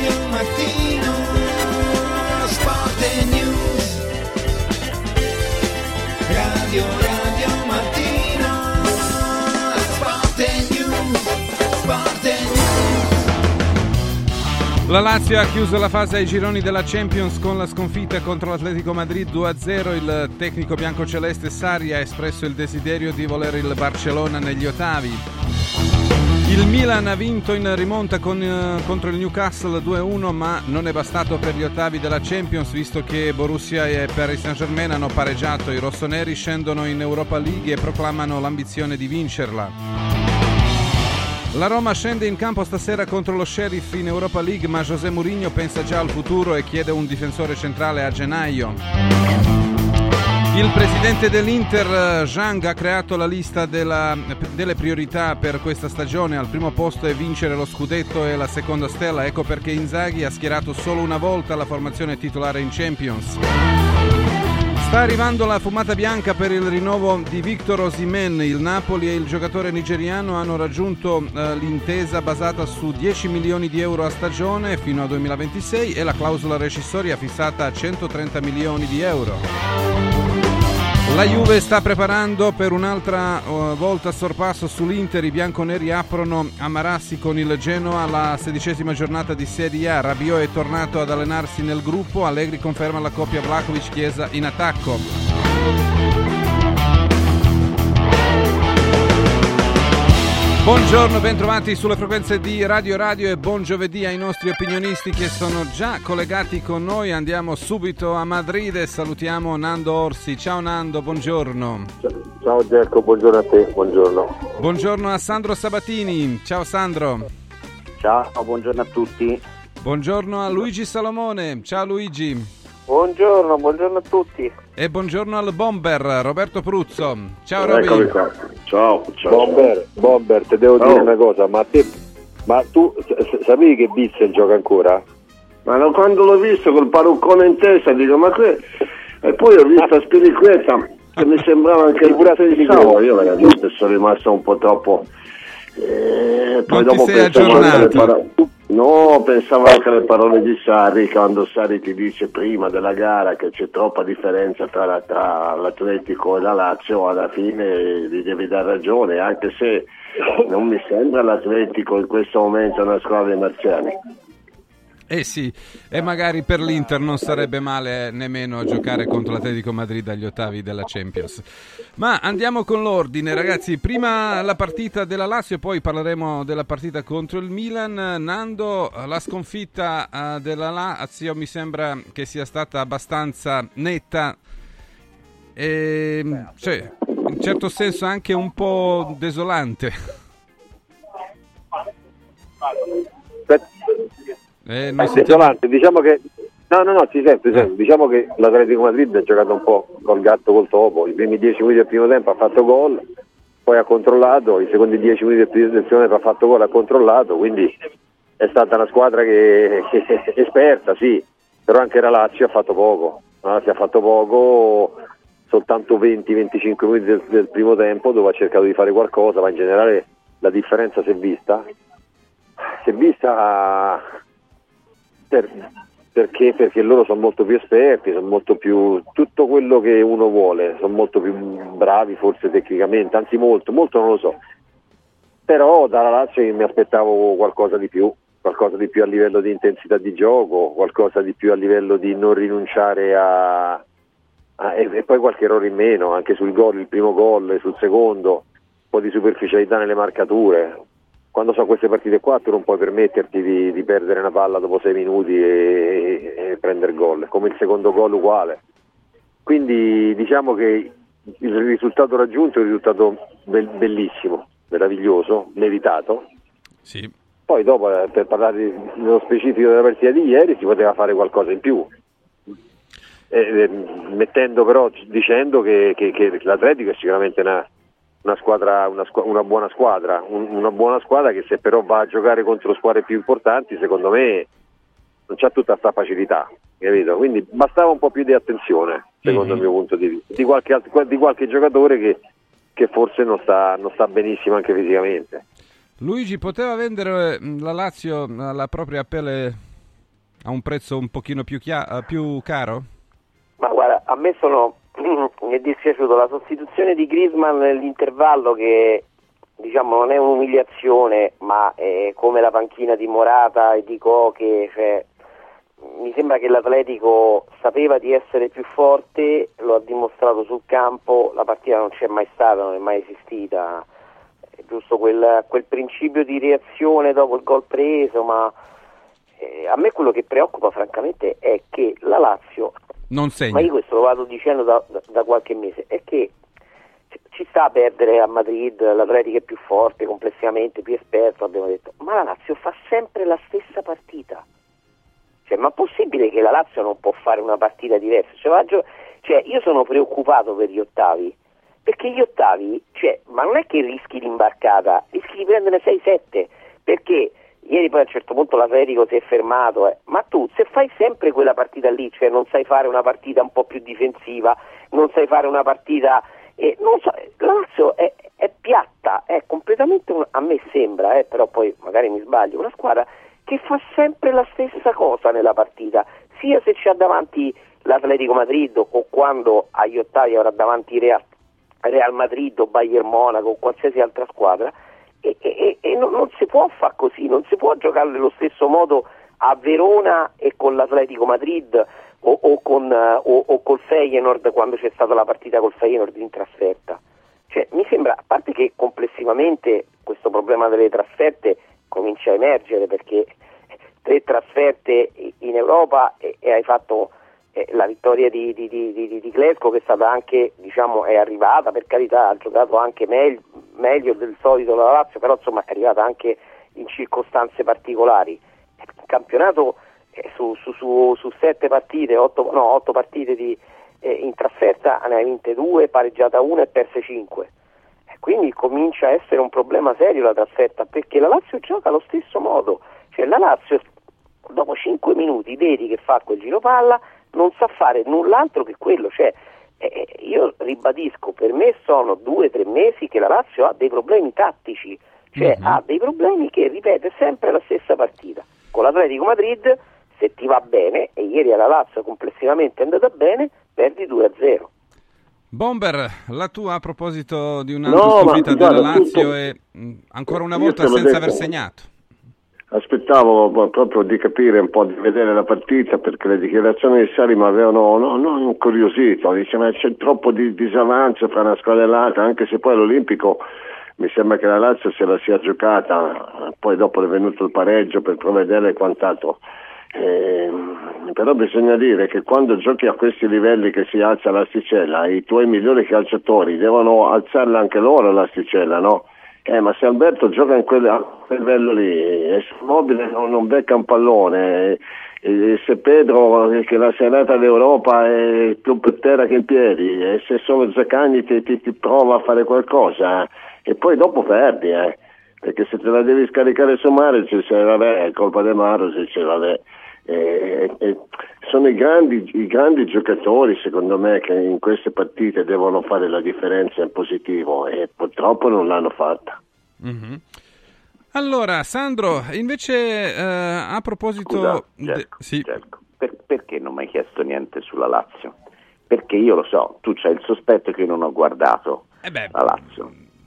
Radio Mattino, Sport e News. Radio Mattino, Sport e News, Sport e News. La Lazio ha chiuso la fase ai gironi della Champions con la sconfitta contro l'Atletico Madrid 2-0. Il tecnico biancoceleste Sarri ha espresso il desiderio di volere il Barcellona negli ottavi. Il Milan ha vinto in rimonta contro il Newcastle 2-1, ma non è bastato per gli ottavi della Champions, visto che Borussia e Paris Saint-Germain hanno pareggiato. I rossoneri scendono in Europa League e proclamano l'ambizione di vincerla. La Roma scende in campo stasera contro lo Sheriff in Europa League, ma José Mourinho pensa già al futuro e chiede un difensore centrale a gennaio. Il presidente dell'Inter, Zhang, ha creato la lista delle priorità per questa stagione. Al primo posto è vincere lo scudetto e la seconda stella. Ecco perché Inzaghi ha schierato solo una volta la formazione titolare in Champions. Sta arrivando la fumata bianca per il rinnovo di Victor Osimhen. Il Napoli e il giocatore nigeriano hanno raggiunto l'intesa basata su 10 milioni di euro a stagione fino al 2026 e la clausola rescissoria fissata a 130 milioni di euro. La Juve sta preparando per un'altra volta sorpasso sull'Inter. I bianconeri aprono a Marassi con il Genoa la 16ª giornata di Serie A. Rabiot è tornato ad allenarsi nel gruppo. Allegri conferma la coppia Vlahovic-Chiesa in attacco. Buongiorno, bentrovati sulle frequenze di Radio e buon giovedì ai nostri opinionisti che sono già collegati con noi. Andiamo subito a Madrid e salutiamo Nando Orsi. Ciao Nando, buongiorno. Ciao Gerco, buongiorno a te, buongiorno. Buongiorno a Sandro Sabatini. Ciao Sandro. Ciao, buongiorno a tutti. Buongiorno a Luigi Salomone. Ciao Luigi. Buongiorno a tutti. E buongiorno al bomber Roberto Pruzzo. Ciao Roby. Eccomi qua. Ciao. Bomber, ti devo dire una cosa, ma tu sapevi che Witzel gioca ancora? Ma quando l'ho visto col parruccone in testa dico e poi ho visto Spiriqueta che mi sembrava anche il pensavo, io veramente sono rimasto un po' troppo poi non dopo ti sei aggiornato? Pensavo anche alle parole di Sarri, quando Sarri ti dice prima della gara che c'è troppa differenza tra l'Atletico e la Lazio. Alla fine gli devi dare ragione, anche se non mi sembra l'Atletico in questo momento una squadra dei marziani. Sì, e magari per l'Inter non sarebbe male nemmeno a giocare contro l'Atletico Madrid agli ottavi della Champions. Ma andiamo con l'ordine, ragazzi. Prima la partita della Lazio, poi parleremo della partita contro il Milan. Nando, la sconfitta della Lazio mi sembra che sia stata abbastanza netta e cioè, in certo senso anche un po' desolante. Desolante, diciamo che no, ti sento. Diciamo che l'Atletico Madrid ha giocato un po' col gatto col topo. I primi 10 minuti del primo tempo ha fatto gol, poi ha controllato, i secondi 10 minuti del secondo tempo ha fatto gol, ha controllato, quindi è stata una squadra che è esperta, sì, però anche la Lazio ha fatto poco. La Lazio ha fatto poco, soltanto 20-25 minuti del primo tempo dove ha cercato di fare qualcosa, ma in generale la differenza si è vista perché loro sono molto più esperti, sono molto più tutto quello che uno vuole, sono molto più bravi forse tecnicamente, anzi molto non lo so, però dalla Lazio mi aspettavo qualcosa di più a livello di intensità di gioco, qualcosa di più a livello di non rinunciare e poi qualche errore in meno anche sul gol, il primo gol e sul secondo, un po' di superficialità nelle marcature. Quando sono queste partite qua tu non puoi permetterti di perdere una palla dopo 6 minuti e prendere gol, come il secondo gol uguale. Quindi diciamo che il risultato raggiunto è un risultato bellissimo, meraviglioso, meritato. Sì. Poi dopo, per parlare nello specifico della partita di ieri, si poteva fare qualcosa in più, mettendo però, dicendo che l'Atletico è sicuramente una buona squadra che se però va a giocare contro squadre più importanti, secondo me non c'ha tutta sta facilità, capito? Quindi bastava un po' più di attenzione, secondo il mio punto di vista, di qualche giocatore che forse non sta benissimo anche fisicamente. Luigi, poteva vendere la Lazio alla propria pelle a un prezzo un pochino più caro? Ma guarda, a me mi è dispiaciuto la sostituzione di Griezmann nell'intervallo, che diciamo non è un'umiliazione, ma è come la panchina di Morata e di Koke, cioè, mi sembra che l'Atletico sapeva di essere più forte, lo ha dimostrato sul campo, la partita non c'è mai stata, non è mai esistita, è giusto quel principio di reazione dopo il gol preso, ma a me quello che preoccupa francamente è che la Lazio, non segna. ma io questo lo vado dicendo da qualche mese, è che ci sta a perdere a Madrid, l'Atletico è più forte complessivamente, più esperto, abbiamo detto, ma la Lazio fa sempre la stessa partita. Cioè, ma è possibile che la Lazio non può fare una partita diversa? Cioè, io sono preoccupato per gli ottavi, perché gli ottavi, ma non è che rischi l'imbarcata, rischi di prendere 6-7, perché ieri poi a un certo punto l'Atletico si è fermato, ma tu se fai sempre quella partita lì, cioè non sai fare una partita un po' più difensiva, non sai fare una partita, non so, la Lazio è piatta, è completamente, a me sembra, però poi magari mi sbaglio, una squadra che fa sempre la stessa cosa nella partita, sia se c'ha davanti l'Atletico Madrid o quando agli ottavi avrà davanti Real Madrid o Bayern Monaco o qualsiasi altra squadra, e non si può fare così, non si può giocare nello stesso modo a Verona e con l'Atletico Madrid o col Feyenoord, quando c'è stata la partita col Feyenoord in trasferta. Cioè, mi sembra, a parte che complessivamente questo problema delle trasferte comincia a emergere, perché 3 trasferte in Europa e hai fatto la vittoria di Klesko, che è stata anche, diciamo, è arrivata, per carità, ha giocato anche meglio del solito la Lazio, però insomma è arrivata anche in circostanze particolari. Il campionato su 7 partite, 8 partite in trasferta ne hai vinte 2, pareggiata 1 e perse 5. Quindi comincia a essere un problema serio la trasferta, perché la Lazio gioca allo stesso modo, cioè la Lazio dopo 5 minuti vedi che fa quel giro palla, non sa fare null'altro che quello, cioè io ribadisco, per me sono 2-3 mesi che la Lazio ha dei problemi tattici, cioè ha dei problemi che ripete sempre la stessa partita. Con l'Atletico Madrid, se ti va bene, e ieri alla Lazio complessivamente è andata bene, perdi 2-0. Bomber, la tua a proposito di un'altra sconfitta della Lazio e ancora una volta senza aver segnato. Aspettavo proprio di capire un po', di vedere la partita, perché le dichiarazioni di Sarri mi avevano non incuriosito. Dice, ma c'è troppo di disavanzo fra una squadra e l'altra, anche se poi all'Olimpico mi sembra che la Lazio se la sia giocata, poi dopo è venuto il pareggio per provvedere e quant'altro. Però bisogna dire che quando giochi a questi livelli che si alza l'asticella, i tuoi migliori calciatori devono alzarla anche loro l'asticella, no? Ma se Alberto gioca a quel livello lì, è mobile, non becca un pallone, e se Pedro, che la serata d'Europa è più per terra che in piedi, e se solo Zaccagni ti prova a fare qualcosa, e poi dopo perdi, perché se te la devi scaricare su Mahrez, vabbè, è colpa di Mahrez, vabbè. Sono i grandi giocatori, secondo me, che in queste partite devono fare la differenza in positivo, e purtroppo non l'hanno fatta. Mm-hmm. Allora, Sandro, invece a proposito... Scusa, sì. Cerco. Perché non mi hai chiesto niente sulla Lazio? Perché io lo so, tu c'hai il sospetto che io non ho guardato la Lazio.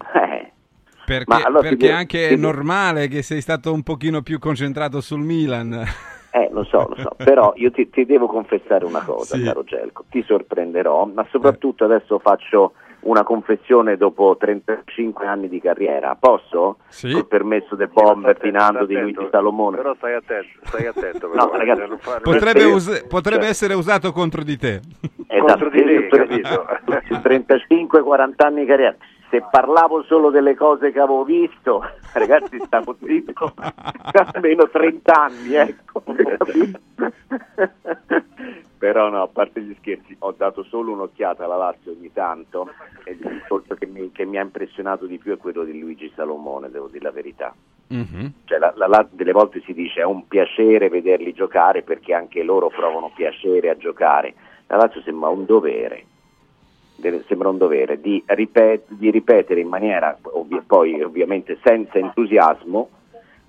Perché anche è normale che sei stato un pochino più concentrato sul Milan. Lo so, però io ti devo confessare una cosa, caro Gelco, ti sorprenderò, ma soprattutto adesso faccio una confessione dopo 35 anni di carriera, posso? Sì. Col permesso del Bomber, Pinando, di Luigi Salomone. Però stai attento. No, ragazzi, potrebbe essere usato contro di te. Contro di te, capito? 35-40 anni di carriera. Se parlavo solo delle cose che avevo visto, ragazzi, stavo zitto almeno 30 anni, ecco. Però no, a parte gli scherzi, ho dato solo un'occhiata alla Lazio ogni tanto, e il discorso che mi ha impressionato di più è quello di Luigi Salomone, devo dire la verità. Mm-hmm. Cioè, delle volte si dice è un piacere vederli giocare, perché anche loro provano piacere a giocare. La Lazio sembra un dovere di ripetere in maniera poi ovviamente senza entusiasmo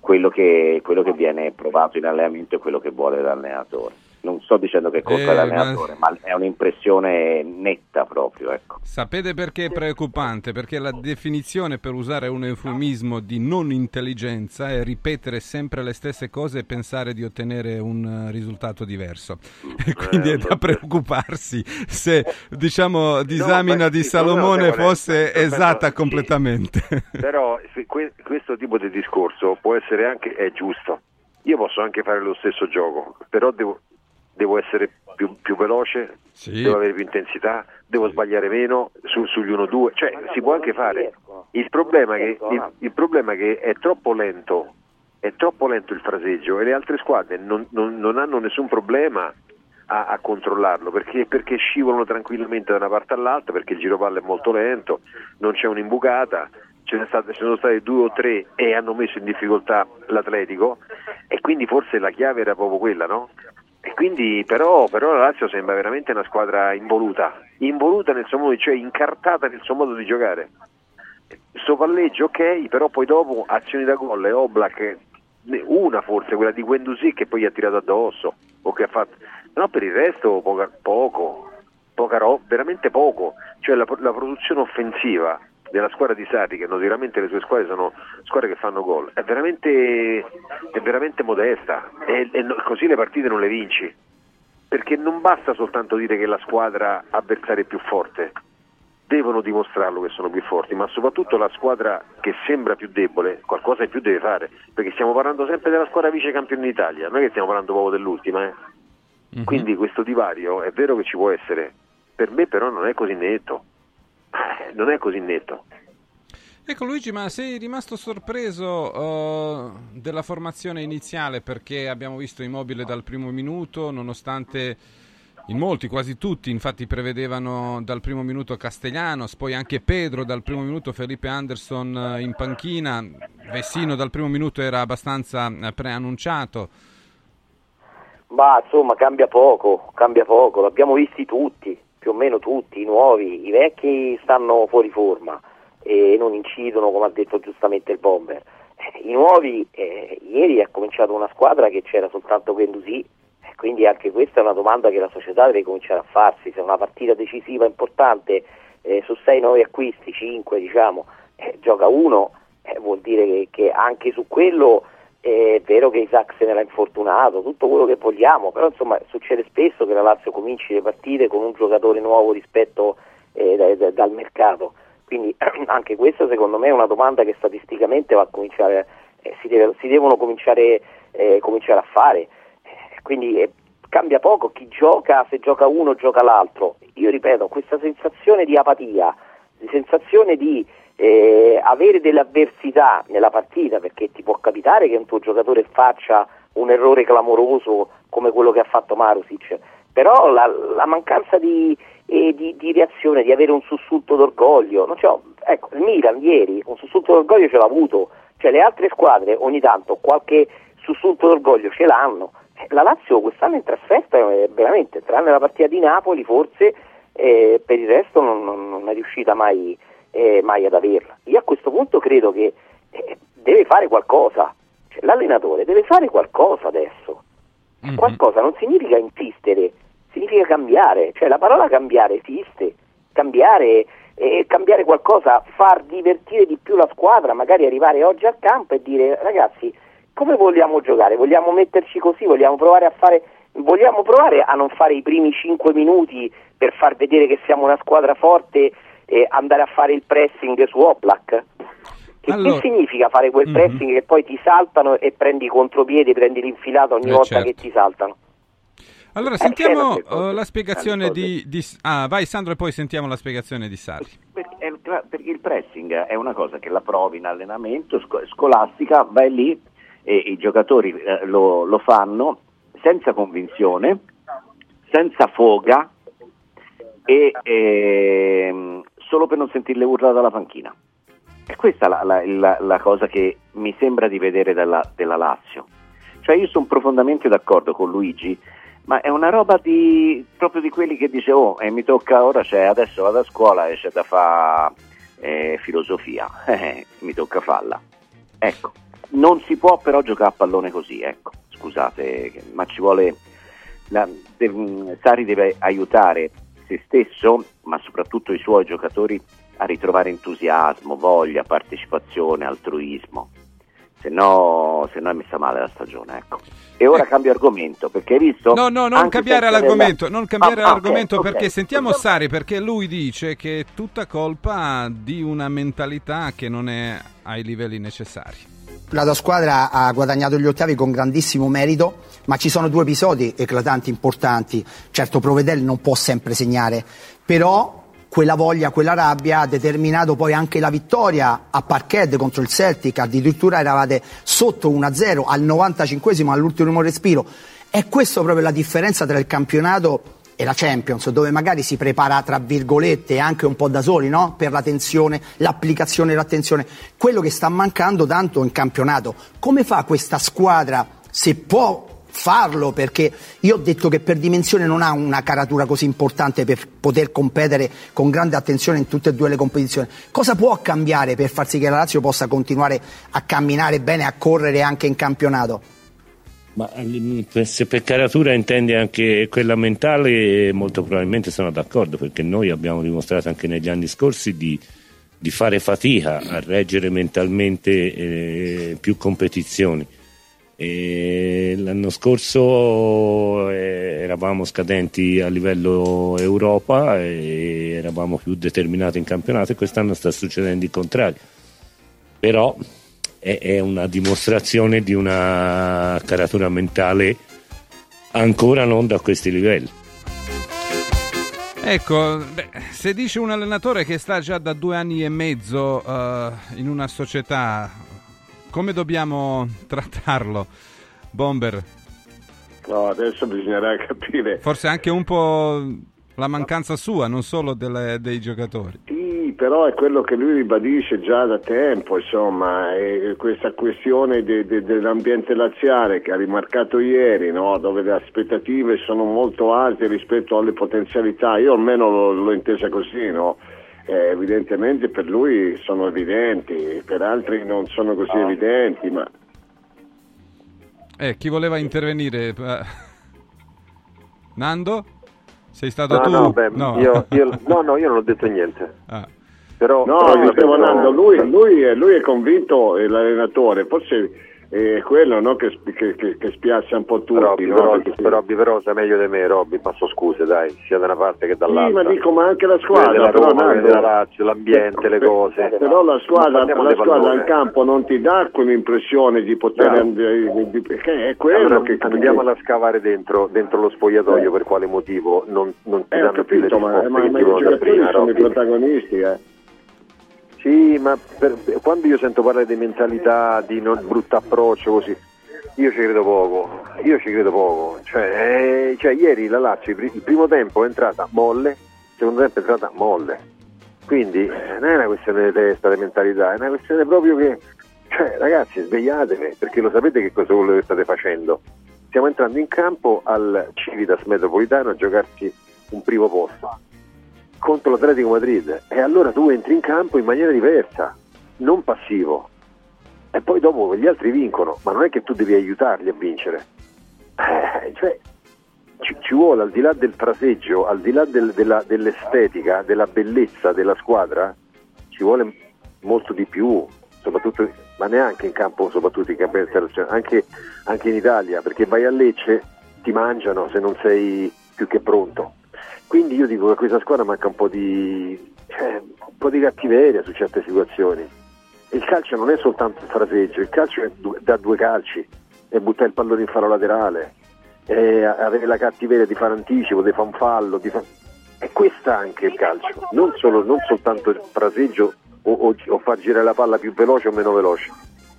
quello che viene provato in allenamento è quello che vuole l'allenatore. Non sto dicendo che è colpa dell'allenatore, ma è un'impressione netta proprio, ecco. Sapete perché è preoccupante? Perché la definizione, per usare un eufemismo, di non intelligenza è ripetere sempre le stesse cose e pensare di ottenere un risultato diverso. E quindi è da preoccuparsi se, diciamo, disamina di Salomone fosse esatta completamente. Però questo tipo di discorso può essere anche giusto. Io posso anche fare lo stesso gioco, però devo essere più veloce, sì. Devo avere più intensità, devo sbagliare meno sugli 1-2, cioè si può anche fare. Il problema è che è troppo lento il fraseggio, e le altre squadre non hanno nessun problema a controllarlo, perché scivolano tranquillamente da una parte all'altra, perché il giro palla è molto lento, non c'è un'imbucata. Ce ne sono stati 2 o 3 e hanno messo in difficoltà l'Atletico, e quindi forse la chiave era proprio quella, no? E quindi però la Lazio sembra veramente una squadra involuta nel suo modo, cioè incartata nel suo modo di giocare. Sto palleggio ok, però poi dopo azioni da gol e Oblak, una forse, quella di Guendouzi che poi gli ha tirato addosso, o che ha fatto, no, per il resto poca roba, veramente poco, cioè la produzione offensiva della squadra di Sarri, che notoriamente le sue squadre sono squadre che fanno gol, è veramente modesta, e così le partite non le vinci, perché non basta soltanto dire che la squadra avversaria è più forte, devono dimostrarlo che sono più forti, ma soprattutto la squadra che sembra più debole qualcosa in più deve fare, perché stiamo parlando sempre della squadra vice campione d'Italia, non è che stiamo parlando proprio dell'ultima, Mm-hmm. Quindi questo divario è vero che ci può essere, per me però non è così netto. Ecco Luigi, ma sei rimasto sorpreso della formazione iniziale, perché abbiamo visto Immobile dal primo minuto, nonostante in molti, quasi tutti, infatti prevedevano dal primo minuto Castellanos, poi anche Pedro dal primo minuto, Felipe Anderson in panchina, Vecino dal primo minuto era abbastanza preannunciato. Ma insomma cambia poco, l'abbiamo visti tutti, più o meno tutti, i nuovi, i vecchi stanno fuori forma e non incidono, come ha detto giustamente il Bomber. I nuovi, ieri è cominciata una squadra che c'era soltanto Guendouzi, quindi anche questa è una domanda che la società deve cominciare a farsi. Se una partita decisiva importante su 6-9 acquisti, 5 diciamo, gioca uno, vuol dire che anche su quello è vero che Isaac se ne l'ha infortunato, tutto quello che vogliamo, però insomma succede spesso che la Lazio cominci le partite con un giocatore nuovo rispetto dal mercato, quindi anche questa secondo me è una domanda che statisticamente va a cominciare, si devono cominciare a fare, quindi cambia poco chi gioca, se gioca uno gioca l'altro. Io ripeto, questa sensazione di apatia, di sensazione di avere delle avversità nella partita, perché ti può capitare che un tuo giocatore faccia un errore clamoroso come quello che ha fatto Marusic, però la mancanza di reazione, di avere un sussulto d'orgoglio, non c'ho, ecco, il Milan ieri un sussulto d'orgoglio ce l'ha avuto, cioè le altre squadre ogni tanto qualche sussulto d'orgoglio ce l'hanno. La Lazio quest'anno in trasferta veramente, tranne la partita di Napoli forse, per il resto non è riuscita mai ad averla. Io a questo punto credo che deve fare qualcosa, cioè, l'allenatore deve fare qualcosa adesso. Qualcosa non significa insistere, significa cambiare, cioè la parola cambiare esiste, cambiare qualcosa, far divertire di più la squadra, magari arrivare oggi al campo e dire ragazzi come vogliamo giocare, vogliamo metterci così, vogliamo provare a non fare i primi 5 minuti per far vedere che siamo una squadra forte e andare a fare il pressing su Oblak. Che significa fare quel pressing che poi ti saltano e prendi i contropiedi, prendi l'infilata ogni volta certo. che ti saltano? Allora sentiamo la spiegazione vai Sandro, e poi sentiamo la spiegazione di Sarri. Perché il pressing è una cosa che la provi in allenamento, scolastica, vai lì e i giocatori lo fanno senza convinzione, senza foga e solo per non sentirle urlare dalla panchina. E questa è la cosa che mi sembra di vedere della Lazio. Cioè io sono profondamente d'accordo con Luigi, ma è una roba proprio di quelli che dice mi tocca ora, adesso vado a scuola e c'è da fare filosofia, mi tocca farla. Ecco, Non si può però giocare a pallone così, ecco, scusate, ma ci vuole... Sarri deve aiutare se stesso, ma soprattutto i suoi giocatori, a ritrovare entusiasmo, voglia, partecipazione, altruismo. Se no è messa male la stagione, ecco. E ora cambio argomento, perché hai visto? No, non cambiare l'argomento, okay. perché sentiamo Sarri, perché lui dice che è tutta colpa di una mentalità che non è ai livelli necessari. La tua squadra ha guadagnato gli ottavi con grandissimo merito, ma ci sono 2 episodi eclatanti, importanti. Certo, Provedel non può sempre segnare, però quella voglia, quella rabbia ha determinato poi anche la vittoria a Parkhead contro il Celtic. Addirittura eravate sotto 1-0 al 95esimo, all'ultimo respiro. È questa proprio la differenza tra il campionato e la Champions, dove magari si prepara tra virgolette anche un po' da soli, no? Per la tensione, l'applicazione e l'attenzione. Quello che sta mancando tanto in campionato. Come fa questa squadra, se può farlo, perché io ho detto che per dimensione non ha una caratura così importante per poter competere con grande attenzione in tutte e 2 le competizioni, cosa può cambiare per far sì che la Lazio possa continuare a camminare bene, a correre anche in campionato? Ma se per caratura intendi anche quella mentale, molto probabilmente sono d'accordo, perché noi abbiamo dimostrato anche negli anni scorsi di fare fatica a reggere mentalmente più competizioni. E l'anno scorso eravamo scadenti a livello Europa e eravamo più determinati in campionato, e quest'anno sta succedendo il contrario. Però è una dimostrazione di una caratura mentale ancora non da questi livelli. Ecco, se dice un allenatore che sta già da 2 anni e mezzo in una società, come dobbiamo trattarlo, Bomber? No, adesso bisognerà capire. Forse anche un po' la mancanza sua, non solo dei giocatori. Sì, però è quello che lui ribadisce già da tempo, insomma, è questa questione dell'ambiente laziale che ha rimarcato ieri, no? Dove le aspettative sono molto alte rispetto alle potenzialità. Io almeno l'ho intesa così, no? Evidentemente per lui sono evidenti, per altri non sono così evidenti, ma... Chi voleva intervenire? Nando? Sei stato tu? No. Io non ho detto niente. Però dicevo Nando, lui è convinto, l'allenatore, forse è quello, no, che spiazza un po' tutti. Robby, però sei meglio di me, Robby, passo scuse, dai, sia da una parte che dall'altra. Sì, ma dico, ma anche la squadra, però la Lazio, l'ambiente, le cose. Però la squadra in campo non ti dà quell'impressione di poter perché è quello che andiamo a scavare dentro lo spogliatoio, per quale motivo non ti danno più le risposte ma che i giocatori sono i protagonisti, Sì, ma quando io sento parlare di mentalità, di brutto approccio così, io ci credo poco. Cioè, ieri la Lazio il primo tempo è entrata molle, il secondo tempo è entrata molle. Quindi non è una questione di testa, di mentalità, è una questione proprio che, ragazzi, svegliatevi, perché lo sapete che cosa è quello che state facendo. Stiamo entrando in campo al Civitas Metropolitano a giocarsi un primo posto contro l'Atletico Madrid, e allora tu entri in campo in maniera diversa, non passivo, e poi dopo gli altri vincono, ma non è che tu devi aiutarli a vincere, ci vuole, al di là del fraseggio, al di là dell'estetica, della bellezza della squadra, ci vuole molto di più, soprattutto, ma neanche in campo, soprattutto in campo internazionale, anche in Italia, perché vai a Lecce, ti mangiano se non sei più che pronto. Quindi io dico che a questa squadra manca un po' di cattiveria su certe situazioni. Il calcio non è soltanto il fraseggio, il calcio è da 2 calci, e buttare il pallone in fallo laterale, e avere la cattiveria di fare anticipo, di fare un fallo, è questa anche il calcio, non soltanto il fraseggio o far girare la palla più veloce o meno veloce.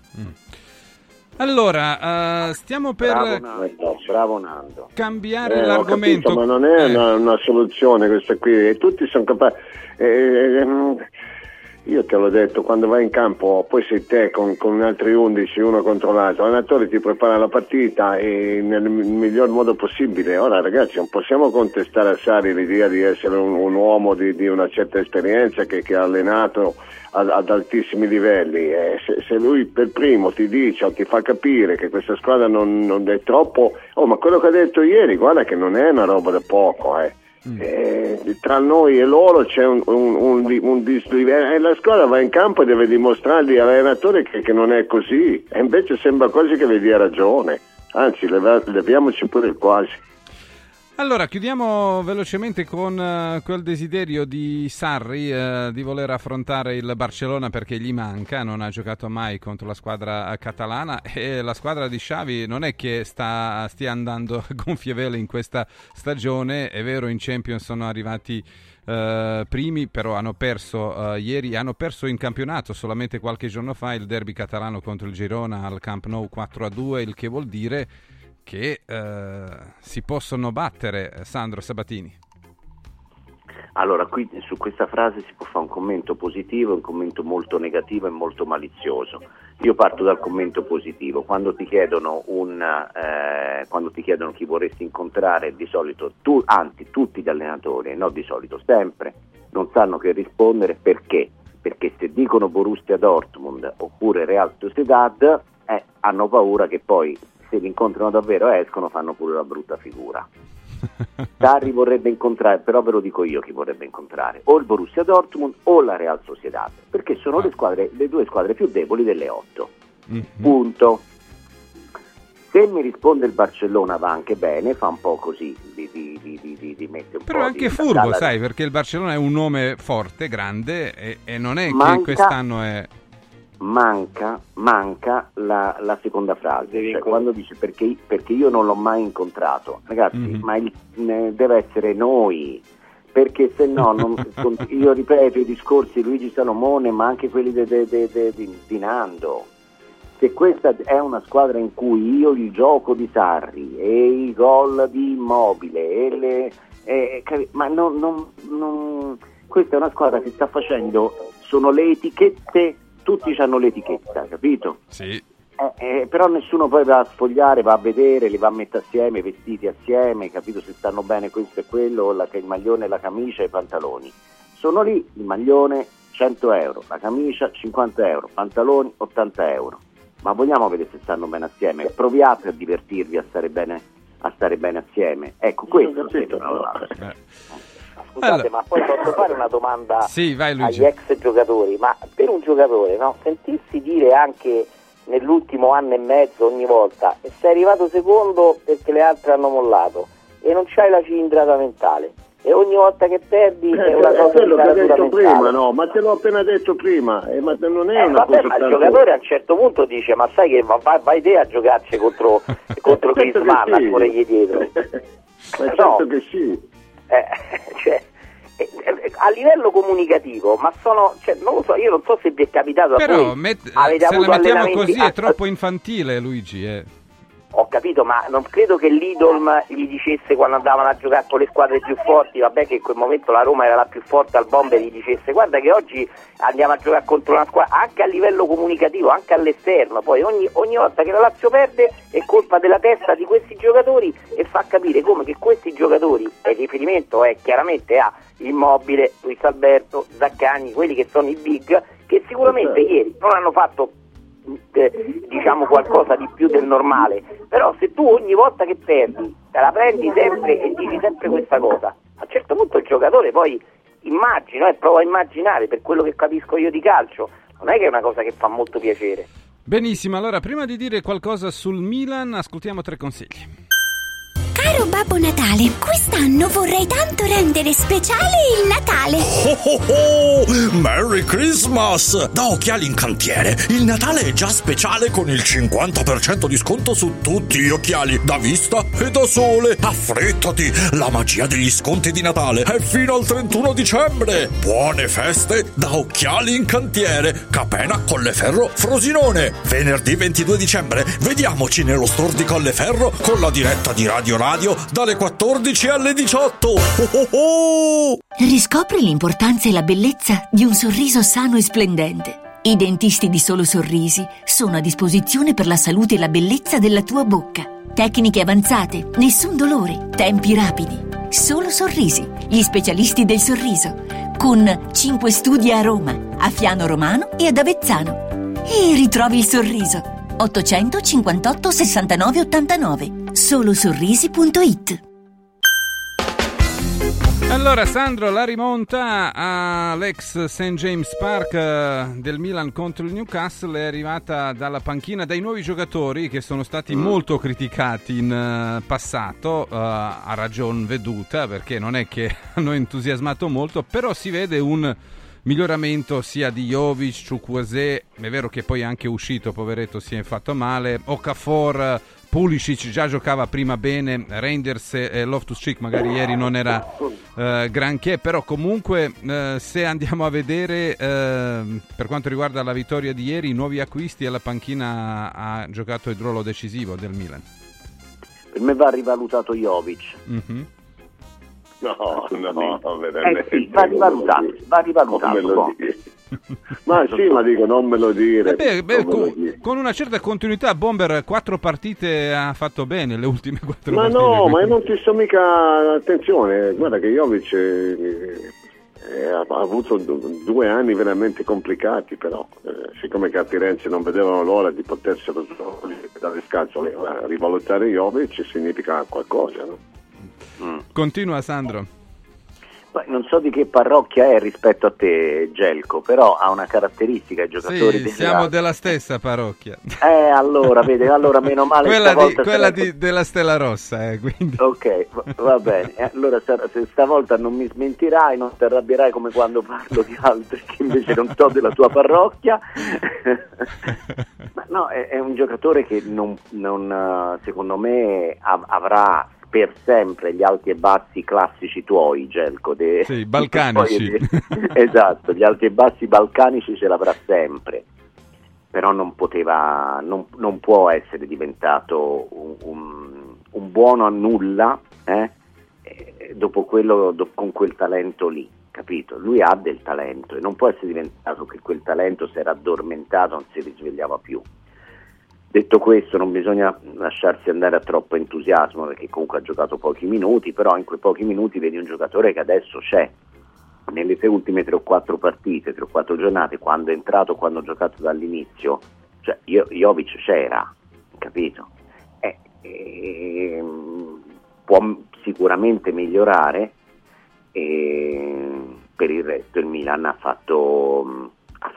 Allora, stiamo per bravo Nando. cambiare l'argomento. Ma non è una soluzione questa qui, e tutti sono capaci. Io te l'ho detto, quando vai in campo poi sei te con altri 11 uno contro l'altro, l'allenatore ti prepara la partita e nel miglior modo possibile. Ora ragazzi, non possiamo contestare a Sarri l'idea di essere un uomo di una certa esperienza che ha allenato ad altissimi livelli. Se lui per primo ti dice o ti fa capire che questa squadra non è troppo, ma quello che ha detto ieri, guarda che non è una roba da poco, tra noi e loro c'è un dislivello, e la squadra va in campo e deve dimostrargli all'allenatore che non è così, e invece sembra quasi che vi dia ragione, anzi leviamoci pure il quasi. Allora, chiudiamo velocemente con quel desiderio di Sarri di voler affrontare il Barcellona perché gli manca, non ha giocato mai contro la squadra catalana e la squadra di Xavi non è che stia andando a gonfie vele in questa stagione, è vero in Champions sono arrivati primi, però hanno perso ieri, hanno perso in campionato solamente qualche giorno fa il derby catalano contro il Girona al Camp Nou 4-2, il che vuol dire che si possono battere. Sandro Sabatini. Allora, qui su questa frase si può fare un commento positivo, un commento molto negativo e molto malizioso. Io parto dal commento positivo. Quando ti chiedono chi vorresti incontrare, di solito tutti gli allenatori, no di solito, sempre, non sanno che rispondere. Perché? Perché se dicono Borussia Dortmund oppure Real Sociedad, hanno paura che poi, se li incontrano davvero escono, fanno pure la brutta figura. Sarri vorrebbe incontrare, però ve lo dico io chi vorrebbe incontrare, o il Borussia Dortmund o la Real Sociedad, perché sono le due squadre più deboli delle 8. Punto. Se mi risponde il Barcellona va anche bene, fa un po' così di mette un però po' anche furbo, sai, perché il Barcellona è un nome forte, grande e non è che quest'anno è... Manca la seconda frase, cioè quando dice perché io non l'ho mai incontrato, ragazzi, ma deve essere noi, perché se no io ripeto i discorsi Luigi Salomone, ma anche quelli di Nando. Se questa è una squadra in cui io il gioco di Sarri e i gol di Immobile ma non questa è una squadra che sta facendo, sono le etichette. Tutti hanno l'etichetta, capito? Sì. Però nessuno poi va a sfogliare, va a vedere, li va a mettere assieme, vestiti assieme, capito, se stanno bene questo e quello, il maglione, la camicia e i pantaloni. Sono lì, il maglione 100 euro, la camicia 50 euro, pantaloni 80 euro. Ma vogliamo vedere se stanno bene assieme? Proviate a divertirvi, a stare bene assieme. Ecco, questo Scusate, ma poi posso fare una domanda vai, agli ex giocatori? Ma per un giocatore, no, sentirsi dire anche nell'ultimo anno e mezzo ogni volta e sei arrivato secondo perché le altre hanno mollato e non c'hai la cilindrata mentale e ogni volta che perdi è una cosa quello che hai detto mentale. prima, no, ma te l'ho appena detto prima, ma non è una cosa. Ma il giocatore a un certo punto dice ma sai che vai te a giocarci contro Griezmann a corrergli dietro. Ma certo che sì. Cioè, a livello comunicativo, ma non lo so, io non so se vi è capitato però a voi, avete se avuto la mettiamo allenamenti così è troppo infantile, Luigi. Ho capito, ma non credo che l'Idolm gli dicesse quando andavano a giocare con le squadre più forti, vabbè che in quel momento la Roma era la più forte al bomber, gli dicesse guarda che oggi andiamo a giocare contro una squadra, anche a livello comunicativo, anche all'esterno, poi ogni volta che la Lazio perde è colpa della testa di questi giocatori e fa capire come che questi giocatori, e il riferimento è chiaramente a Immobile, Luis Alberto, Zaccagni, quelli che sono i big, che sicuramente ieri non hanno fatto diciamo qualcosa di più del normale, però se tu ogni volta che perdi te la prendi sempre e dici sempre questa cosa, a un certo punto il giocatore poi immagino e prova a immaginare, per quello che capisco io di calcio, non è che è una cosa che fa molto piacere. Benissimo, allora prima di dire qualcosa sul Milan ascoltiamo 3 consigli. Caro Babbo Natale, quest'anno vorrei tanto rendere speciale il Natale. Merry Christmas! Da Occhiali in Cantiere, il Natale è già speciale con il 50% di sconto su tutti gli occhiali, da vista e da sole. Affrettati, la magia degli sconti di Natale è fino al 31 dicembre. Buone feste da Occhiali in Cantiere, Capena, Colleferro, Frosinone. Venerdì 22 dicembre, vediamoci nello store di Colleferro con la diretta di Radio Rai radio dalle 14 alle 18. Riscopri l'importanza e la bellezza di un sorriso sano e splendente. I dentisti di Solo Sorrisi sono a disposizione per la salute e la bellezza della tua bocca. Tecniche avanzate, nessun dolore, tempi rapidi. Solo Sorrisi, gli specialisti del sorriso, con 5 studi a Roma, a Fiano Romano e ad Avezzano. E ritrovi il sorriso. 858 69 89. Solosorrisi.it. Allora Sandro, la rimonta all'ex St. James Park del Milan contro il Newcastle è arrivata dalla panchina dai nuovi giocatori che sono stati molto criticati in passato, a ragion veduta, perché non è che hanno entusiasmato molto, però si vede un miglioramento sia di Jovic, Chukwueze, è vero che poi è anche uscito, poveretto, si è fatto male, Okafor, Pulisic già giocava prima bene, Reinders e Loftus-Cheek magari ieri non era granché, però comunque se andiamo a vedere per quanto riguarda la vittoria di ieri, i nuovi acquisti e la panchina ha giocato il ruolo decisivo del Milan. Per me va rivalutato Jovic. Mm-hmm. No, veramente. Sì, va rivalutato. Ma sì, ma dico, non me lo dire. Con una certa continuità Bomber 4 partite ha fatto bene, le ultime 4 ma partite. No, ma non ti sto mica, attenzione, guarda che Jovic ha avuto 2 anni veramente complicati, però siccome Carpirenzi non vedevano l'ora di poterselo dare scanso, rivalutare Jovic significa qualcosa, no? Continua Sandro. Non so di che parrocchia è rispetto a te, Gelco, però ha una caratteristica, i giocatori siamo della stessa parrocchia. Allora, vedi, allora meno male quella della Stella Rossa, quindi. Ok, va bene. Allora se stavolta non mi smentirai, non ti arrabbierai come quando parlo di altri che invece non so della tua parrocchia. Ma no, è un giocatore che non secondo me avrà per sempre gli alti e bassi classici tuoi, Gelco. Sì, balcanici. Esatto, gli alti e bassi balcanici ce l'avrà sempre, però non può essere diventato un buono a nulla dopo quello, con quel talento lì, capito? Lui ha del talento e non può essere diventato che quel talento si era addormentato, non si risvegliava più. Detto questo, non bisogna lasciarsi andare a troppo entusiasmo, perché comunque ha giocato pochi minuti, però in quei pochi minuti vedi un giocatore che adesso c'è. Nelle sue ultime 3 o 4 partite, 3 o 4 giornate, quando è entrato, quando ha giocato dall'inizio, cioè Jovic c'era, capito? Può sicuramente migliorare, e per il resto il Milan ha fatto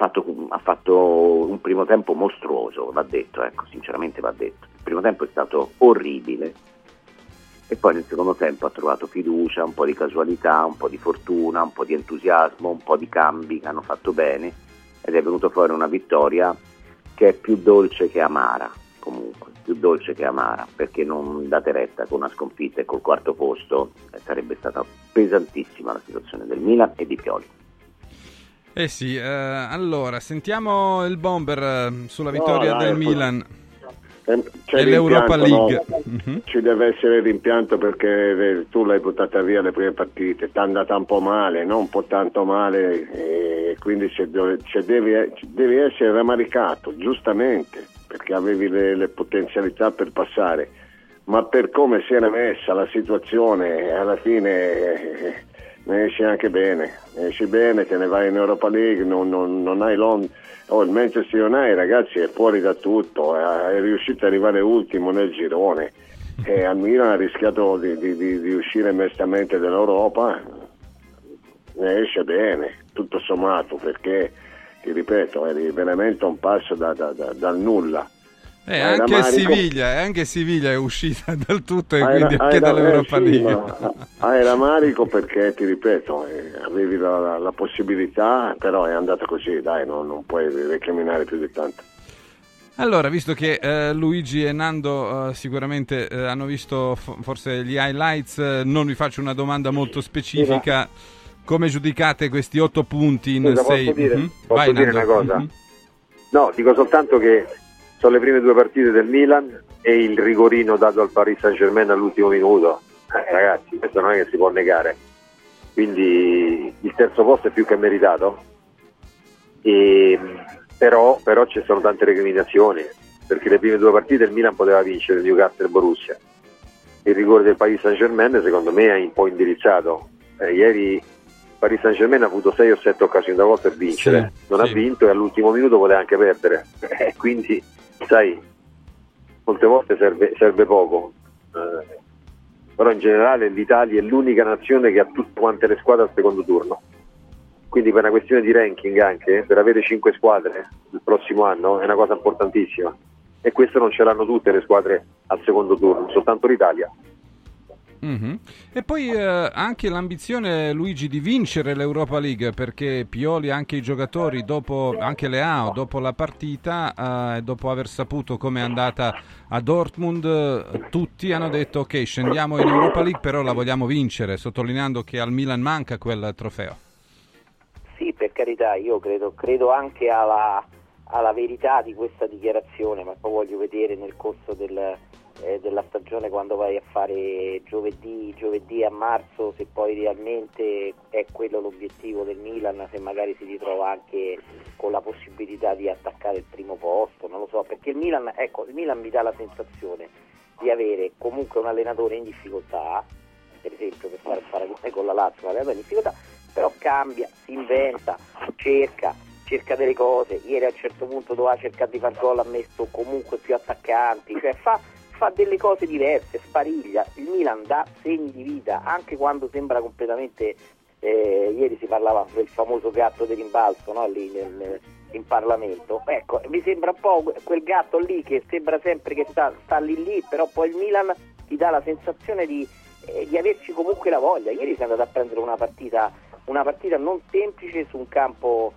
un primo tempo mostruoso, va detto, sinceramente va detto. Il primo tempo è stato orribile e poi nel secondo tempo ha trovato fiducia, un po' di casualità, un po' di fortuna, un po' di entusiasmo, un po' di cambi che hanno fatto bene, ed è venuto fuori una vittoria che è più dolce che amara, comunque, più dolce che amara, perché non date retta con una sconfitta e col 4º posto sarebbe stata pesantissima la situazione del Milan e di Pioli. Sì, allora sentiamo il Bomber sulla vittoria del Milan e l'Europa League. No? Ci deve essere rimpianto perché tu l'hai buttata via le prime partite, ti è andata un po' male, non un po' tanto male, e quindi devi essere rammaricato, giustamente, perché avevi le potenzialità per passare, ma per come si era messa la situazione alla fine ne esci anche bene, te ne vai in Europa League, non hai il Manchester United, ragazzi, è fuori da tutto, è riuscito ad arrivare ultimo nel girone, e al Milan ha rischiato di uscire mestamente dall'Europa, ne esce bene, tutto sommato, perché, ti ripeto, eri veramente un passo dal nulla. Anche Siviglia è uscita dal tutto e quindi anche dall'Europa League. Hai rammarico perché, ti ripeto, avevi la possibilità, però è andata così, dai, non puoi recriminare più di tanto. Allora, visto che Luigi e Nando sicuramente hanno visto forse gli highlights, non vi faccio una domanda molto specifica. Come giudicate questi 8 punti in 6? Posso dire una cosa? No, dico soltanto che sono le prime 2 partite del Milan, e il rigorino dato al Paris Saint-Germain all'ultimo minuto, ragazzi, questo non è che si può negare. Quindi il terzo posto è più che meritato, però ci sono tante recriminazioni, perché le prime 2 partite il Milan poteva vincere, il Newcastle e Borussia. Il rigore del Paris Saint-Germain secondo me è un po' indirizzato. Ieri Paris Saint-Germain ha avuto 6 o 7 occasioni da volta per vincere, non ha vinto e all'ultimo minuto poteva anche perdere, quindi sai, molte volte serve poco, però in generale l'Italia è l'unica nazione che ha tutte quante le squadre al secondo turno, quindi per una questione di ranking, anche per avere 5 squadre il prossimo anno è una cosa importantissima, e questo non ce l'hanno tutte le squadre al secondo turno, soltanto l'Italia. Mm-hmm. E poi anche l'ambizione, Luigi, di vincere l'Europa League, perché Pioli e anche i giocatori, anche Leao, dopo la partita, dopo aver saputo come è andata a Dortmund, tutti hanno detto ok, scendiamo in Europa League, però la vogliamo vincere, sottolineando che al Milan manca quel trofeo. Sì, per carità, io credo anche alla verità di questa dichiarazione, ma poi voglio vedere nel corso della stagione, quando vai a fare giovedì a marzo, se poi realmente è quello l'obiettivo del Milan, se magari si ritrova anche con la possibilità di attaccare il primo posto, non lo so, perché il Milan mi dà la sensazione di avere comunque un allenatore in difficoltà, per esempio per fare paragone con la Lazio, un allenatore in difficoltà, però cambia, si inventa, cerca delle cose. Ieri a un certo punto doveva cercare di far gol, ha messo comunque più attaccanti, cioè fa delle cose diverse, spariglia. Il Milan dà segni di vita anche quando sembra completamente ieri si parlava del famoso gatto di rimbalzo, no? Lì in Parlamento, ecco, mi sembra un po' quel gatto lì che sembra sempre che sta lì, però poi il Milan ti dà la sensazione di averci comunque la voglia. Ieri si è andato a prendere una partita non semplice su un campo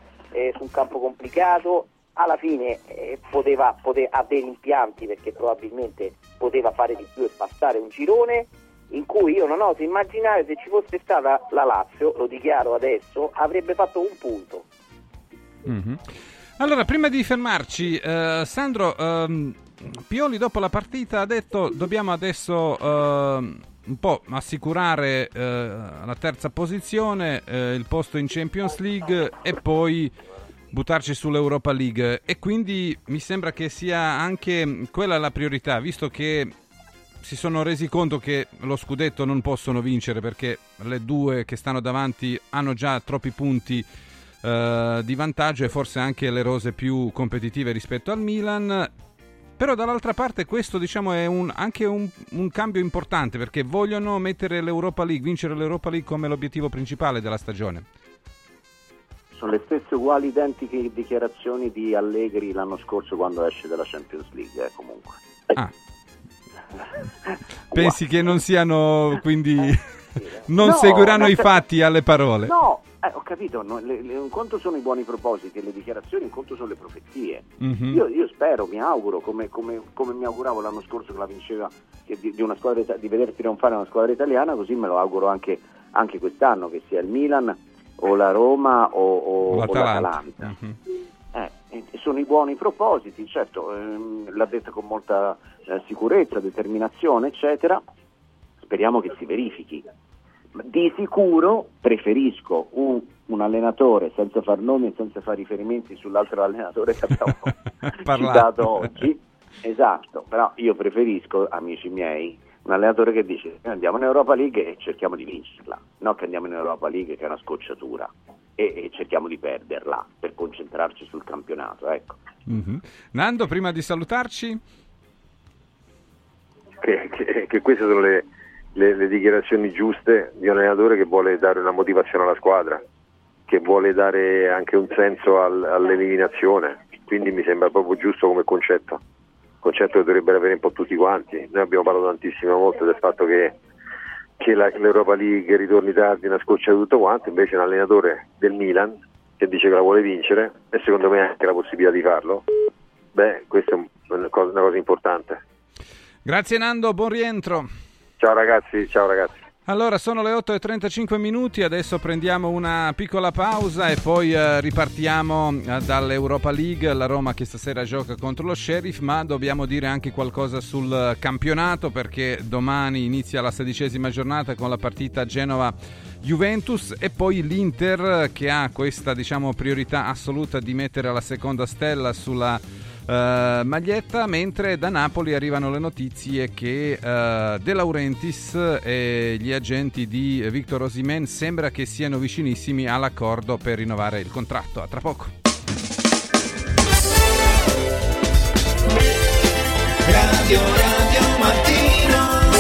complicato. Alla fine poteva avere impianti, perché probabilmente poteva fare di più e passare un girone in cui io non oso immaginare, se ci fosse stata la Lazio, lo dichiaro adesso, avrebbe fatto un punto. Mm-hmm. Allora, prima di fermarci, Sandro, Pioli dopo la partita ha detto dobbiamo adesso un po' assicurare la terza posizione, il posto in Champions League e poi buttarci sull'Europa League, e quindi mi sembra che sia anche quella la priorità, visto che si sono resi conto che lo scudetto non possono vincere perché le due che stanno davanti hanno già troppi punti di vantaggio e forse anche le rose più competitive rispetto al Milan. Però dall'altra parte questo, diciamo, è anche un cambio importante, perché vogliono mettere l'Europa League, vincere l'Europa League come l'obiettivo principale della stagione. Sono le stesse uguali identiche dichiarazioni di Allegri l'anno scorso quando esce dalla Champions League, comunque. Pensi che non siano, quindi non seguiranno i fatti alle parole? No, ho capito, un conto sono i buoni propositi e le dichiarazioni, un conto sono le profezie. Mm-hmm. Io spero, mi auguro, come mi auguravo l'anno scorso che la vinceva, di una squadra, di veder trionfare una squadra italiana, così me lo auguro anche quest'anno, che sia il Milan o la Roma o l'Atalanta. Mm-hmm. Sono i buoni propositi, certo, l'ha detto con molta sicurezza, determinazione, eccetera. Speriamo che si verifichi. Di sicuro preferisco un allenatore, senza far nomi e senza fare riferimenti sull'altro allenatore che abbiamo citato oggi, esatto, però io preferisco, amici miei, un allenatore che dice andiamo in Europa League e cerchiamo di vincerla, no che andiamo in Europa League che è una scocciatura e cerchiamo di perderla per concentrarci sul campionato, ecco. Mm-hmm. Nando, prima di salutarci, che queste sono le dichiarazioni giuste di un allenatore che vuole dare una motivazione alla squadra, che vuole dare anche un senso all'eliminazione, quindi mi sembra proprio giusto come concetto che dovrebbero avere un po' tutti quanti. Noi abbiamo parlato tantissime volte del fatto che l'Europa League ritorni tardi, una scoccia di tutto quanto, invece un allenatore del Milan che dice che la vuole vincere, e secondo me ha anche la possibilità di farlo, questa è una cosa importante. Grazie Nando, buon rientro. Ciao ragazzi. Allora, sono le 8:35, adesso prendiamo una piccola pausa e poi ripartiamo dall'Europa League. La Roma che stasera gioca contro lo Sheriff, ma dobbiamo dire anche qualcosa sul campionato, perché domani inizia la 16ª giornata con la partita Genova-Juventus e poi l'Inter che ha questa, diciamo, priorità assoluta di mettere la seconda stella sulla maglietta, mentre da Napoli arrivano le notizie che De Laurentiis e gli agenti di Victor Osimhen sembra che siano vicinissimi all'accordo per rinnovare il contratto. A tra poco. Radio Mattino,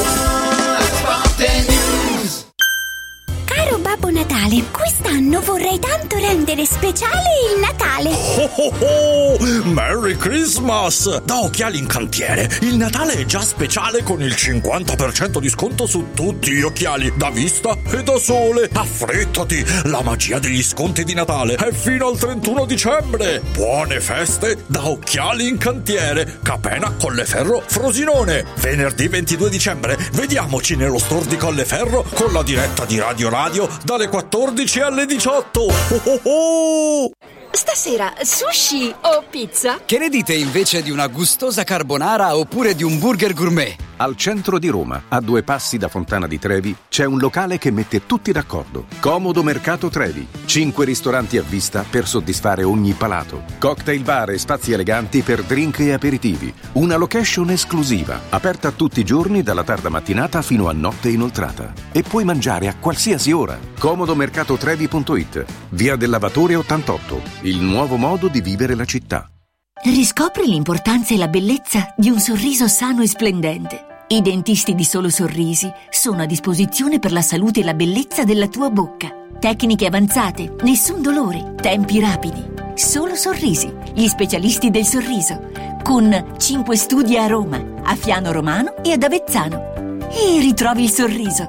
Sport News. Caro Babbo Natale, quest'anno vorrei tanto rendere speciale il Natale. Oh oh oh! Merry Christmas! Da Occhiali in Cantiere, il Natale è già speciale con il 50% di sconto su tutti gli occhiali da vista e da sole. Affrettati! La magia degli sconti di Natale è fino al 31 dicembre. Buone feste da Occhiali in Cantiere. Capena, Colleferro, Frosinone. Venerdì 22 dicembre, vediamoci nello store di Colleferro con la diretta di Radio dalle 14 alle 18. Oh oh oh! Stasera sushi o pizza? Che ne dite invece di una gustosa carbonara oppure di un burger gourmet? Al centro di Roma, a 2 passi da Fontana di Trevi, c'è un locale che mette tutti d'accordo. Comodo Mercato Trevi. 5 ristoranti a vista per soddisfare ogni palato. Cocktail bar e spazi eleganti per drink e aperitivi. Una location esclusiva, aperta tutti i giorni dalla tarda mattinata fino a notte inoltrata. E puoi mangiare a qualsiasi ora. Comodomercatotrevi.it. Via del Lavatore 88. Il nuovo modo di vivere la città. Riscopri l'importanza e la bellezza di un sorriso sano e splendente. I dentisti di Solo Sorrisi sono a disposizione per la salute e la bellezza della tua bocca. Tecniche avanzate, nessun dolore, tempi rapidi. Solo Sorrisi, gli specialisti del sorriso. Con 5 studi a Roma, a Fiano Romano e ad Avezzano. E ritrovi il sorriso.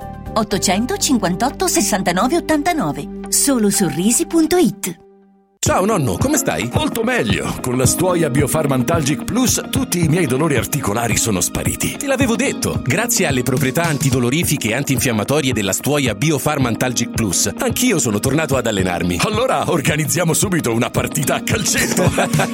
858 69 89. Solosorrisi.it. Ciao nonno, come stai? Molto meglio. Con la Stuoia Biofarmantalgic Plus tutti i miei dolori articolari sono spariti. Te l'avevo detto. Grazie alle proprietà antidolorifiche e antinfiammatorie della Stuoia Biofarmantalgic Plus, anch'io sono tornato ad allenarmi. Allora organizziamo subito una partita a calcetto.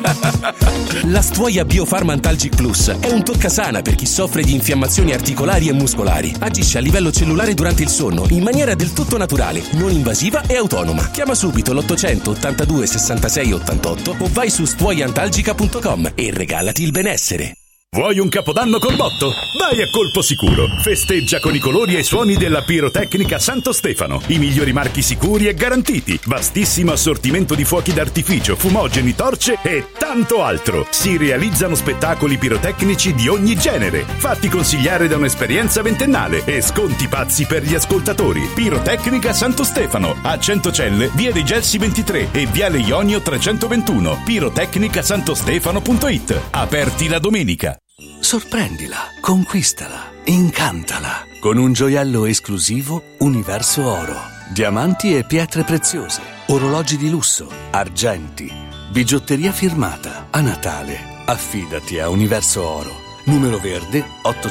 La Stuoia Biofarmantalgic Plus è un toccasana per chi soffre di infiammazioni articolari e muscolari. Agisce a livello cellulare durante il sonno in maniera del tutto naturale, non invasiva e autonoma. Chiama subito l'800 82 66 88 o vai su stuoiantalgica.com e regalati il benessere. Vuoi un capodanno col botto? Vai a colpo sicuro. Festeggia con i colori e i suoni della Pirotecnica Santo Stefano. I migliori marchi sicuri e garantiti. Vastissimo assortimento di fuochi d'artificio, fumogeni, torce e tanto altro. Si realizzano spettacoli pirotecnici di ogni genere. Fatti consigliare da un'esperienza ventennale e sconti pazzi per gli ascoltatori. Pirotecnica Santo Stefano. A Centocelle, via dei Gelsi 23 e viale Ionio 321. Pirotecnicasantostefano.it. Aperti la domenica. Sorprendila, conquistala, incantala con un gioiello esclusivo Universo Oro. Diamanti e pietre preziose, orologi di lusso, argenti, bigiotteria firmata. A Natale affidati a Universo Oro. Numero verde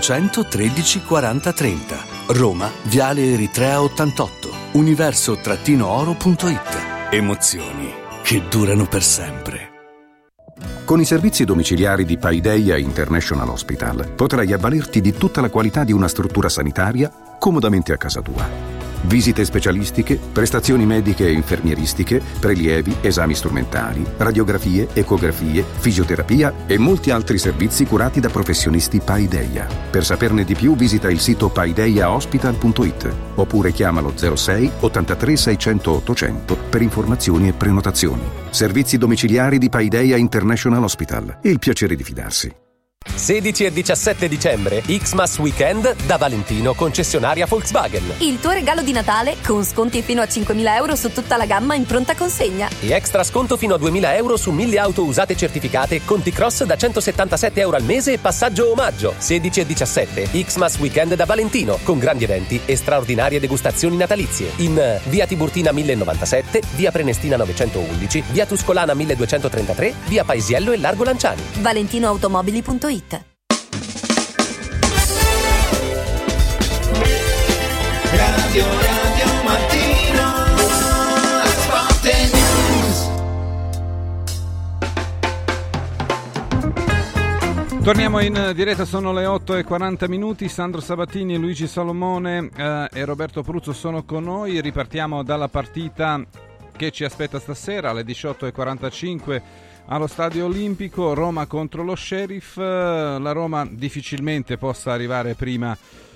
813 40 30. Roma, Viale Eritrea 88. Universo-oro.it. Emozioni che durano per sempre. Con i servizi domiciliari di Paideia International Hospital potrai avvalerti di tutta la qualità di una struttura sanitaria comodamente a casa tua. Visite specialistiche, prestazioni mediche e infermieristiche, prelievi, esami strumentali, radiografie, ecografie, fisioterapia e molti altri servizi curati da professionisti Paideia. Per saperne di più visita il sito paideiahospital.it oppure chiamalo 06 83 600 800 per informazioni e prenotazioni. Servizi domiciliari di Paideia International Hospital. Il piacere di fidarsi. 16 e 17 dicembre, Xmas Weekend da Valentino, concessionaria Volkswagen. Il tuo regalo di Natale con sconti fino a 5.000 euro su tutta la gamma in pronta consegna. E extra sconto fino a 2.000 euro su 1.000 auto usate certificate, conti cross da 177 euro al mese e passaggio omaggio. 16 e 17, Xmas Weekend da Valentino, con grandi eventi e straordinarie degustazioni natalizie. In via Tiburtina 1097, via Prenestina 911, via Tuscolana 1233, via Paesiello e Largo Lanciani. ValentinoAutomobili.it. Radio Radio Mattino, Sport News. Torniamo in diretta, sono le 8:40. Sandro Sabatini, Luigi Salomone e Roberto Pruzzo sono con noi. Ripartiamo dalla partita che ci aspetta stasera alle 18:45 allo Stadio Olimpico, Roma contro lo Sheriff. La Roma difficilmente possa arrivare prima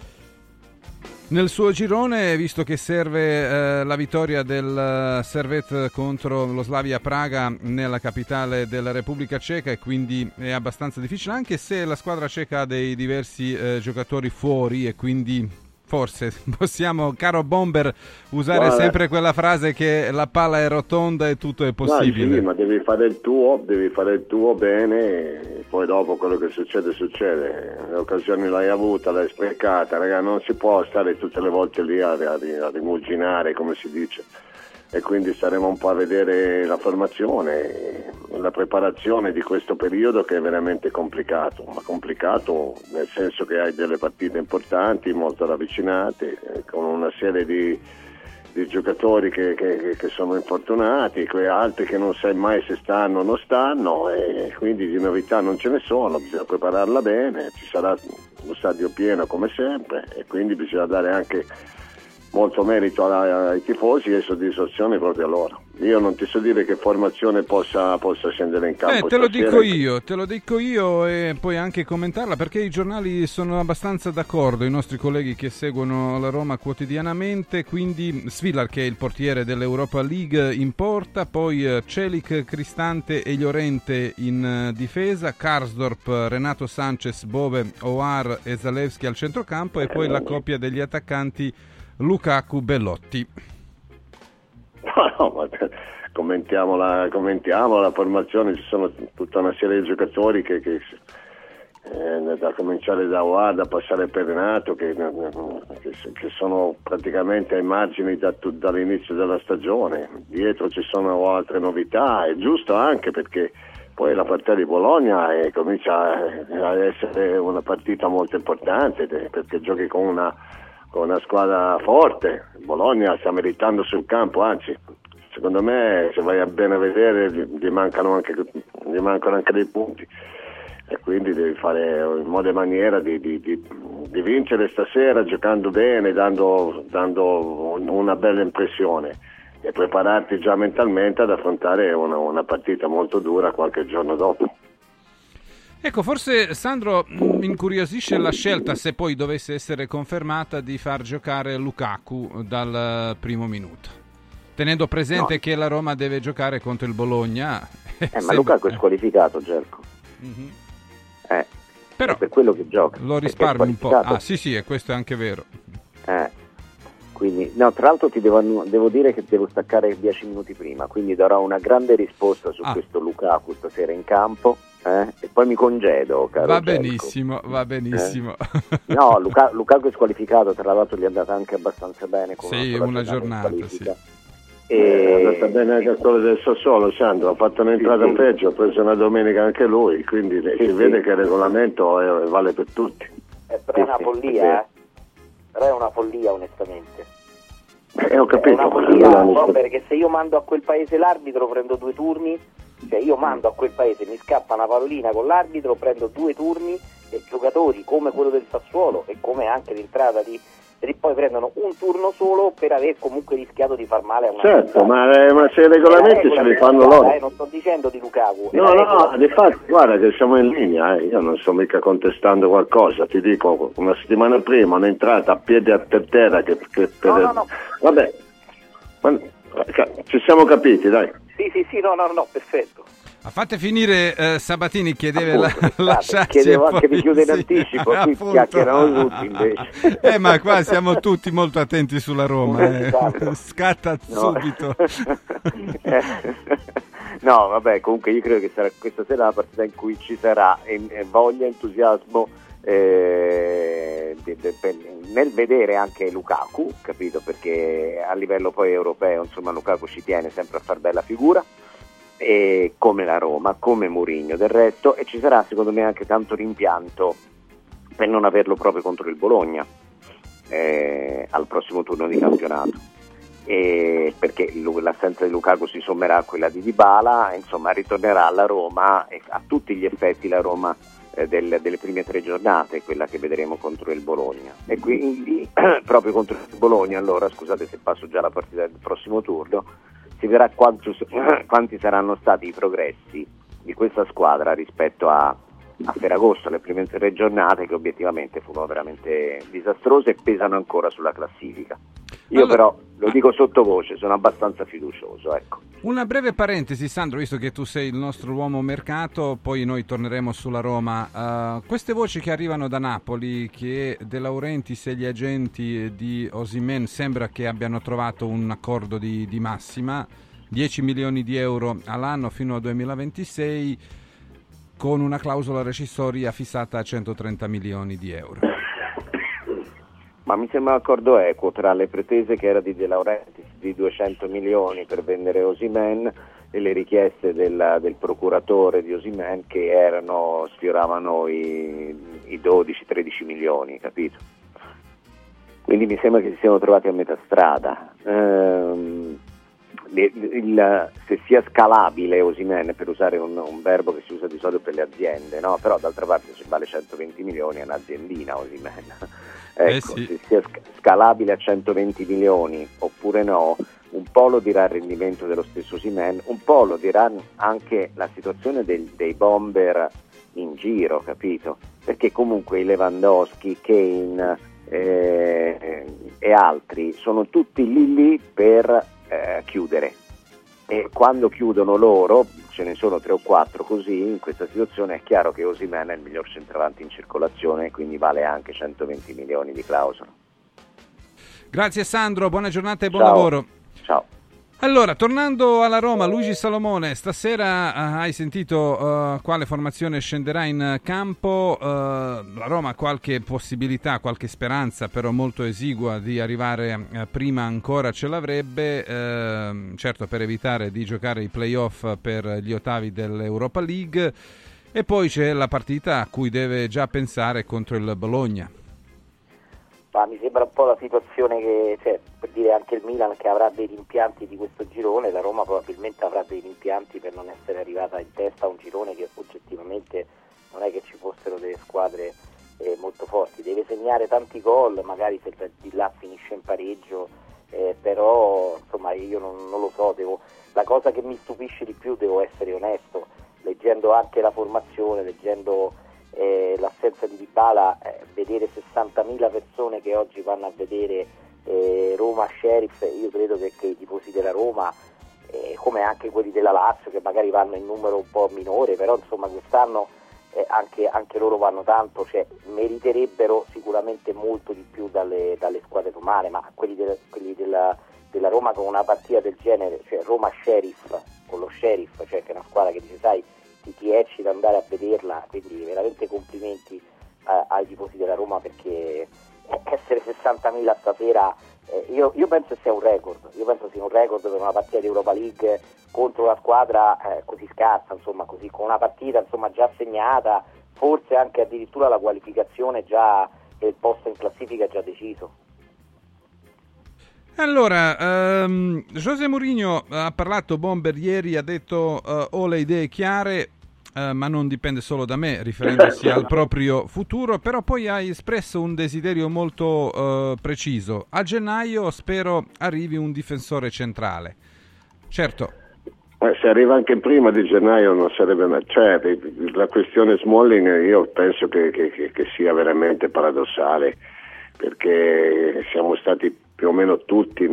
nel suo girone, visto che serve la vittoria del Servette contro lo Slavia Praga nella capitale della Repubblica Ceca, e quindi è abbastanza difficile, anche se la squadra ceca ha dei diversi giocatori fuori, e quindi forse possiamo, caro Bomber, usare sempre quella frase che la palla è rotonda e tutto è possibile. Sì, ma devi fare il tuo bene, e poi dopo quello che succede. Le occasioni l'hai avuta, l'hai sprecata, raga, non si può stare tutte le volte lì a rimuginare, come si dice, e quindi staremo un po' a vedere la formazione, la preparazione di questo periodo, che è veramente complicato, ma complicato nel senso che hai delle partite importanti, molto ravvicinate, con una serie di giocatori che sono infortunati, altri che non sai mai se stanno o non stanno, e quindi di novità non ce ne sono, bisogna prepararla bene, ci sarà lo stadio pieno come sempre, e quindi bisogna dare anche molto merito ai tifosi e soddisfazione proprio a loro. Io non ti so dire che formazione possa scendere in campo. Te lo dico io e poi anche commentarla, perché i giornali sono abbastanza d'accordo, i nostri colleghi che seguono la Roma quotidianamente. Quindi Svilar, che è il portiere dell'Europa League, in porta, poi Celik, Cristante e Llorente in difesa, Karsdorp, Renato Sanchez, Bove, Oar e Zalewski al centrocampo, e poi la coppia degli attaccanti Lukaku, Bellotti. No, ma commentiamo la formazione. Ci sono tutta una serie di giocatori che da cominciare da Oar, da passare per Renato, che sono praticamente ai margini dall'inizio della stagione. Dietro ci sono altre novità, è giusto anche perché poi la partita di Bologna comincia a essere una partita molto importante, perché giochi con una squadra forte. Bologna sta meritando sul campo, anzi secondo me, se vai a bene a vedere, gli mancano anche dei punti, e quindi devi fare in modo e maniera di vincere stasera, giocando bene, dando una bella impressione, e prepararti già mentalmente ad affrontare una partita molto dura qualche giorno dopo. Ecco, forse Sandro incuriosisce la scelta, se poi dovesse essere confermata, di far giocare Lukaku dal primo minuto, tenendo presente che la Roma deve giocare contro il Bologna. Ma Lukaku è squalificato, Gelco. Mm-hmm. Però è per quello che gioca. Lo risparmi un po'. Ah, sì, e questo è anche vero. Quindi, no, tra l'altro ti devo dire che devo staccare 10 minuti prima, quindi darò una grande risposta su questo Lukaku stasera in campo. E poi mi congedo, caro Va Gelco. benissimo. No, Lukaku è squalificato, tra l'altro gli è andata anche abbastanza bene con una giornata, sì. È andata bene anche a quello del Sassuolo, Sandro, ha fatto un'entrata peggio, ha preso una domenica anche lui, quindi si vede che il regolamento vale per tutti. Però è una follia, Però è una follia, onestamente. Ho capito. È una follia, perché se io mando a quel paese l'arbitro prendo 2 turni. Cioè io mando a quel paese, mi scappa una pallina con l'arbitro, prendo 2 turni, e giocatori come quello del Sassuolo e come anche l'entrata di poi prendono un turno solo per aver comunque rischiato di far male a una Certo, ma se i regolamenti ce li fanno loro. Non sto dicendo di Lukaku. No, di fatto, guarda che siamo in linea, io non sto mica contestando qualcosa, ti dico, una settimana prima un'entrata a piedi per terra che No. Vabbè, ma, ci siamo capiti, dai. Sì, no, perfetto. Ma fate finire Sabatini, che deve lasciarci. Chiedevo anche di chiudere in anticipo, qui chiacchierano tutti invece. Ma qua siamo tutti molto attenti sulla Roma. Scatta subito. No, vabbè, comunque io credo che sarà questa sera la partita in cui ci sarà voglia, entusiasmo nel vedere anche Lukaku, capito? Perché a livello poi europeo, insomma, Lukaku ci tiene sempre a far bella figura, e come la Roma, come Mourinho del resto, e ci sarà secondo me anche tanto rimpianto per non averlo proprio contro il Bologna, al prossimo turno di campionato, perché l'assenza di Lukaku si sommerà a quella di Dybala, insomma ritornerà alla Roma, e a tutti gli effetti la Roma delle prime 3 giornate, quella che vedremo contro il Bologna, e quindi proprio contro il Bologna, allora scusate se passo già alla partita del prossimo turno, si vedrà quanti saranno stati i progressi di questa squadra rispetto a Ferragosto, le prime 3 giornate, che obiettivamente furono veramente disastrose e pesano ancora sulla classifica. Io però, lo dico sottovoce, sono abbastanza fiducioso, ecco. Una breve parentesi, Sandro, visto che tu sei il nostro uomo mercato, poi noi torneremo sulla Roma. Queste voci che arrivano da Napoli, che De Laurentiis e gli agenti di Osimhen sembra che abbiano trovato un accordo di massima, 10 milioni di euro all'anno fino al 2026, con una clausola rescissoria fissata a 130 milioni di euro. Ma mi sembra un accordo equo tra le pretese che era di De Laurentiis di 200 milioni per vendere Osimhen e le richieste del procuratore di Osimhen, che sfioravano i 12-13 milioni, capito? Quindi mi sembra che si siano trovati a metà strada. Se sia scalabile Osimhen, per usare un verbo che si usa di solito per le aziende, no? Però d'altra parte se vale 120 milioni è un'aziendina Osimhen. Ecco, sì. Se sia scalabile a 120 milioni oppure no, un po' lo dirà il rendimento dello stesso Osimhen, un po' lo dirà anche la situazione dei bomber in giro, capito? Perché comunque i Lewandowski, Kane e altri sono tutti lì per chiudere, e quando chiudono loro, ce ne sono 3 o 4 così, in questa situazione è chiaro che Osimhen è il miglior centravanti in circolazione, quindi vale anche 120 milioni di clausola. Grazie Sandro, buona giornata e buon lavoro. Ciao. Allora, tornando alla Roma, Luigi Salomone, stasera hai sentito quale formazione scenderà in campo. La Roma ha qualche possibilità, qualche speranza, però molto esigua, di arrivare prima ancora ce l'avrebbe, certo per evitare di giocare i play-off per gli ottavi dell'Europa League, e poi c'è la partita a cui deve già pensare contro il Bologna. Ma mi sembra un po' la situazione che, per dire, anche il Milan che avrà dei rimpianti di questo girone, la Roma probabilmente avrà dei rimpianti per non essere arrivata in testa a un girone che oggettivamente non è che ci fossero delle squadre molto forti. Deve segnare tanti gol, magari se di là finisce in pareggio, però insomma io non lo so, la cosa che mi stupisce di più, devo essere onesto, leggendo anche la formazione, leggendo l'assenza di Dybala, vedere 60.000 persone che oggi vanno a vedere Roma Sheriff, io credo che i tifosi della Roma, come anche quelli della Lazio, che magari vanno in numero un po' minore, però insomma quest'anno anche loro vanno tanto, meriterebbero sicuramente molto di più dalle squadre romane, ma quelli della Roma con una partita del genere, cioè Roma Sheriff, con lo Sheriff, cioè che è una squadra che dice, sai, ti eccita andare a vederla, quindi veramente complimenti ai tifosi della Roma, perché essere 60.000 stasera, io penso sia un record, per una partita di Europa League contro una squadra così scarsa, insomma, così, con una partita insomma già segnata, forse anche addirittura la qualificazione già, e il posto in classifica già deciso. Allora, José Mourinho ha parlato bomber ieri, ha detto ho le idee chiare, ma non dipende solo da me, riferendosi al proprio futuro, però poi ha espresso un desiderio molto preciso. A gennaio spero arrivi un difensore centrale. Certo. Se arriva anche prima di gennaio non sarebbe mai... Cioè, la questione Smalling io penso che sia veramente paradossale, perché siamo stati più o meno tutti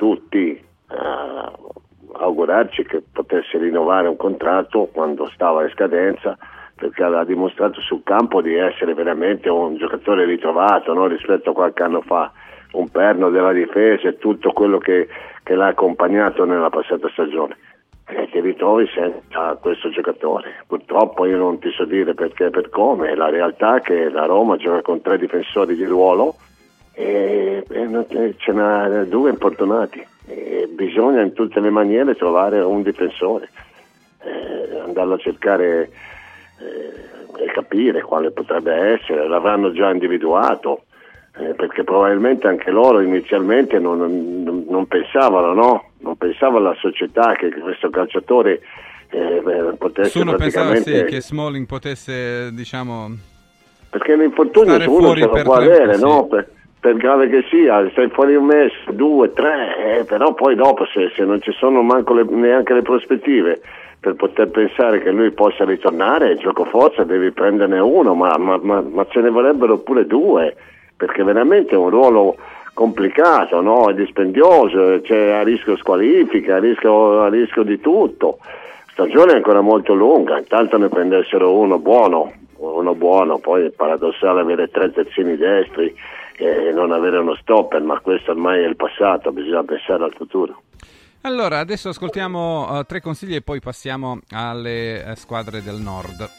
a augurarci che potesse rinnovare un contratto quando stava in scadenza, perché aveva dimostrato sul campo di essere veramente un giocatore ritrovato, no? Rispetto a qualche anno fa, un perno della difesa e tutto quello che l'ha accompagnato nella passata stagione. E ti ritrovi senza questo giocatore. Purtroppo io non ti so dire perché e per come, la realtà è che la Roma gioca con 3 difensori di ruolo e ce n'ha 2 importunati, e bisogna in tutte le maniere trovare un difensore, andarlo a cercare e capire quale potrebbe essere. L'avranno già individuato, perché probabilmente anche loro inizialmente non pensavano, no? Non pensavano alla società che questo calciatore potesse Nessuno praticamente... pensava che Smalling potesse, diciamo... Perché l'infortunio uno se lo può avere, no? Per grave che sia, stai fuori un mese, 2, 3, però poi dopo se non ci sono manco neanche le prospettive per poter pensare che lui possa ritornare, gioco forza, devi prenderne uno, ma ce ne vorrebbero pure 2, perché veramente è un ruolo complicato, no? È dispendioso, c'è a rischio squalifica, a rischio di tutto. Stagione è ancora molto lunga, intanto ne prendessero uno buono, poi è paradossale avere 3 terzini destri e non avere uno stopper, ma questo ormai è il passato, bisogna pensare al futuro. Allora, adesso ascoltiamo 3 consigli e poi passiamo alle squadre del nord.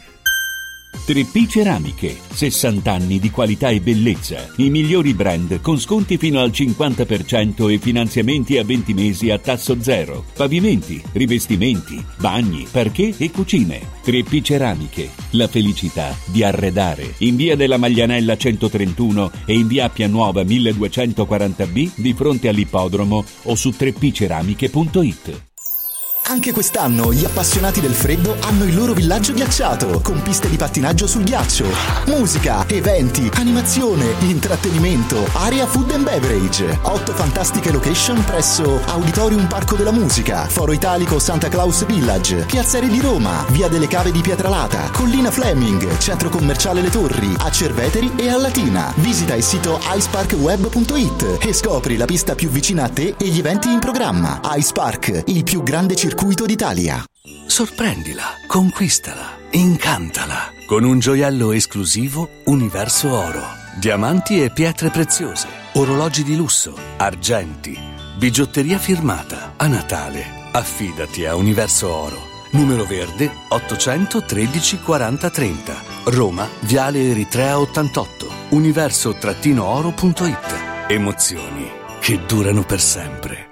3P Ceramiche, 60 anni di qualità e bellezza, i migliori brand con sconti fino al 50% e finanziamenti a 20 mesi a tasso zero, pavimenti, rivestimenti, bagni, parquet e cucine. 3P Ceramiche, la felicità di arredare. In via della Maglianella 131 e in via Appia Nuova 1240B di fronte all'ippodromo o su 3pceramiche.it. Anche quest'anno gli appassionati del freddo hanno il loro villaggio ghiacciato, con piste di pattinaggio sul ghiaccio, musica, eventi, animazione, intrattenimento, area food and beverage, 8 fantastiche location presso Auditorium Parco della Musica, Foro Italico Santa Claus Village, Piazzere di Roma, Via delle Cave di Pietralata, Collina Fleming, Centro Commerciale Le Torri, a Cerveteri e a Latina. Visita il sito iceparkweb.it e scopri la pista più vicina a te e gli eventi in programma. Ice Park, il più grande circuito d'Italia. Sorprendila, conquistala, incantala con un gioiello esclusivo Universo Oro. Diamanti e pietre preziose, orologi di lusso, argenti, bigiotteria firmata. A Natale affidati a Universo Oro. Numero verde 813 40 30. Roma, Viale Eritrea 88. Universo-oro.it. Emozioni che durano per sempre.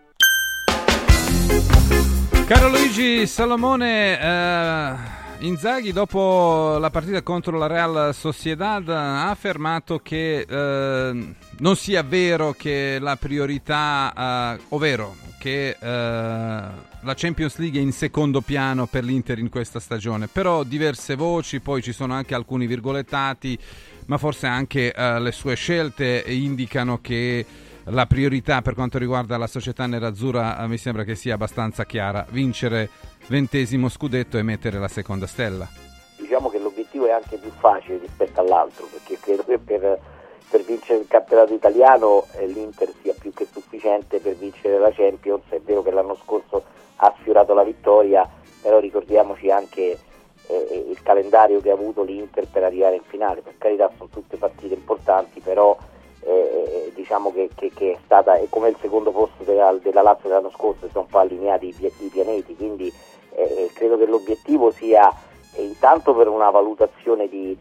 Caro Luigi Salomone, Inzaghi dopo la partita contro la Real Sociedad ha affermato che non sia vero che la priorità, ovvero che la Champions League è in secondo piano per l'Inter in questa stagione, però diverse voci, poi ci sono anche alcuni virgolettati, ma forse anche le sue scelte indicano che la priorità per quanto riguarda la società nerazzurra mi sembra che sia abbastanza chiara: vincere 20° scudetto e mettere la seconda stella. Diciamo che l'obiettivo è anche più facile rispetto all'altro, perché credo che per vincere il campionato italiano l'Inter sia più che sufficiente per vincere la Champions. È vero che l'anno scorso ha sfiorato la vittoria, però ricordiamoci anche il calendario che ha avuto l'Inter per arrivare in finale. Per carità, sono tutte partite importanti, però diciamo che è stata, è come il secondo posto della Lazio dell'anno scorso, sono un po' allineati i pianeti, quindi credo che l'obiettivo sia intanto per una valutazione di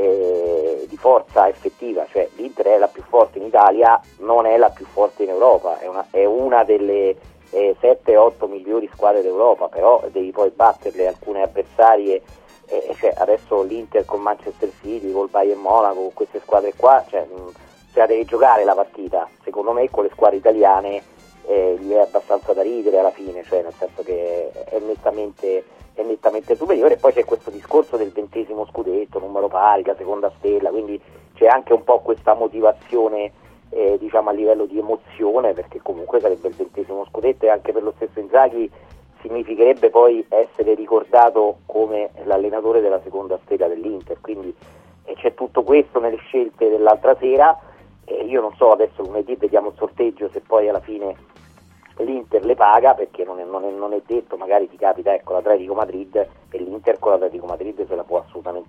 forza effettiva, cioè l'Inter è la più forte in Italia, non è la più forte in Europa, è una delle 7-8 migliori squadre d'Europa, però devi poi batterle alcune avversarie, cioè adesso l'Inter con Manchester City, col Bayern Monaco, con queste squadre qua, cioè la devi giocare la partita. Secondo me con le squadre italiane gli è abbastanza da ridere alla fine, cioè nel senso che è nettamente superiore. E poi c'è questo discorso del 20° scudetto, numero pari, la seconda stella, quindi c'è anche un po' questa motivazione diciamo a livello di emozione, perché comunque sarebbe il 20° scudetto e anche per lo stesso Inzaghi significherebbe poi essere ricordato come l'allenatore della seconda stella dell'Inter, quindi c'è tutto questo nelle scelte dell'altra sera. Io non so, adesso lunedì vediamo il sorteggio, se poi alla fine l'Inter le paga, perché non è detto, magari ti capita l'Atletico Madrid e l'Inter con l'Atletico Madrid se la può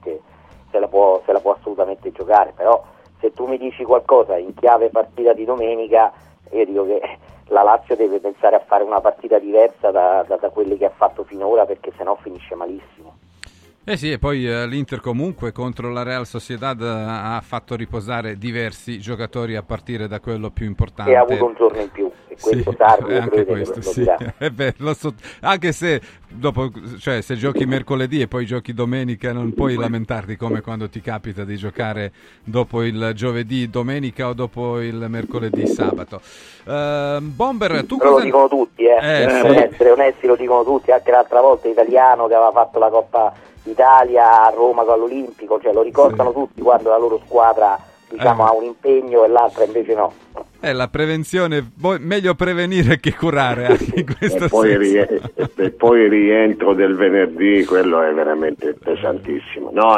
assolutamente giocare. Però se tu mi dici qualcosa in chiave partita di domenica, io dico che la Lazio deve pensare a fare una partita diversa da quelle che ha fatto finora, perché sennò finisce malissimo. Sì, e poi l'Inter comunque contro la Real Sociedad ha fatto riposare diversi giocatori a partire da quello più importante. E ha avuto un giorno in più, e questo Sarri anche questo, sì. Anche se dopo, cioè, se giochi mercoledì e poi giochi domenica non puoi lamentarti come quando ti capita di giocare dopo il giovedì, domenica o dopo il mercoledì, sabato. Bomber, tu cosa... Lo dicono tutti, per essere onesti lo dicono tutti, anche l'altra volta Italiano che aveva fatto la Coppa Italia a Roma con l'Olimpico, cioè lo ricordano tutti quando la loro squadra ha un impegno e l'altra invece no. La prevenzione, meglio prevenire che curare anche in questo senso. E poi il rientro del venerdì, quello è veramente pesantissimo. No.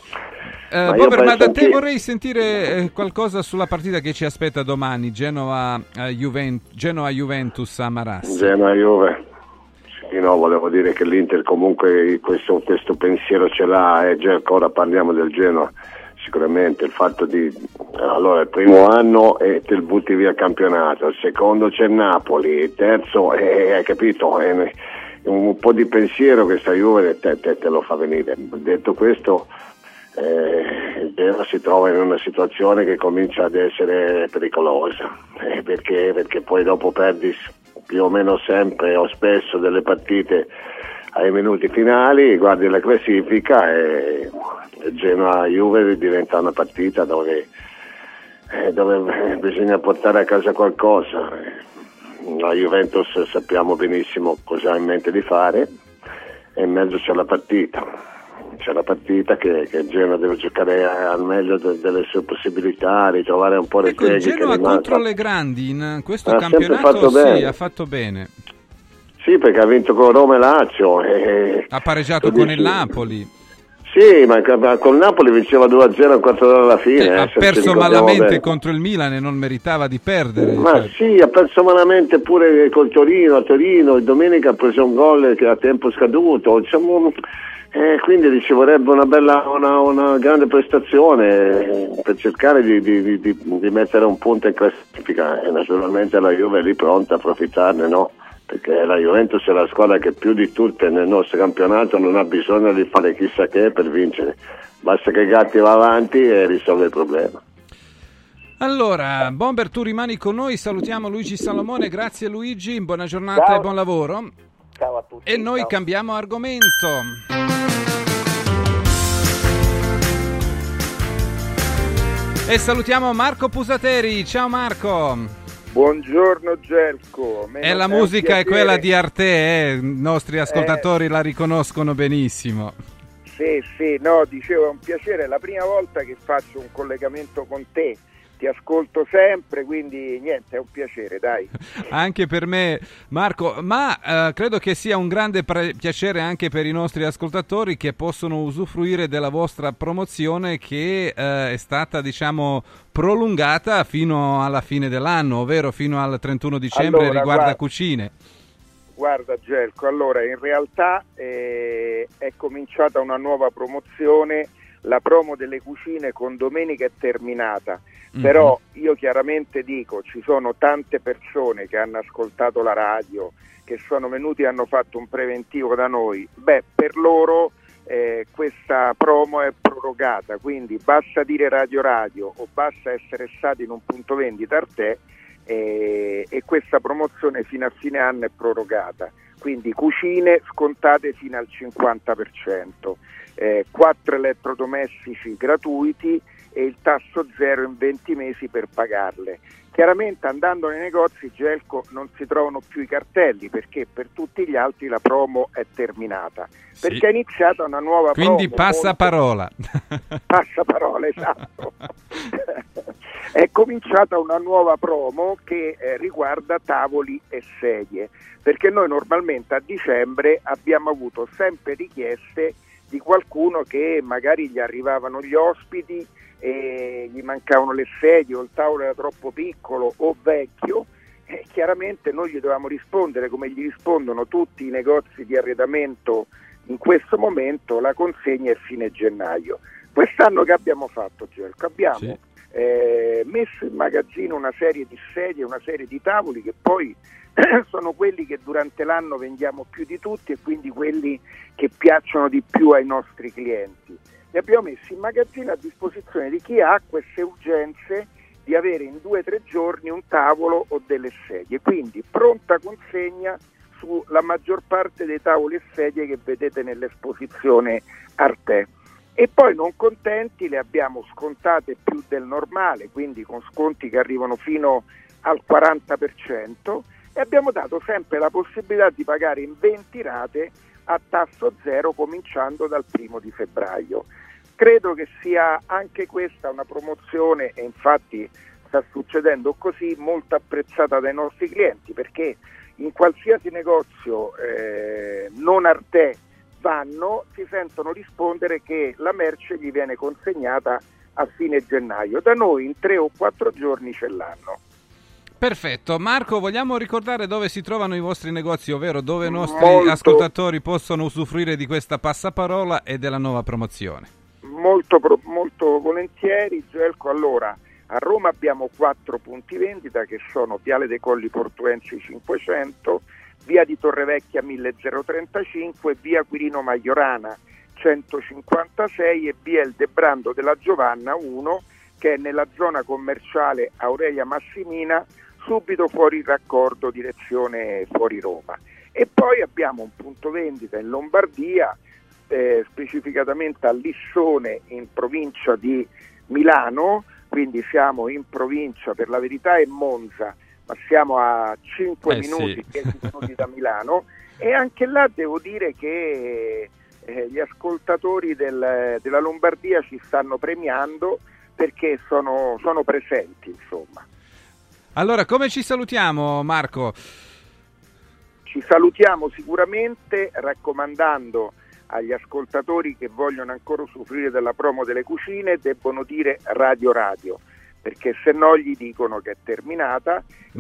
Ma da te vorrei sentire qualcosa sulla partita che ci aspetta domani, Genoa-Juventus a Marassi. Genoa-Juve. Sì, no, volevo dire che l'Inter comunque questo pensiero ce l'ha, e già ancora parliamo del Genoa. Sicuramente il fatto allora il primo anno te butti via il campionato, il secondo c'è il Napoli, il terzo hai capito, un po' di pensiero questa Juve te lo fa venire. Detto questo, il Genoa si trova in una situazione che comincia ad essere pericolosa, perché poi dopo perdi più o meno sempre o spesso delle partite ai minuti finali, guardi la classifica e Genoa-Juve diventa una partita dove bisogna portare a casa qualcosa. La Juventus sappiamo benissimo cosa ha in mente di fare, e in mezzo c'è la partita che Genoa deve giocare al meglio delle sue possibilità, ritrovare un po' le pieghe. Genoa contro le grandi in questo campionato ha fatto bene. Sì, perché ha vinto con Roma e Lazio. Ha pareggiato con il Napoli. Sì, ma con Napoli vinceva 2-0 un quarto d'ora alla fine. Ha perso malamente contro il Milan e non meritava di perdere. Ma sì, ha perso malamente pure col Torino. A Torino, domenica ha preso un gol che a tempo scaduto. Quindi ci vorrebbe una grande prestazione per cercare di mettere un punto in classifica, e naturalmente la Juve è lì pronta a approfittarne, no? Perché la Juventus è la squadra che più di tutte nel nostro campionato non ha bisogno di fare chissà che per vincere, basta che Gatti va avanti e risolve il problema. Allora, Bomber, tu rimani con noi, salutiamo Luigi Salomone, grazie Luigi, buona giornata. Ciao. E buon lavoro. Ciao a tutti. E noi cambiamo argomento. E salutiamo Marco Pusateri. Ciao Marco. Buongiorno Gelco. E la musica è quella di Arte, i nostri ascoltatori la riconoscono benissimo. Sì, no, dicevo, è un piacere, è la prima volta che faccio un collegamento con te. Ti ascolto sempre, quindi niente, è un piacere, dai. Anche per me, Marco, ma credo che sia un grande piacere anche per i nostri ascoltatori che possono usufruire della vostra promozione che è stata, prolungata fino alla fine dell'anno, ovvero fino al 31 dicembre, riguarda cucine. Guarda Gelco, allora in realtà è cominciata una nuova promozione, la promo delle cucine con domenica è terminata. Però io chiaramente dico, ci sono tante persone che hanno ascoltato la radio, che sono venuti e hanno fatto un preventivo da noi, per loro questa promo è prorogata, quindi basta dire Radio o basta essere stati in un punto vendita Arte e questa promozione fino a fine anno è prorogata, quindi cucine scontate fino al 50%, 4 elettrodomestici gratuiti e il tasso zero in 20 mesi per pagarle. Chiaramente andando nei negozi Gelco non si trovano più i cartelli, perché per tutti gli altri la promo è terminata, perché è iniziata una nuova promo. Quindi passaparola. Passaparola, esatto. È cominciata una nuova promo che riguarda tavoli e sedie, perché noi normalmente a dicembre abbiamo avuto sempre richieste di qualcuno che magari gli arrivavano gli ospiti e gli mancavano le sedie o il tavolo era troppo piccolo o vecchio, e chiaramente noi gli dovevamo rispondere come gli rispondono tutti i negozi di arredamento in questo momento: la consegna è fine gennaio. Quest'anno che abbiamo fatto, Gelco? Abbiamo messo in magazzino una serie di sedie, una serie di tavoli che poi sono quelli che durante l'anno vendiamo più di tutti e quindi quelli che piacciono di più ai nostri clienti. Li abbiamo messi in magazzino a disposizione di chi ha queste urgenze di avere in 2 o 3 giorni un tavolo o delle sedie, quindi pronta consegna sulla maggior parte dei tavoli e sedie che vedete nell'esposizione Arte. E poi non contenti le abbiamo scontate più del normale, quindi con sconti che arrivano fino al 40%, e abbiamo dato sempre la possibilità di pagare in 20 rate a tasso zero cominciando dal 1 di febbraio. Credo che sia anche questa una promozione, e infatti sta succedendo così, molto apprezzata dai nostri clienti, perché in qualsiasi negozio non Arte vanno, si sentono rispondere che la merce gli viene consegnata a fine gennaio. Da noi in 3 o 4 giorni ce l'hanno. Perfetto. Marco, vogliamo ricordare dove si trovano i vostri negozi, ovvero dove i nostri ascoltatori possono usufruire di questa passaparola e della nuova promozione? Molto volentieri, Gelco. Allora, a Roma abbiamo 4 punti vendita che sono Viale dei Colli Portuensi 500, Via di Torrevecchia 1035, Via Quirino Maiorana 156 e Via Il Debrando della Giovanna 1, che è nella zona commerciale Aurelia Massimina, subito fuori il raccordo direzione fuori Roma. E poi abbiamo un punto vendita in Lombardia, specificatamente a Lissone in provincia di Milano, quindi siamo in provincia, per la verità è Monza, ma siamo a 5 minuti, 10 minuti da Milano, e anche là devo dire che gli ascoltatori della Lombardia ci stanno premiando perché sono presenti, insomma. Allora, come ci salutiamo, Marco? Ci salutiamo sicuramente raccomandando agli ascoltatori che vogliono ancora usufruire della promo delle cucine, debbono dire Radio, perché se no gli dicono che è terminata.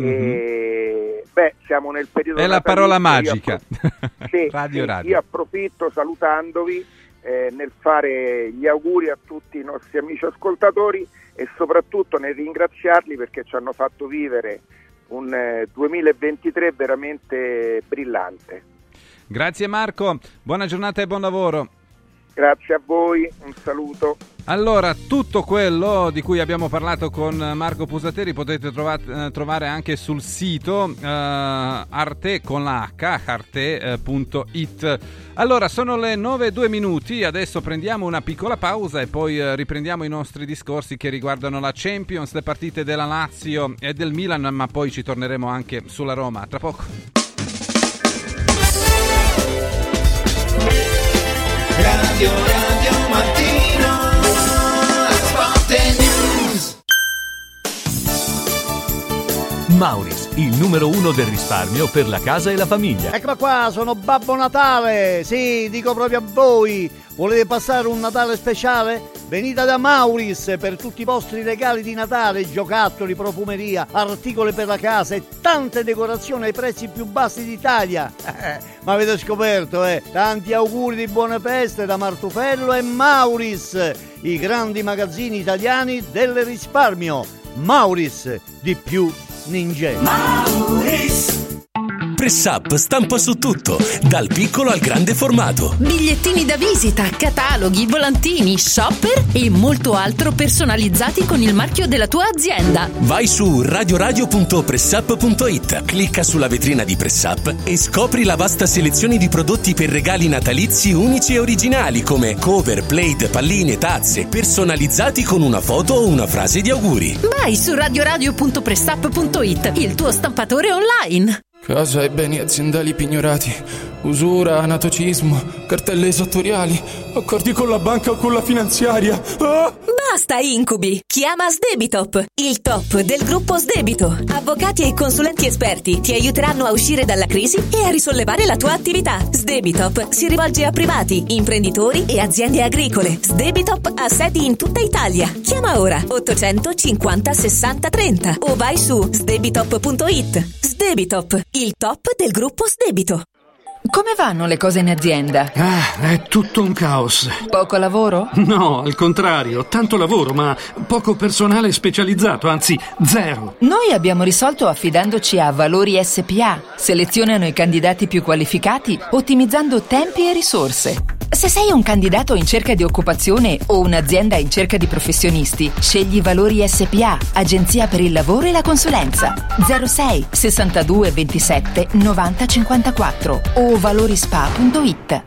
E siamo nel periodo è la parola magica. Radio. Io approfitto salutandovi nel fare gli auguri a tutti i nostri amici ascoltatori e soprattutto nel ringraziarli perché ci hanno fatto vivere un 2023 veramente brillante. Grazie Marco, buona giornata e buon lavoro. Grazie a voi, un saluto. Allora, tutto quello di cui abbiamo parlato con Marco Pusateri potete trovare anche sul sito Arte con la H, arte.it. Allora, sono le 9:02, adesso prendiamo una piccola pausa e poi riprendiamo i nostri discorsi che riguardano la Champions, le partite della Lazio e del Milan, ma poi ci torneremo anche sulla Roma. Tra poco. Radio Mattino, Sport News. Mauris, il numero 1 del risparmio per la casa e la famiglia. Eccola qua, sono Babbo Natale. Sì, dico proprio a voi. Volete passare un Natale speciale? Venite da Mauris per tutti i vostri regali di Natale, giocattoli, profumeria, articoli per la casa e tante decorazioni ai prezzi più bassi d'Italia. Ma avete scoperto, Tanti auguri di buone feste da Martufello e Mauris, i grandi magazzini italiani del risparmio. Mauris, di più ninja. Mauris. Press-up stampa su tutto, dal piccolo al grande formato. Bigliettini da visita, cataloghi, volantini, shopper e molto altro personalizzati con il marchio della tua azienda. Vai su radioradio.pressup.it, clicca sulla vetrina di Press-up e scopri la vasta selezione di prodotti per regali natalizi unici e originali come cover, plate, palline, tazze, personalizzati con una foto o una frase di auguri. Vai su radioradio.pressup.it, il tuo stampatore online. Casa e beni aziendali pignorati, usura, anatocismo, cartelle esattoriali, accordi con la banca o con la finanziaria. Basta incubi! Chiama Sdebitop, il top del gruppo Sdebito. Avvocati e consulenti esperti ti aiuteranno a uscire dalla crisi e a risollevare la tua attività. Sdebitop si rivolge a privati, imprenditori e aziende agricole. Sdebitop ha sedi in tutta Italia. Chiama ora 850 60 30 o vai su sdebitop.it. Sdebitop, il top del gruppo Sdebito. Come vanno le cose in azienda? È tutto un caos. Poco lavoro? No, al contrario, tanto lavoro, ma poco personale specializzato, anzi zero. Noi abbiamo risolto affidandoci a Valori SPA. Selezionano i candidati più qualificati, ottimizzando tempi e risorse. Se sei un candidato in cerca di occupazione o un'azienda in cerca di professionisti, scegli Valori SPA, agenzia per il lavoro e la consulenza. 06 62 27 90 54 o valorispa.it.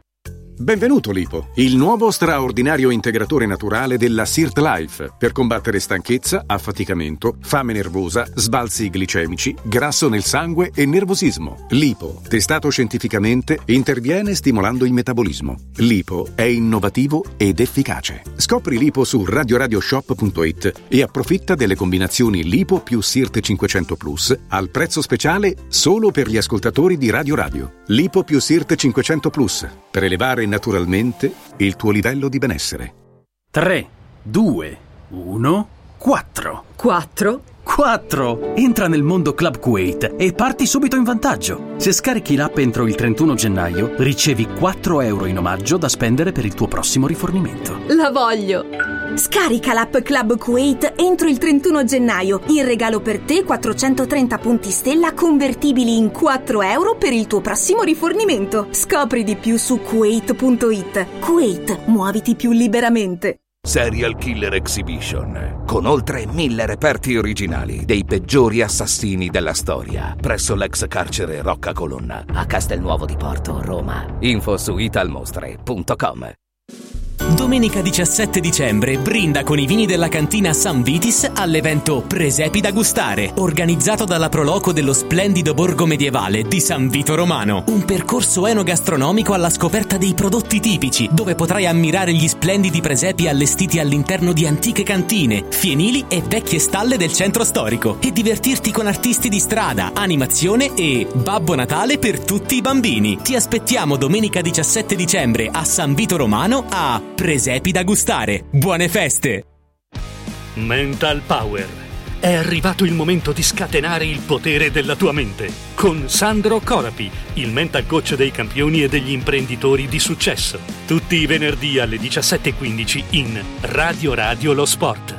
Benvenuto Lipo, il nuovo straordinario integratore naturale della Sirt Life per combattere stanchezza, affaticamento, fame nervosa, sbalzi glicemici, grasso nel sangue e nervosismo. Lipo, testato scientificamente, interviene stimolando il metabolismo. Lipo è innovativo ed efficace. Scopri Lipo su radioradioshop.it e approfitta delle combinazioni Lipo più Sirt 500 Plus al prezzo speciale solo per gli ascoltatori di Radio Radio. Lipo più Sirt 500 Plus per elevare naturalmente il tuo livello di benessere. 3, 2, 1, 4. 4? 4! Entra nel mondo Club Kuwait e parti subito in vantaggio. Se scarichi l'app entro il 31 gennaio, ricevi 4 euro in omaggio da spendere per il tuo prossimo rifornimento. La voglio! Scarica l'app Club Kuwait entro il 31 gennaio. In regalo per te 430 punti stella convertibili in 4 euro per il tuo prossimo rifornimento. Scopri di più su kuwait.it. Kuwait, muoviti più liberamente. Serial Killer Exhibition, con oltre 1000 reperti originali dei peggiori assassini della storia, presso l'ex carcere Rocca Colonna a Castelnuovo di Porto, Roma. Info su italmostre.com. Domenica 17 dicembre brinda con i vini della cantina San Vitis all'evento Presepi da gustare, organizzato dalla Proloco dello splendido borgo medievale di San Vito Romano. Un percorso enogastronomico alla scoperta dei prodotti tipici, dove potrai ammirare gli splendidi presepi allestiti all'interno di antiche cantine, fienili e vecchie stalle del centro storico e divertirti con artisti di strada, animazione e Babbo Natale per tutti i bambini. Ti aspettiamo domenica 17 dicembre a San Vito Romano a Presepi da gustare. Buone feste! Mental Power. È arrivato il momento di scatenare il potere della tua mente con Sandro Corapi, il mental coach dei campioni e degli imprenditori di successo. Tutti i venerdì alle 17:15 in Radio Radio Lo Sport.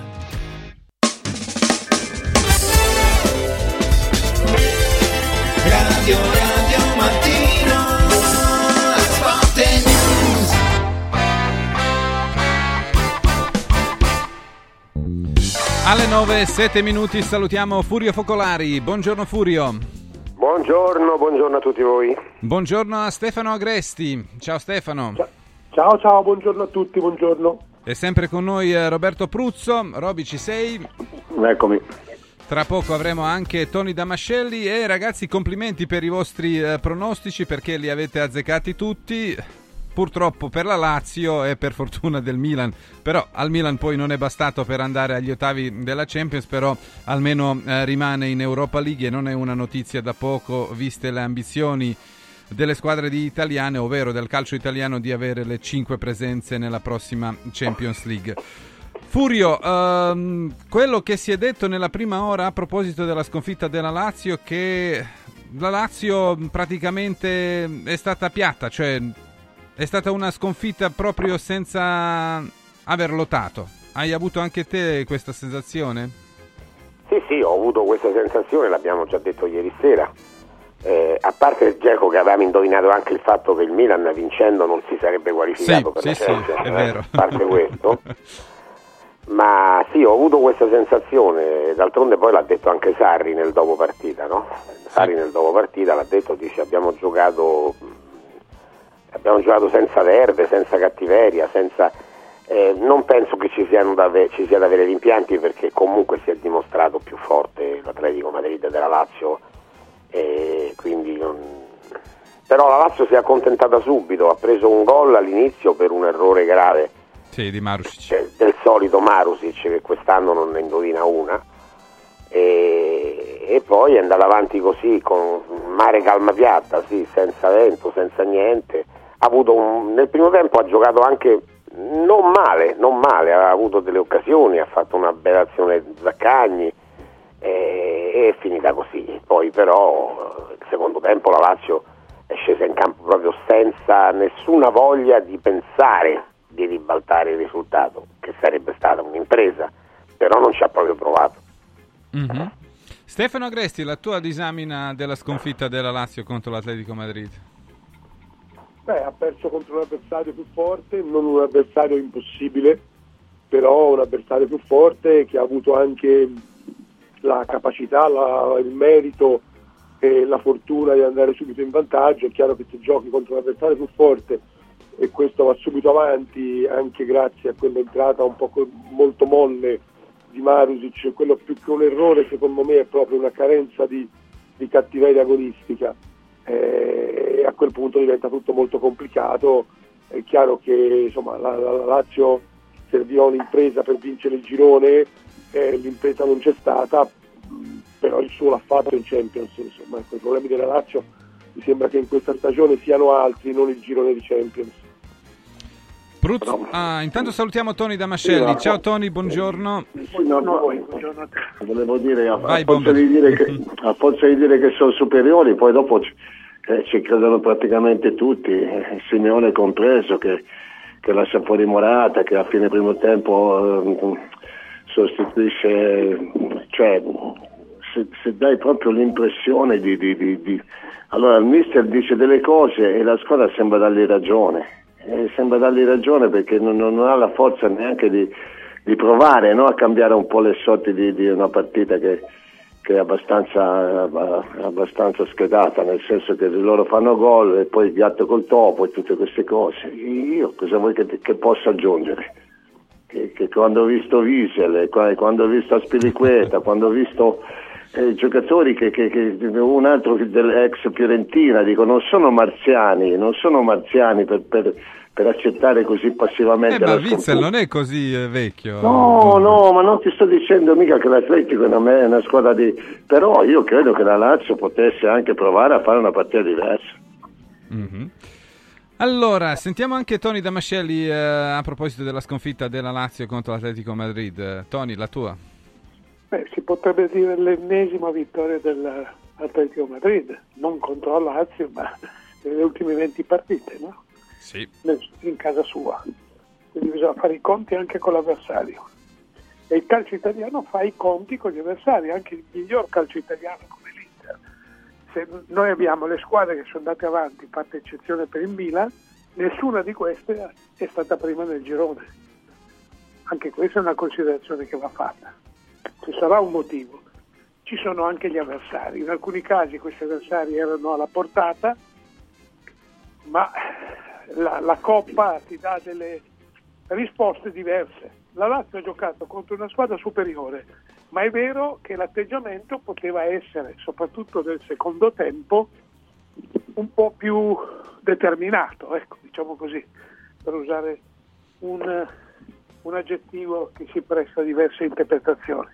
Radio Radio Mattino, Sport e News. Alle 9:07 salutiamo Furio Focolari. Buongiorno Furio. Buongiorno a tutti voi. Buongiorno a Stefano Agresti. Ciao Stefano. Ciao, buongiorno a tutti, buongiorno. E sempre con noi Roberto Pruzzo. Roby, ci sei? Eccomi. Tra poco avremo anche Tony Damascelli e ragazzi, complimenti per i vostri pronostici, perché li avete azzeccati tutti. Purtroppo per la Lazio e per fortuna del Milan, però al Milan poi non è bastato per andare agli ottavi della Champions, però almeno rimane in Europa League e non è una notizia da poco, viste le ambizioni delle squadre italiane, ovvero del calcio italiano, di avere le 5 presenze nella prossima Champions League. Furio, quello che si è detto nella prima ora a proposito della sconfitta della Lazio, che la Lazio praticamente è stata piatta, cioè è stata una sconfitta proprio senza aver lottato. Hai avuto anche te questa sensazione? Sì, ho avuto questa sensazione, l'abbiamo già detto ieri sera. A parte il Dzeko, che avevamo indovinato anche il fatto che il Milan vincendo non si sarebbe qualificato per la Champions, è vero. A parte questo. Ma sì, ho avuto questa sensazione, d'altronde poi l'ha detto anche Sarri nel dopo partita, no? Sarri nel dopo partita l'ha detto, dice abbiamo giocato senza verve, senza cattiveria, senza non penso che ci sia da avere rimpianti, perché comunque si è dimostrato più forte l'Atletico Madrid della Lazio, e quindi però la Lazio si è accontentata subito, ha preso un gol all'inizio per un errore grave di Marusic, del solito Marusic, che quest'anno non ne indovina una, e poi è andata avanti così con mare calma piatta, senza vento, senza niente. Ha avuto nel primo tempo ha giocato anche non male, ha avuto delle occasioni, ha fatto una bella azione Zaccagni, e è finita così. Poi però il secondo tempo la Lazio è scesa in campo proprio senza nessuna voglia di pensare di ribaltare il risultato, che sarebbe stata un'impresa, però non ci ha proprio provato. Mm-hmm. Stefano Agresti, la tua disamina della sconfitta della Lazio contro l'Atletico Madrid? Ha perso contro un avversario più forte, non un avversario impossibile, però un avversario più forte che ha avuto anche la capacità, il merito e la fortuna di andare subito in vantaggio. È chiaro che se giochi contro un avversario più forte e questo va subito avanti, anche grazie a quell'entrata un po' molto molle di Marusic, quello più che un errore secondo me è proprio una carenza di cattiveria agonistica. A quel punto diventa tutto molto complicato. È chiaro che insomma la Lazio serviva un'impresa per vincere il girone, l'impresa non c'è stata, però il suo l'ha fatto in Champions. Insomma, i problemi della Lazio mi sembra che in questa stagione siano altri, non il girone di Champions. Intanto salutiamo Tony Damascelli. Ciao Tony, buongiorno. Buongiorno a te. Volevo dire, a forza di dire che sono superiori, poi dopo ci credono praticamente tutti, Simeone compreso, che lascia fuori Morata, che a fine primo tempo sostituisce, cioè se dai proprio l'impressione di allora il mister dice delle cose e la squadra sembra dargli ragione. Perché non ha la forza neanche di provare, no? A cambiare un po' le sorti di una partita che è abbastanza schedata, nel senso che loro fanno gol e poi il gatto col topo e tutte queste cose. Io cosa vuoi che possa aggiungere? Che quando ho visto Wiesel, quando ho visto Aspilicueta, quando ho visto giocatori che un altro dell'ex Fiorentina, dico, non sono marziani per accettare così passivamente ma la Witzel sconfitta. non è così vecchio. No, ma non ti sto dicendo mica che l'Atletico è una squadra però io credo che la Lazio potesse anche provare a fare una partita diversa. Mm-hmm. Allora, sentiamo anche Tony Damascelli a proposito della sconfitta della Lazio contro l'Atletico Madrid. Tony, la tua? Si potrebbe dire l'ennesima vittoria dell'Atletico Madrid, non contro la Lazio, ma nelle ultime 20 partite, no? Sì. In casa sua. Quindi bisogna fare i conti anche con l'avversario. E il calcio italiano fa i conti con gli avversari, anche il miglior calcio italiano come l'Inter. Se noi abbiamo le squadre che sono andate avanti, fatta eccezione per il Milan, nessuna di queste è stata prima nel girone. Anche questa è una considerazione che va fatta. Ci sarà un motivo. Ci sono anche gli avversari. In alcuni casi questi avversari erano alla portata, ma la Coppa ti dà delle risposte diverse. La Lazio ha giocato contro una squadra superiore, ma è vero che l'atteggiamento poteva essere, soprattutto nel secondo tempo, un po' più determinato, ecco, diciamo così, per usare un aggettivo che si presta a diverse interpretazioni.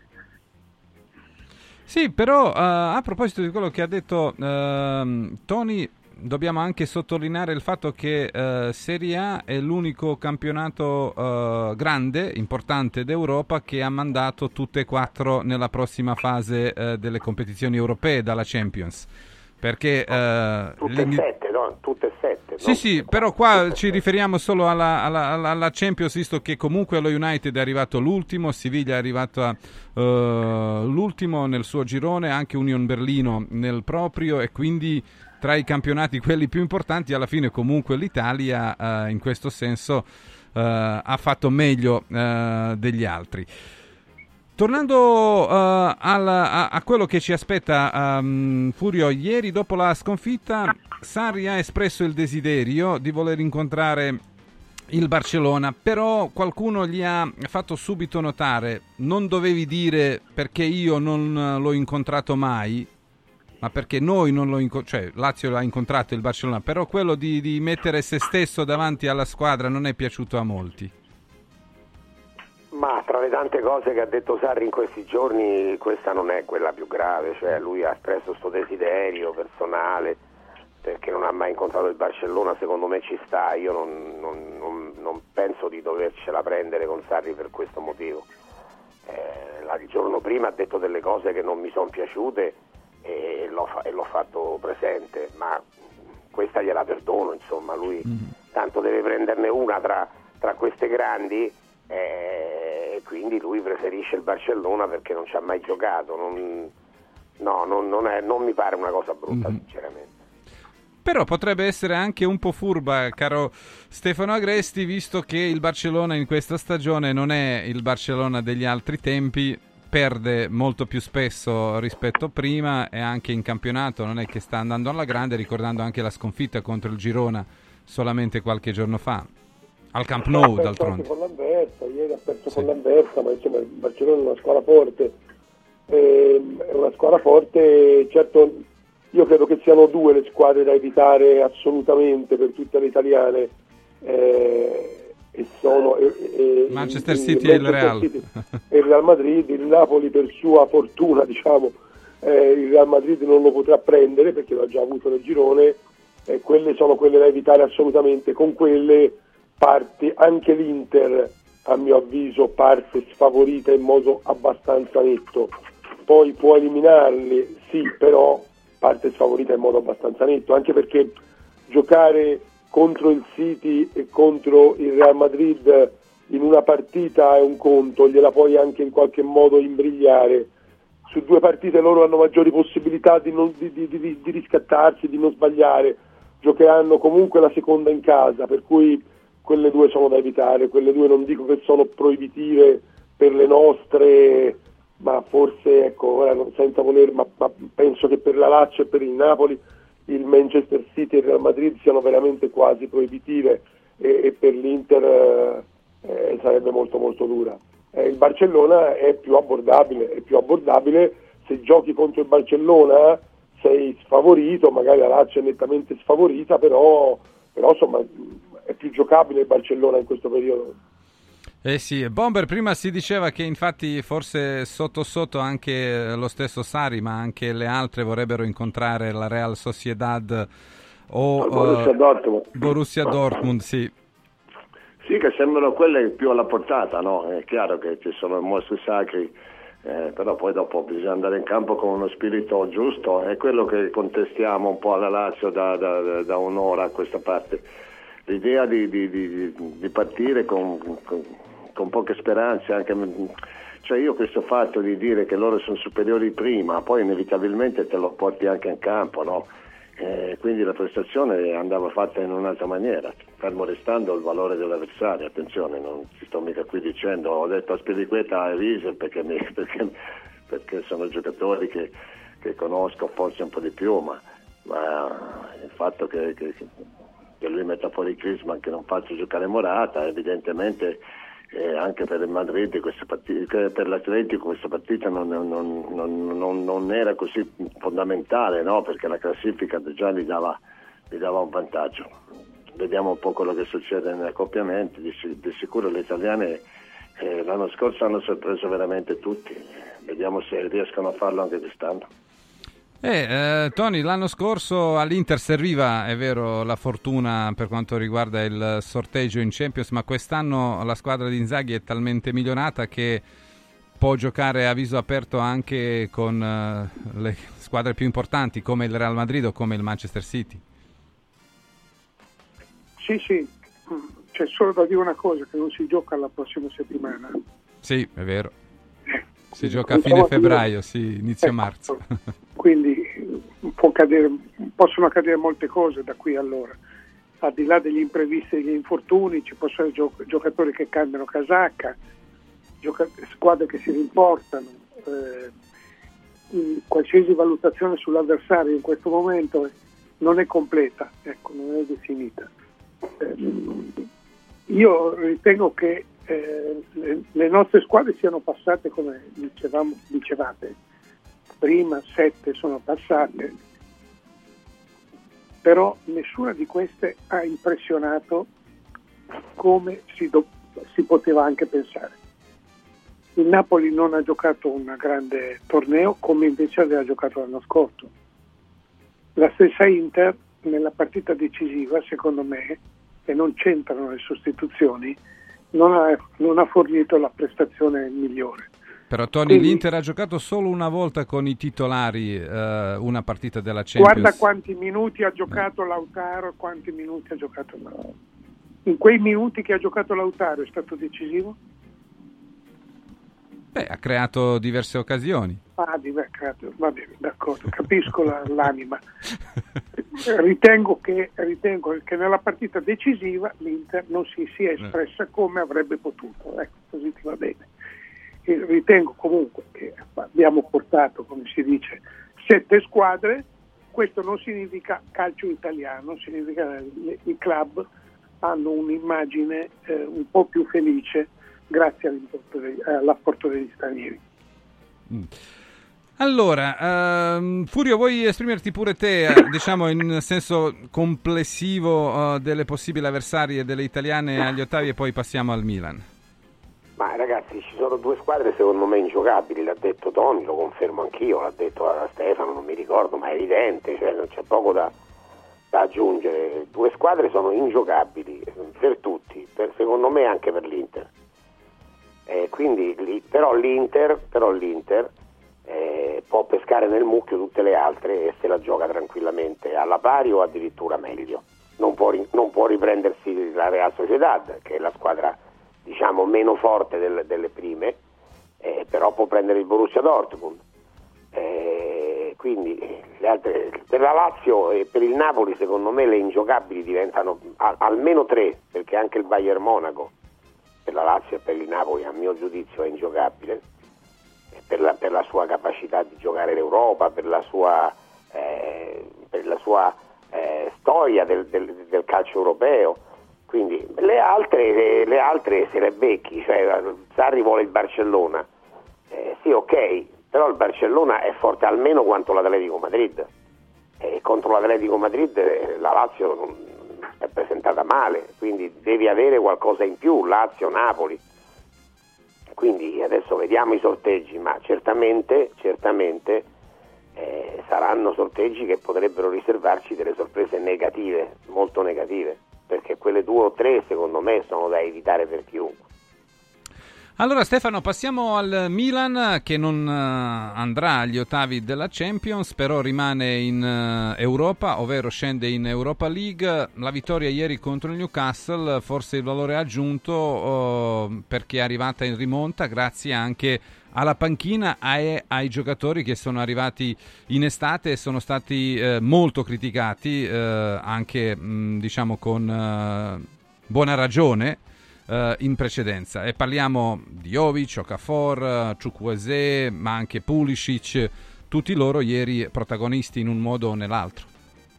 Sì, però a proposito di quello che ha detto Tony, dobbiamo anche sottolineare il fatto che Serie A è l'unico campionato grande, importante d'Europa che ha mandato tutte e quattro nella prossima fase delle competizioni europee dalla Champions. Perché tutte e sette, no? Tutte e sette. Sì, però qua ci riferiamo solo alla Champions, visto che comunque lo United è arrivato l'ultimo, Siviglia è arrivata l'ultimo nel suo girone, anche Union Berlino nel proprio, e quindi tra i campionati quelli più importanti alla fine comunque l'Italia in questo senso ha fatto meglio degli altri. Tornando a quello che ci aspetta, Furio, ieri dopo la sconfitta Sarri ha espresso il desiderio di voler incontrare il Barcellona, però qualcuno gli ha fatto subito notare: non dovevi dire perché io non l'ho incontrato mai, ma perché noi non l'ho cioè Lazio l'ha incontrato il Barcellona, però quello di mettere se stesso davanti alla squadra non è piaciuto a molti. Ma tra le tante cose che ha detto Sarri in questi giorni, questa non è quella più grave, cioè lui ha espresso questo desiderio personale perché non ha mai incontrato il Barcellona. Secondo me ci sta, io non penso di dovercela prendere con Sarri per questo motivo. Il giorno prima ha detto delle cose che non mi sono piaciute e l'ho fatto presente, ma questa gliela perdono, insomma, lui tanto deve prenderne una tra queste grandi, quindi lui preferisce il Barcellona perché non ci ha mai giocato, non mi pare una cosa brutta, sinceramente. Però potrebbe essere anche un po' furba, caro Stefano Agresti, visto che il Barcellona in questa stagione non è il Barcellona degli altri tempi, perde molto più spesso rispetto prima, e anche in campionato non è che sta andando alla grande, ricordando anche la sconfitta contro il Girona solamente qualche giorno fa, al Camp Nou d'altronde. Con l'Anversa, ieri ha perso con l'Anversa, ma insomma il Barcellona è una squadra forte, è una squadra forte, certo. Io credo che siano due le squadre da evitare assolutamente per tutte le italiane, e sono Manchester City e il Real. City e il Real Madrid. Il Napoli, per sua fortuna, diciamo, il Real Madrid non lo potrà prendere perché l'ha già avuto nel girone, quelle sono quelle da evitare assolutamente. Con quelle parte anche l'Inter, a mio avviso, parte sfavorita in modo abbastanza netto. Poi può eliminarli, sì, però parte sfavorita in modo abbastanza netto, anche perché giocare contro il City e contro il Real Madrid in una partita è un conto, gliela puoi anche in qualche modo imbrigliare. Su due partite loro hanno maggiori possibilità di riscattarsi, di non sbagliare, giocheranno comunque la seconda in casa, per cui quelle due sono da evitare. Quelle due non dico che sono proibitive per le nostre, ma forse, ecco, ora senza voler, ma penso che per la Lazio e per il Napoli il Manchester City e il Real Madrid siano veramente quasi proibitive, e per l'Inter sarebbe molto molto dura. Il Barcellona è più abbordabile, se giochi contro il Barcellona sei sfavorito, magari la Lazio è nettamente sfavorita, però insomma è più giocabile il Barcellona in questo periodo. Sì, Bomber, prima si diceva che infatti forse sotto anche lo stesso Sarri, ma anche le altre vorrebbero incontrare la Real Sociedad o Borussia Dortmund, sì. Sì, che sembrano quelle più alla portata, no? È chiaro che ci sono mostri sacri, però poi dopo bisogna andare in campo con uno spirito giusto, è quello che contestiamo un po' alla Lazio da un'ora a questa parte. L'idea di partire con poche speranze, anche, cioè io questo fatto di dire che loro sono superiori prima, poi inevitabilmente te lo porti anche in campo, no? Quindi la prestazione andava fatta in un'altra maniera, fermo restando il valore dell'avversario. Attenzione, non ci sto mica qui dicendo, ho detto a Spiriqueta e Wiesel perché sono giocatori che conosco forse un po' di più, ma il fatto che lui metta fuori Griezmann, che non faccia giocare Morata, evidentemente anche per il Madrid per l'Atletico questa partita non era così fondamentale, no? Perché la classifica già gli dava un vantaggio. Vediamo un po' quello che succede nei accoppiamenti. Di sicuro le italiane l'anno scorso hanno sorpreso veramente tutti, vediamo se riescono a farlo anche quest'anno. Tony, l'anno scorso all'Inter serviva, è vero, la fortuna per quanto riguarda il sorteggio in Champions, ma quest'anno la squadra di Inzaghi è talmente migliorata che può giocare a viso aperto anche con le squadre più importanti come il Real Madrid o come il Manchester City. Sì, c'è solo da dire una cosa, che non si gioca la prossima settimana. Sì, è vero. Si gioca a fine febbraio, sì, inizio marzo. Quindi possono accadere molte cose da qui allora. Al di là degli imprevisti e degli infortuni, ci possono essere giocatori che cambiano casacca, squadre che si rimportano. Qualsiasi valutazione sull'avversario in questo momento non è completa, ecco, non è definita. Io ritengo che le nostre squadre siano passate, come dicevate prima, 7 sono passate, però nessuna di queste ha impressionato come si poteva anche pensare. Il Napoli non ha giocato un grande torneo come invece aveva giocato l'anno scorso. La stessa Inter nella partita decisiva, secondo me, e non c'entrano le sostituzioni, non ha fornito la prestazione migliore. Però Tony, Quindi, l'Inter ha giocato solo una volta con i titolari una partita della Champions. guarda quanti minuti ha giocato Lautaro, quanti minuti ha giocato in quei minuti che ha giocato Lautaro è stato decisivo? Beh, ha creato diverse occasioni. Va bene, d'accordo, capisco l'anima. Ritengo che nella partita decisiva l'Inter non si sia espressa come avrebbe potuto, ecco, così ti va bene. E ritengo comunque che abbiamo portato, come si dice, 7 squadre. Questo non significa calcio italiano, significa che i club hanno un'immagine un po' più felice grazie all'apporto degli stranieri. Allora, Furio, vuoi esprimerti pure te, diciamo in senso complessivo delle possibili avversarie delle italiane agli ottavi, e poi passiamo al Milan? Ma ragazzi, ci sono 2 squadre secondo me ingiocabili, l'ha detto Tony, lo confermo anch'io, l'ha detto a Stefano, non mi ricordo, ma è evidente, cioè non c'è poco da aggiungere. 2 squadre sono ingiocabili per tutti, secondo me anche per l'Inter. Però l'Inter può pescare nel mucchio tutte le altre e se la gioca tranquillamente alla pari o addirittura meglio. Non può riprendersi la Real Sociedad, che è la squadra diciamo meno forte delle prime, però può prendere il Borussia Dortmund. Quindi le altre, per la Lazio e per il Napoli secondo me le ingiocabili diventano almeno 3, perché anche il Bayern Monaco per la Lazio e per il Napoli a mio giudizio è ingiocabile, per la sua capacità di giocare l'Europa, per la sua storia del calcio europeo. Quindi le altre se le becchi, cioè Sarri vuole il Barcellona, sì, ok, però il Barcellona è forte almeno quanto l'Atletico Madrid, e contro l'Atletico Madrid la Lazio non è presentata male, quindi devi avere qualcosa in più, Lazio-Napoli. Quindi adesso vediamo i sorteggi, ma certamente saranno sorteggi che potrebbero riservarci delle sorprese negative, molto negative, perché quelle 2 o 3 secondo me sono da evitare per chiunque. Allora Stefano, passiamo al Milan, che non andrà agli ottavi della Champions, però rimane in Europa, ovvero scende in Europa League. La vittoria ieri contro il Newcastle, forse il valore aggiunto perché è arrivata in rimonta grazie anche alla panchina e ai giocatori che sono arrivati in estate e sono stati molto criticati, anche diciamo con buona ragione, in precedenza, e parliamo di Jovic, Okafor, Chukwueze, ma anche Pulisic, tutti loro ieri protagonisti in un modo o nell'altro.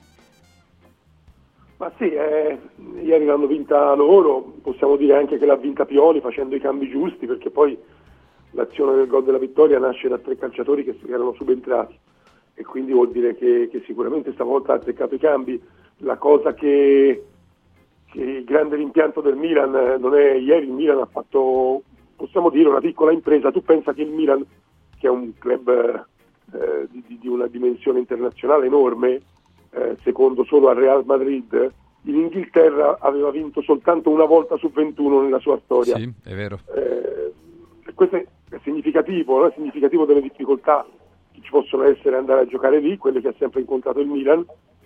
Ma sì, ieri l'hanno vinta loro, possiamo dire anche che l'ha vinta Pioli facendo i cambi giusti, perché poi l'azione del gol della vittoria nasce da 3 calciatori che erano subentrati, e quindi vuol dire che sicuramente stavolta ha azzeccato i cambi. La cosa che il grande rimpianto del Milan non è ieri, il Milan ha fatto, possiamo dire, una piccola impresa. Tu pensa che il Milan, che è un club di una dimensione internazionale enorme, secondo solo al Real Madrid, in Inghilterra aveva vinto soltanto una volta su 21 nella sua storia. Sì, è vero. Questo è significativo, no? È significativo delle difficoltà che ci possono essere andare a giocare lì, quelle che ha sempre incontrato il Milan,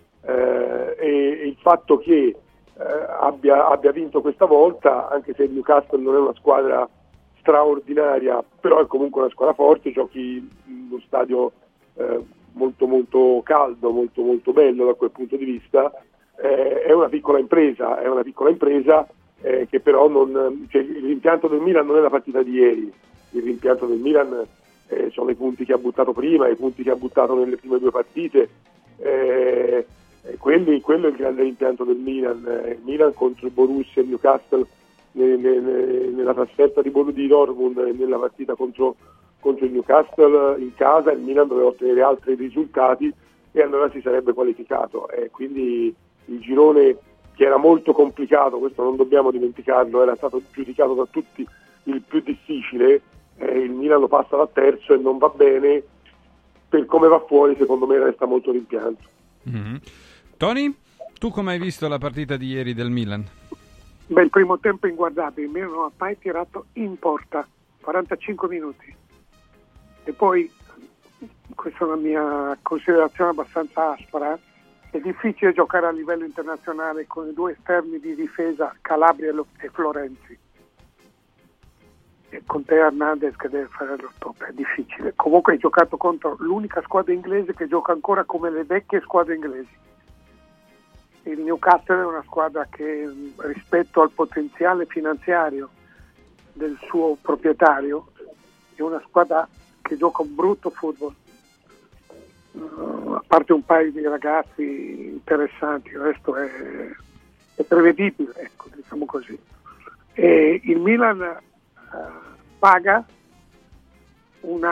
e il fatto che abbia vinto questa volta, anche se il Newcastle non è una squadra straordinaria, però è comunque una squadra forte, giochi in uno stadio molto molto caldo, molto molto bello da quel punto di vista. È una piccola impresa che però cioè, il rimpianto del Milan non è la partita di ieri, il rimpianto del Milan sono i punti che ha buttato prima, i punti che ha buttato nelle prime 2 partite. Quello è il grande rimpianto del Milan. Il Milan contro il Borussia e il Newcastle nella trasferta di Dortmund e nella partita contro il Newcastle in casa, il Milan doveva ottenere altri risultati e allora si sarebbe qualificato, quindi il girone, che era molto complicato, questo non dobbiamo dimenticarlo, era stato giudicato da tutti il più difficile, il Milan lo passa da terzo e non va bene. Per come va fuori, secondo me resta molto rimpianto. Mm-hmm. Tony, tu come hai visto la partita di ieri del Milan? Beh, il primo tempo inguardabile, il Milan non ha mai tirato in porta, 45 minuti. E poi, questa è una mia considerazione abbastanza aspra, è difficile giocare a livello internazionale con i due esterni di difesa, Calabria e Florenzi, e con Teo Hernandez che deve fare lo stop, è difficile. Comunque hai giocato contro l'unica squadra inglese che gioca ancora come le vecchie squadre inglesi. Il Newcastle è una squadra che, rispetto al potenziale finanziario del suo proprietario, è una squadra che gioca un brutto football, a parte un paio di ragazzi interessanti, il resto è prevedibile, ecco, diciamo così. E il Milan paga un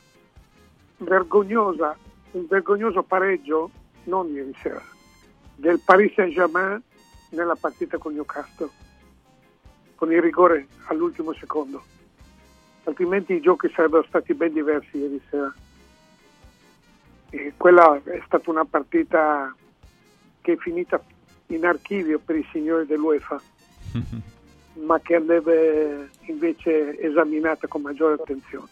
vergognoso pareggio, non ieri sera, del Paris Saint-Germain nella partita con Newcastle, con il rigore all'ultimo secondo, altrimenti i giochi sarebbero stati ben diversi ieri sera. E quella è stata una partita che è finita in archivio per i signori dell'UEFA, ma che andrebbe invece esaminata con maggiore attenzione.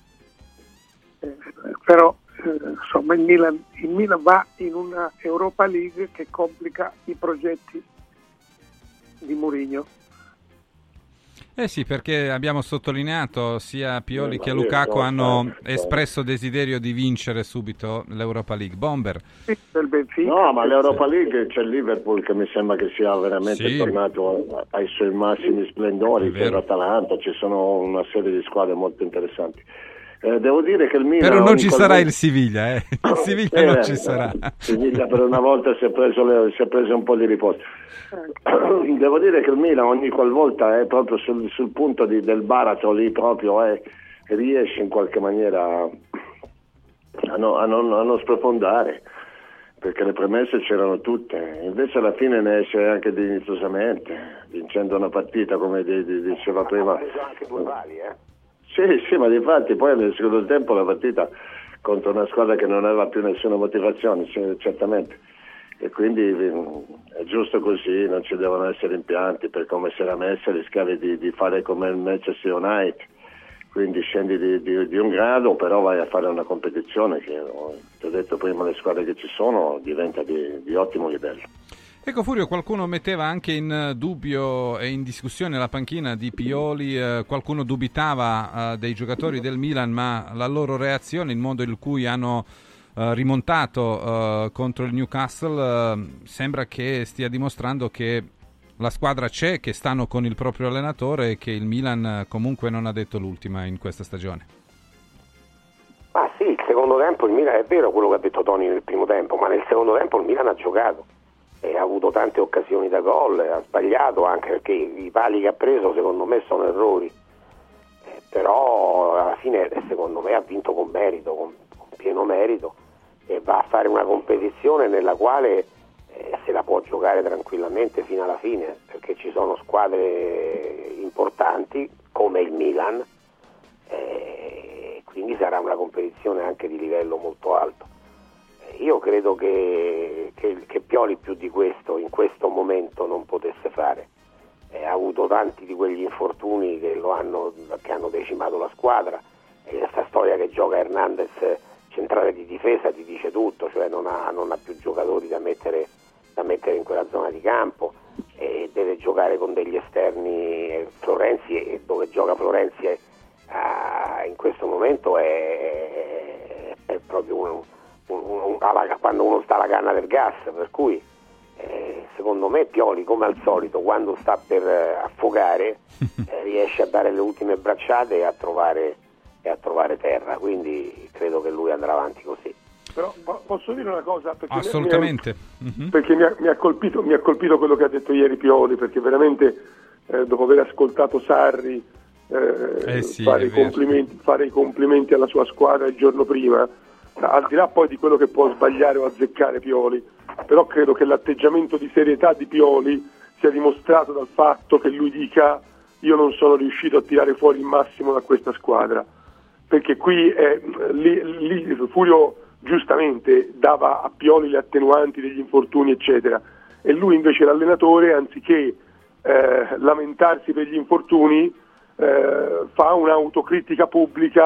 Però insomma il Milan va in una Europa League che complica i progetti di Mourinho. Sì, perché abbiamo sottolineato sia Pioli che Lukaku hanno espresso desiderio di vincere subito l'Europa League. Bomber. No, ma l'Europa League c'è il Liverpool che mi sembra che sia veramente tornato ai suoi massimi splendori, c'è l'Atalanta, ci sono una serie di squadre molto interessanti. Devo dire che il Milan... Però non ci sarà il Siviglia, Il Siviglia non ci sarà. Siviglia per una volta si è preso un po' di riposo. Devo dire che il Milan ogni qualvolta è proprio sul punto del baratro lì proprio, riesce in qualche maniera a non sprofondare, perché le premesse c'erano tutte, invece alla fine ne esce anche dignitosamente, vincendo una partita come diceva prima. Anche due pali, Sì, ma difatti poi nel secondo tempo la partita contro una squadra che non aveva più nessuna motivazione, certamente, e quindi è giusto così, non ci devono essere impianti, per come si era messa rischiavi di fare come il Manchester United, quindi scendi di un grado, però vai a fare una competizione che, ti ho detto prima, le squadre che ci sono diventa di ottimo livello. Ecco Furio, qualcuno metteva anche in dubbio e in discussione la panchina di Pioli, qualcuno dubitava dei giocatori del Milan, ma la loro reazione, il modo in cui hanno rimontato contro il Newcastle, sembra che stia dimostrando che la squadra c'è, che stanno con il proprio allenatore e che il Milan comunque non ha detto l'ultima in questa stagione. Ah sì, il secondo tempo il Milan, è vero quello che ha detto Toni nel primo tempo, ma nel secondo tempo il Milan ha giocato e ha avuto tante occasioni da gol, ha sbagliato anche perché i pali che ha preso secondo me sono errori, però alla fine secondo me ha vinto con merito, con pieno merito, e va a fare una competizione nella quale se la può giocare tranquillamente fino alla fine, perché ci sono squadre importanti come il Milan, quindi sarà una competizione anche di livello molto alto. Io credo che Pioli più di questo in questo momento non potesse fare. Ha avuto tanti di quegli infortuni che hanno decimato la squadra, e questa storia che gioca Hernandez centrale di difesa ti dice tutto, cioè non ha più giocatori da mettere in quella zona di campo, e deve giocare con degli esterni. Florenzi, e dove gioca Florenzi in questo momento è proprio quando uno sta alla canna del gas, per cui secondo me Pioli, come al solito, quando sta per affogare riesce a dare le ultime bracciate e a trovare terra, quindi credo che lui andrà avanti così. Però posso dire una cosa? Perché assolutamente. Perché mi ha colpito quello che ha detto ieri Pioli, perché veramente dopo aver ascoltato Sarri fare i complimenti alla sua squadra il giorno prima, al di là poi di quello che può sbagliare o azzeccare Pioli, però credo che l'atteggiamento di serietà di Pioli sia dimostrato dal fatto che lui dica: io non sono riuscito a tirare fuori il massimo da questa squadra, perché qui lì Furio giustamente dava a Pioli le attenuanti degli infortuni eccetera, e lui invece, l'allenatore, anziché lamentarsi per gli infortuni, fa un'autocritica pubblica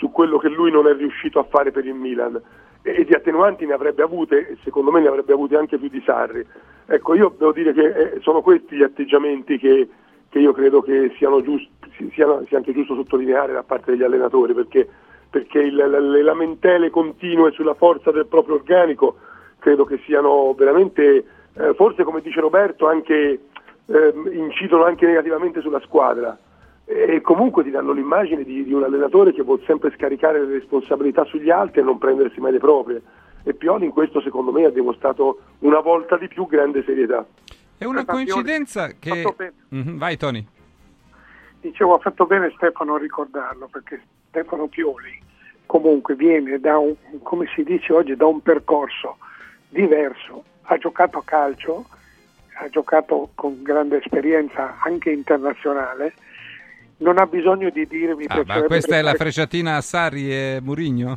su quello che lui non è riuscito a fare per il Milan, e di attenuanti ne avrebbe avute, e secondo me ne avrebbe avute anche più di Sarri. Ecco, io devo dire che sono questi gli atteggiamenti che io credo che siano sia anche giusto sottolineare da parte degli allenatori, perché le lamentele continue sulla forza del proprio organico credo che siano veramente, forse come dice Roberto, anche incidono anche negativamente sulla squadra, e comunque ti danno l'immagine di un allenatore che vuol sempre scaricare le responsabilità sugli altri e non prendersi mai le proprie, e Pioli in questo secondo me ha dimostrato una volta di più grande serietà. È una coincidenza che... Vai Tony. Dicevo, ha fatto bene Stefano a ricordarlo, perché Stefano Pioli comunque viene da come si dice oggi, da un percorso diverso. Ha giocato a calcio, ha giocato con grande esperienza anche internazionale, non ha bisogno di dire mi piacerebbe... Ma questa è la frecciatina a Sarri e Mourinho?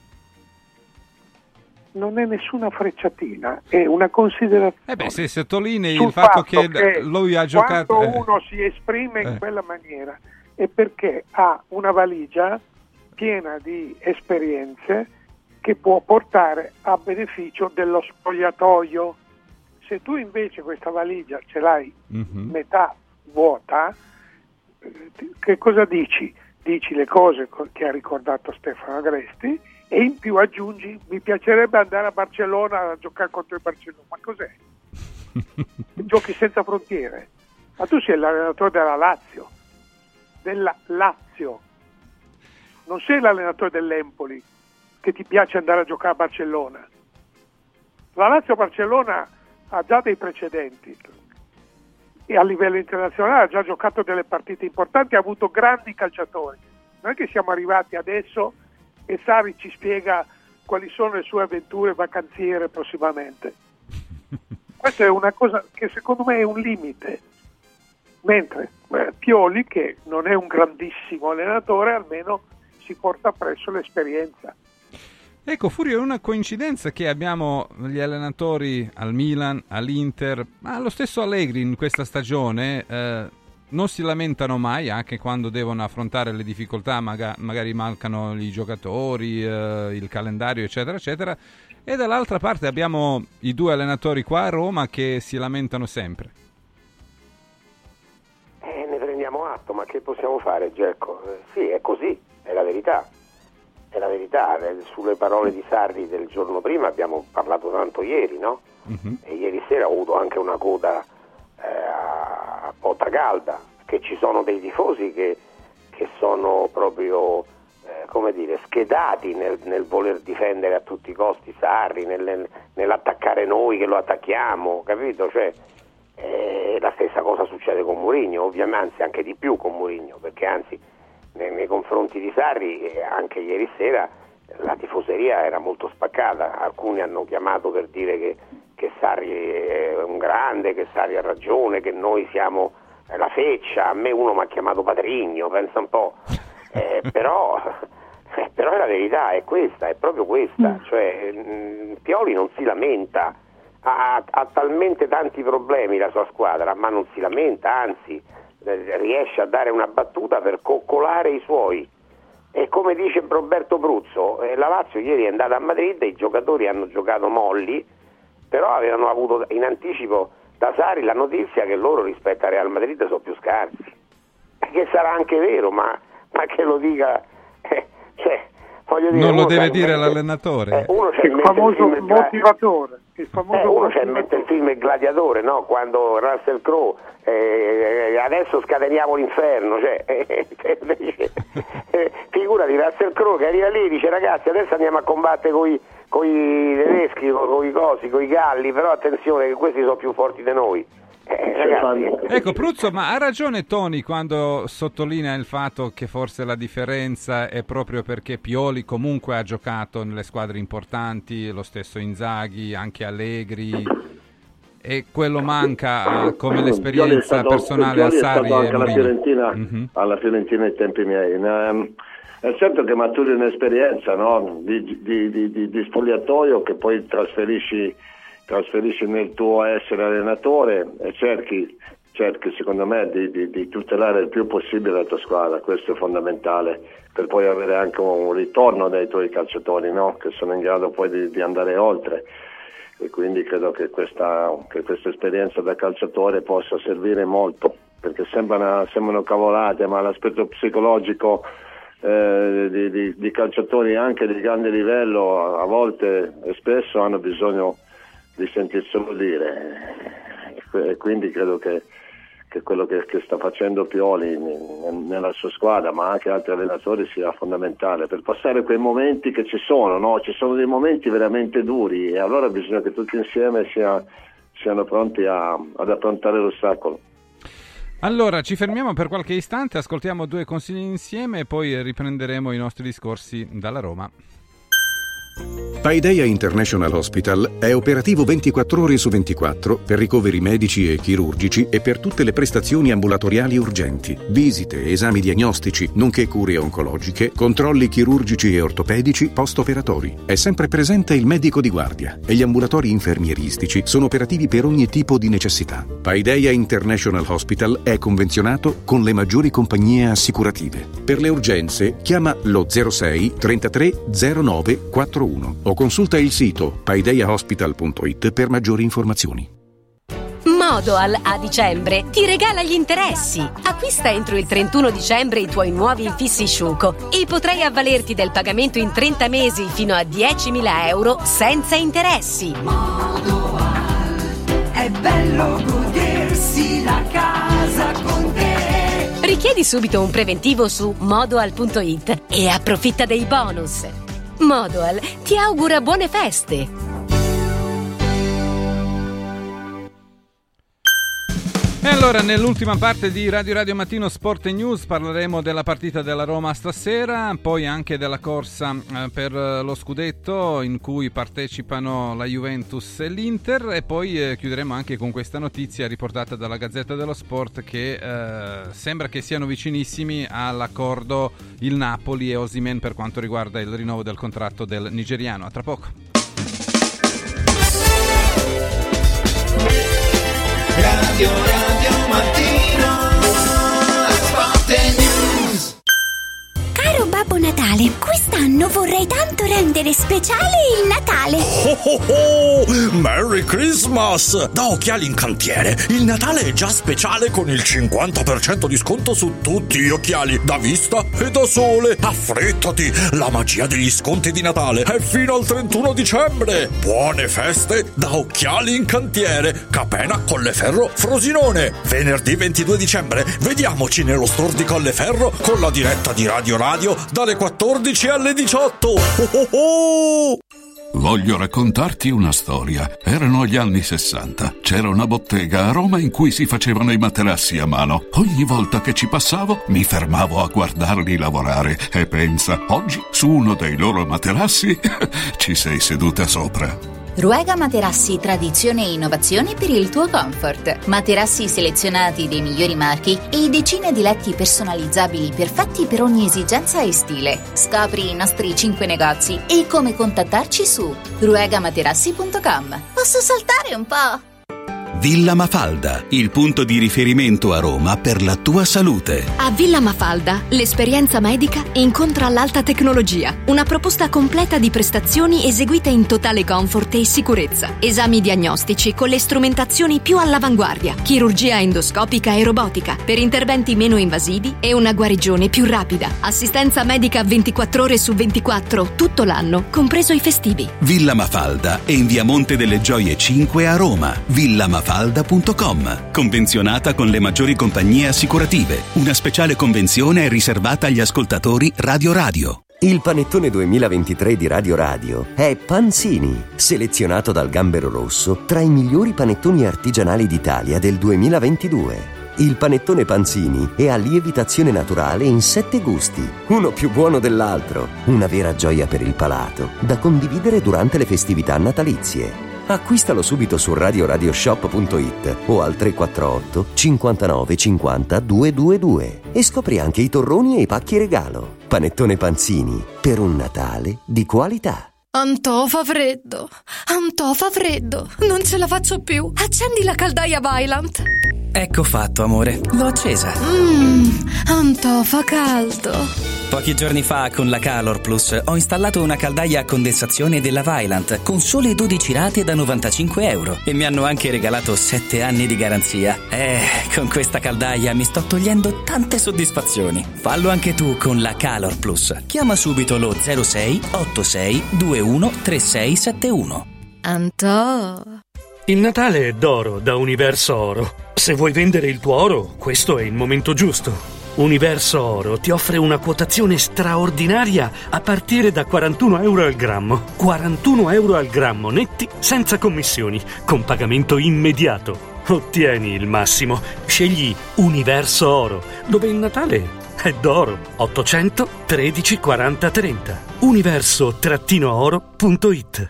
Non è nessuna frecciatina, è una considerazione. Se sottolinei il fatto che lui ha giocato... Quando uno si esprime in quella maniera è perché ha una valigia piena di esperienze che può portare a beneficio dello spogliatoio. Se tu invece questa valigia ce l'hai metà vuota, che cosa dici? Dici le cose che ha ricordato Stefano Agresti, e in più aggiungi mi piacerebbe andare a Barcellona a giocare contro il Barcellona. Ma cos'è? Giochi senza frontiere? Ma tu sei l'allenatore della Lazio, non sei l'allenatore dell'Empoli che ti piace andare a giocare a Barcellona. La Lazio-Barcellona ha già dei precedenti e a livello internazionale ha già giocato delle partite importanti, ha avuto grandi calciatori. Non è che siamo arrivati adesso e Sarri ci spiega quali sono le sue avventure vacanziere prossimamente. Questa è una cosa che secondo me è un limite, mentre Pioli, che non è un grandissimo allenatore, almeno si porta appresso l'esperienza. Ecco, Furio, è una coincidenza che abbiamo gli allenatori al Milan, all'Inter, ma lo stesso Allegri in questa stagione non si lamentano mai, anche quando devono affrontare le difficoltà, magari mancano i giocatori, il calendario, eccetera, eccetera. E dall'altra parte abbiamo i due allenatori qua a Roma che si lamentano sempre. Ne prendiamo atto, ma che possiamo fare, Gerco? Sì, è così, è la verità. È la verità. Sulle parole di Sarri del giorno prima abbiamo parlato tanto ieri, no? E ieri sera ho avuto anche una coda a botta calda, che ci sono dei tifosi che sono proprio schedati nel voler difendere a tutti i costi Sarri, nell'attaccare noi che lo attacchiamo, capito? Cioè, la stessa cosa succede con Mourinho, ovviamente, anzi anche di più con Mourinho, perché anzi nei confronti di Sarri anche ieri sera la tifoseria era molto spaccata. Alcuni hanno chiamato per dire che Sarri è un grande, che Sarri ha ragione, che noi siamo la feccia. A me uno mi ha chiamato Patrigno, pensa un po', però è la verità, è questa, è proprio questa. Cioè, Pioli non si lamenta, ha talmente tanti problemi la sua squadra, ma non si lamenta, anzi riesce a dare una battuta per coccolare i suoi. E come dice Roberto Bruzzo, la Lazio ieri è andata a Madrid e i giocatori hanno giocato molli, però avevano avuto in anticipo da Sarri la notizia che loro rispetto a Real Madrid sono più scarsi, che sarà anche vero, ma che lo dica, voglio dire, non lo deve dire l'allenatore. Uno c'è il famoso motivatore, uno c'è mette il film Il Gladiatore, no? Quando Russell Crowe adesso scateniamo l'inferno, figurati Russell Crowe che arriva lì e dice ragazzi adesso andiamo a combattere coi tedeschi, coi galli, però attenzione che questi sono più forti di noi. Ecco, Pruzzo, ma ha ragione Tony quando sottolinea il fatto che forse la differenza è proprio perché Pioli comunque ha giocato nelle squadre importanti, lo stesso Inzaghi, anche Allegri, e quello manca come l'esperienza personale a Sarri e Mourinho. Alla Fiorentina ai tempi miei. È certo che maturi un'esperienza, no? di spogliatoio che poi trasferisci nel tuo essere allenatore e cerchi cerchi secondo me di tutelare il più possibile la tua squadra, questo è fondamentale per poi avere anche un ritorno dai tuoi calciatori, no? Che sono in grado poi di andare oltre, e quindi credo che questa esperienza da calciatore possa servire molto, perché sembrano cavolate, ma l'aspetto psicologico di calciatori anche di grande livello a volte e spesso hanno bisogno di sentirselo dire, e quindi credo che quello che sta facendo Pioli nella sua squadra, ma anche altri allenatori, sia fondamentale per passare quei momenti che ci sono, no? Ci sono dei momenti veramente duri, e allora bisogna che tutti insieme siano pronti ad affrontare l'ostacolo. Allora ci fermiamo per qualche istante, ascoltiamo 2 consigli insieme e poi riprenderemo i nostri discorsi dalla Roma. Paideia International Hospital è operativo 24 ore su 24 per ricoveri medici e chirurgici e per tutte le prestazioni ambulatoriali urgenti, visite, esami diagnostici, nonché cure oncologiche, controlli chirurgici e ortopedici post-operatori. È sempre presente il medico di guardia e gli ambulatori infermieristici sono operativi per ogni tipo di necessità. Paideia International Hospital è convenzionato con le maggiori compagnie assicurative. Per le urgenze chiama lo 06 33 09 41 o consulta il sito paideiahospital.it per maggiori informazioni. Modoal a dicembre ti regala gli interessi. Acquista entro il 31 dicembre i tuoi nuovi infissi Sciuco e potrai avvalerti del pagamento in 30 mesi fino a 10.000 euro senza interessi. Modoal, è bello godersi la casa con te. Richiedi subito un preventivo su modoal.it e approfitta dei bonus. Modoal ti augura buone feste. E allora nell'ultima parte di Radio Mattino Sport e News parleremo della partita della Roma stasera, poi anche della corsa per lo scudetto in cui partecipano la Juventus e l'Inter, e poi chiuderemo anche con questa notizia riportata dalla Gazzetta dello Sport che sembra che siano vicinissimi all'accordo il Napoli e Osimhen per quanto riguarda il rinnovo del contratto del nigeriano. A tra poco. Radio Mattino Sport e News. Caro Babbo Natale, quest'anno vorrei tanto rendere speciale il Natale. Oh oh oh! Merry Christmas! Da Occhiali in Cantiere, il Natale è già speciale con il 50% di sconto su tutti gli occhiali, da vista e da sole. Affrettati! La magia degli sconti di Natale è fino al 31 dicembre. Buone feste da Occhiali in Cantiere, Capena, Colleferro, Frosinone. Venerdì 22 dicembre, vediamoci nello store di Colleferro con la diretta di Radio dalle 14 alle 18. Oh oh oh! Voglio raccontarti una storia. Erano gli anni 60. C'era una bottega a Roma in cui si facevano i materassi a mano. Ogni volta che ci passavo mi fermavo a guardarli lavorare e pensa, oggi su uno dei loro materassi ci sei seduta sopra. Ruega Materassi, tradizione e innovazione per il tuo comfort. Materassi selezionati dei migliori marchi e decine di letti personalizzabili perfetti per ogni esigenza e stile. Scopri i nostri 5 negozi e come contattarci su ruegamaterassi.com. Posso saltare un po'? Villa Mafalda, il punto di riferimento a Roma per la tua salute. A Villa Mafalda, l'esperienza medica incontra l'alta tecnologia. Una proposta completa di prestazioni eseguite in totale comfort e sicurezza. Esami diagnostici con le strumentazioni più all'avanguardia. Chirurgia endoscopica e robotica per interventi meno invasivi e una guarigione più rapida. Assistenza medica 24 ore su 24, tutto l'anno, compreso i festivi. Villa Mafalda è in via Monte delle Gioie 5 a Roma. villamafalda.com. Convenzionata con le maggiori compagnie assicurative. Una speciale convenzione è riservata agli ascoltatori Radio. Il panettone 2023 di Radio è Panzini, selezionato dal Gambero Rosso tra i migliori panettoni artigianali d'Italia del 2022. Il panettone Panzini è a lievitazione naturale in 7 gusti, uno più buono dell'altro, una vera gioia per il palato, da condividere durante le festività natalizie. Acquistalo subito su radioshop.it o al 348 59 50 222 e scopri anche i torroni e i pacchi regalo. Panettone Panzini, per un Natale di qualità. Antò fa freddo, non ce la faccio più. Accendi la caldaia Vaillant. Ecco fatto, amore. L'ho accesa. Antò, fa caldo. Pochi giorni fa con la Calor Plus ho installato una caldaia a condensazione della Vaillant con sole 12 rate da €95 e mi hanno anche regalato 7 anni di garanzia. Con questa caldaia mi sto togliendo tante soddisfazioni. Fallo anche tu con la Calor Plus. Chiama subito lo 06 86 21 3671. Antò. Il Natale è d'oro da Universo Oro. Se vuoi vendere il tuo oro, questo è il momento giusto. Universo Oro ti offre una quotazione straordinaria a partire da €41 al grammo. €41 al grammo netti, senza commissioni, con pagamento immediato. Ottieni il massimo. Scegli Universo Oro, dove il Natale è d'oro. 800 13 40 30. universo-oro.it.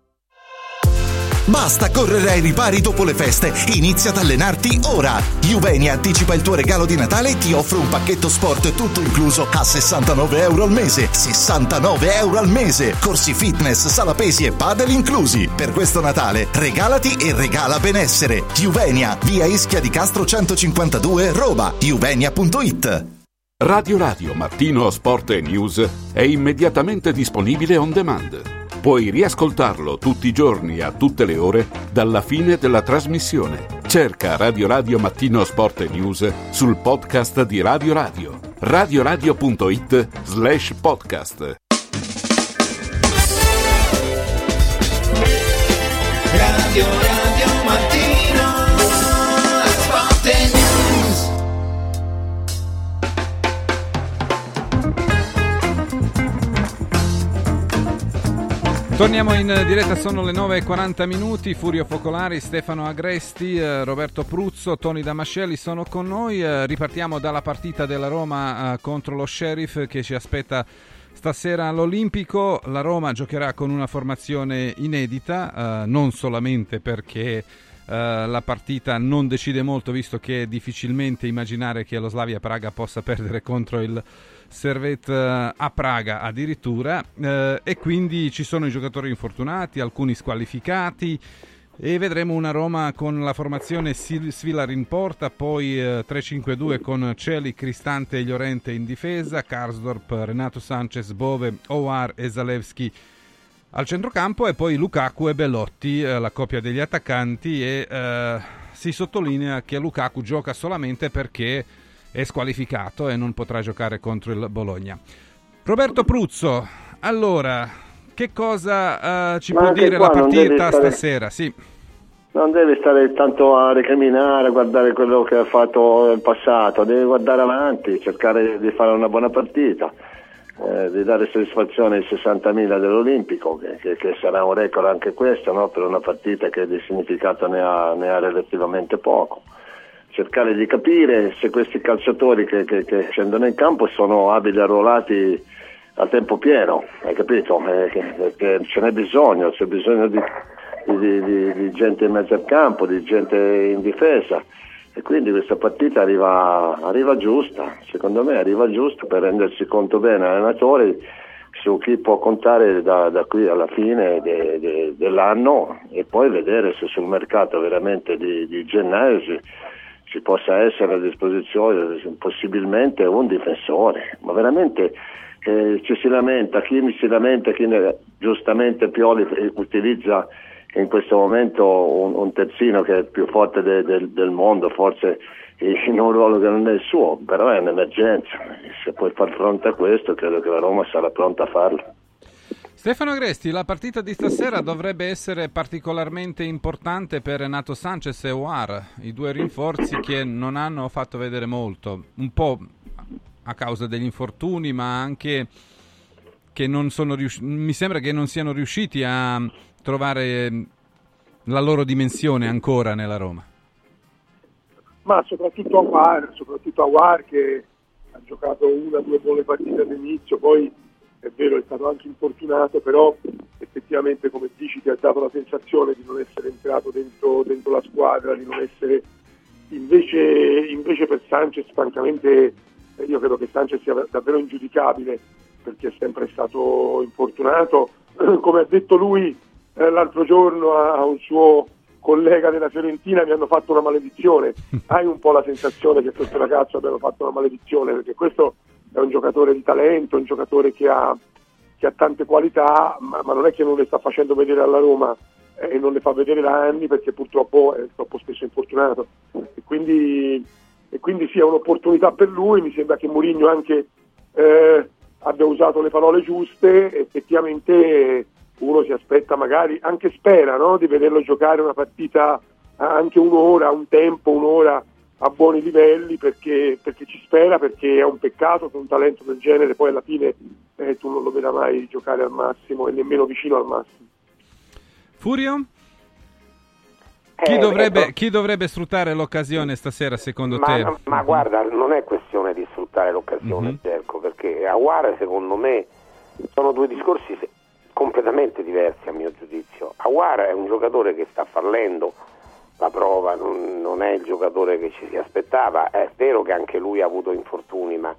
Basta correre ai ripari dopo le feste, inizia ad allenarti ora. Juvenia anticipa il tuo regalo di Natale e ti offre un pacchetto sport tutto incluso a €69 al mese. €69 al mese. Corsi fitness, sala pesi e padel inclusi. Per questo Natale regalati e regala benessere. Juvenia, via Ischia di Castro 152, Roma. Juvenia.it. Radio Radio Mattino Sport e News è immediatamente disponibile on demand. Puoi riascoltarlo tutti i giorni a tutte le ore dalla fine della trasmissione. Cerca Radio Radio Mattino Sport e News sul podcast di Radio Radio. radioradio.it/podcast. Radio Radio Mattino Sport e News. Torniamo in diretta, sono le 9:40, Furio Focolari, Stefano Agresti, Roberto Pruzzo, Tony Damascelli sono con noi. Ripartiamo dalla partita della Roma contro lo Sheriff che ci aspetta stasera all'Olimpico. La Roma giocherà con una formazione inedita, non solamente perché la partita non decide molto, visto che è difficilmente immaginare che lo Slavia Praga possa perdere contro il Servette a Praga addirittura, e quindi ci sono i giocatori infortunati, alcuni squalificati, e vedremo una Roma con la formazione Svilar in porta, poi 3-5-2 con Celi, Cristante e Llorente in difesa, Karsdorp, Renato Sanchez, Bove, Ouar e Zalewski al centrocampo, e poi Lukaku e Belotti, la coppia degli attaccanti, e si sottolinea che Lukaku gioca solamente perché è squalificato e non potrà giocare contro il Bologna. Roberto Pruzzo, allora, che cosa ci può dire la partita stasera? Sì. Non devi stare tanto a recriminare, a guardare quello che ha fatto nel passato, devi guardare avanti, cercare di fare una buona partita, di dare soddisfazione ai 60.000 dell'Olimpico, che sarà un record anche questo, no? Per una partita che di significato ne ha relativamente poco. Cercare di capire se questi calciatori che scendono in campo sono abili arruolati a tempo pieno, hai capito? Che ce n'è bisogno, c'è bisogno di gente in mezzo al campo, di gente in difesa, e quindi questa partita arriva giusta, secondo me arriva giusta, per rendersi conto bene allenatori su chi può contare da qui alla fine dell'anno, e poi vedere se sul mercato veramente di gennaio ci possa essere a disposizione possibilmente un difensore, ma veramente ci si lamenta, chi giustamente Pioli utilizza in questo momento un terzino che è il più forte del mondo, forse in un ruolo che non è il suo, però è un'emergenza, se puoi far fronte a questo credo che la Roma sarà pronta a farlo. Stefano Agresti, la partita di stasera dovrebbe essere particolarmente importante per Renato Sanchez e Ouar, i due rinforzi che non hanno fatto vedere molto, un po' a causa degli infortuni, ma anche che non sono mi sembra che non siano riusciti a trovare la loro dimensione ancora nella Roma. Ma soprattutto Ouar che ha giocato 1 o 2 buone partite all'inizio, poi è vero, è stato anche infortunato, però effettivamente, come dici, ti ha dato la sensazione di non essere entrato dentro la squadra, di non essere invece per Sanchez, francamente io credo che Sanchez sia davvero ingiudicabile, perché è sempre stato infortunato, come ha detto lui l'altro giorno a un suo collega della Fiorentina mi hanno fatto una maledizione. Hai un po' la sensazione che questo ragazzo abbiano fatto una maledizione, perché questo è un giocatore di talento, un giocatore che ha tante qualità, ma non è che non le sta facendo vedere alla Roma e non le fa vedere da anni, perché purtroppo è troppo spesso infortunato, e quindi sì, è un'opportunità per lui. Mi sembra che Mourinho anche abbia usato le parole giuste. Effettivamente uno si aspetta, magari anche spera, no? Di vederlo giocare una partita anche un'ora a buoni livelli, perché ci spera, perché è un peccato che un talento del genere poi alla fine tu non lo veda mai giocare al massimo e nemmeno vicino al massimo. Furio? Chi dovrebbe sfruttare l'occasione stasera secondo te? Ma guarda, non è questione di sfruttare l'occasione, Gerco, perché Aouar, secondo me, sono due discorsi completamente diversi a mio giudizio. Aouar è un giocatore che sta fallendo la prova, non è il giocatore che ci si aspettava. È vero che anche lui ha avuto infortuni, ma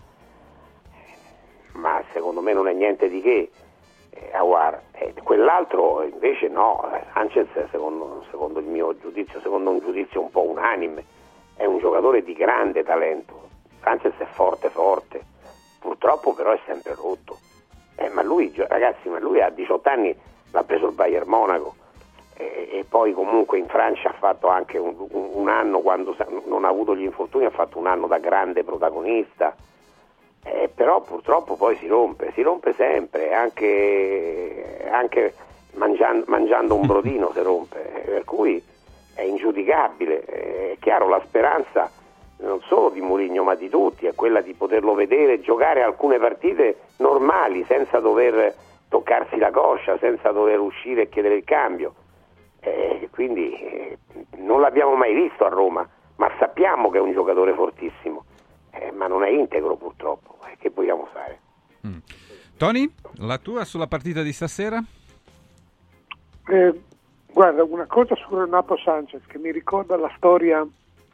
secondo me non è niente di che. Aouar, quell'altro invece no. Sanchez, secondo il mio giudizio, secondo un giudizio un po' unanime, è un giocatore di grande talento. Sanchez è forte, purtroppo però è sempre rotto. Ma lui a 18 anni l'ha preso il Bayern Monaco, e poi comunque in Francia ha fatto anche un anno, quando non ha avuto gli infortuni, ha fatto un anno da grande protagonista. Però purtroppo poi si rompe sempre, anche mangiando un brodino si rompe, per cui è ingiudicabile. È chiaro, la speranza non solo di Mourinho ma di tutti è quella di poterlo vedere giocare alcune partite normali, senza dover toccarsi la coscia, senza dover uscire e chiedere il cambio. Quindi non l'abbiamo mai visto a Roma, ma sappiamo che è un giocatore fortissimo, ma non è integro purtroppo. Che vogliamo fare? Tony, la tua sulla partita di stasera? Guarda, una cosa su Renato Sanchez che mi ricorda la storia,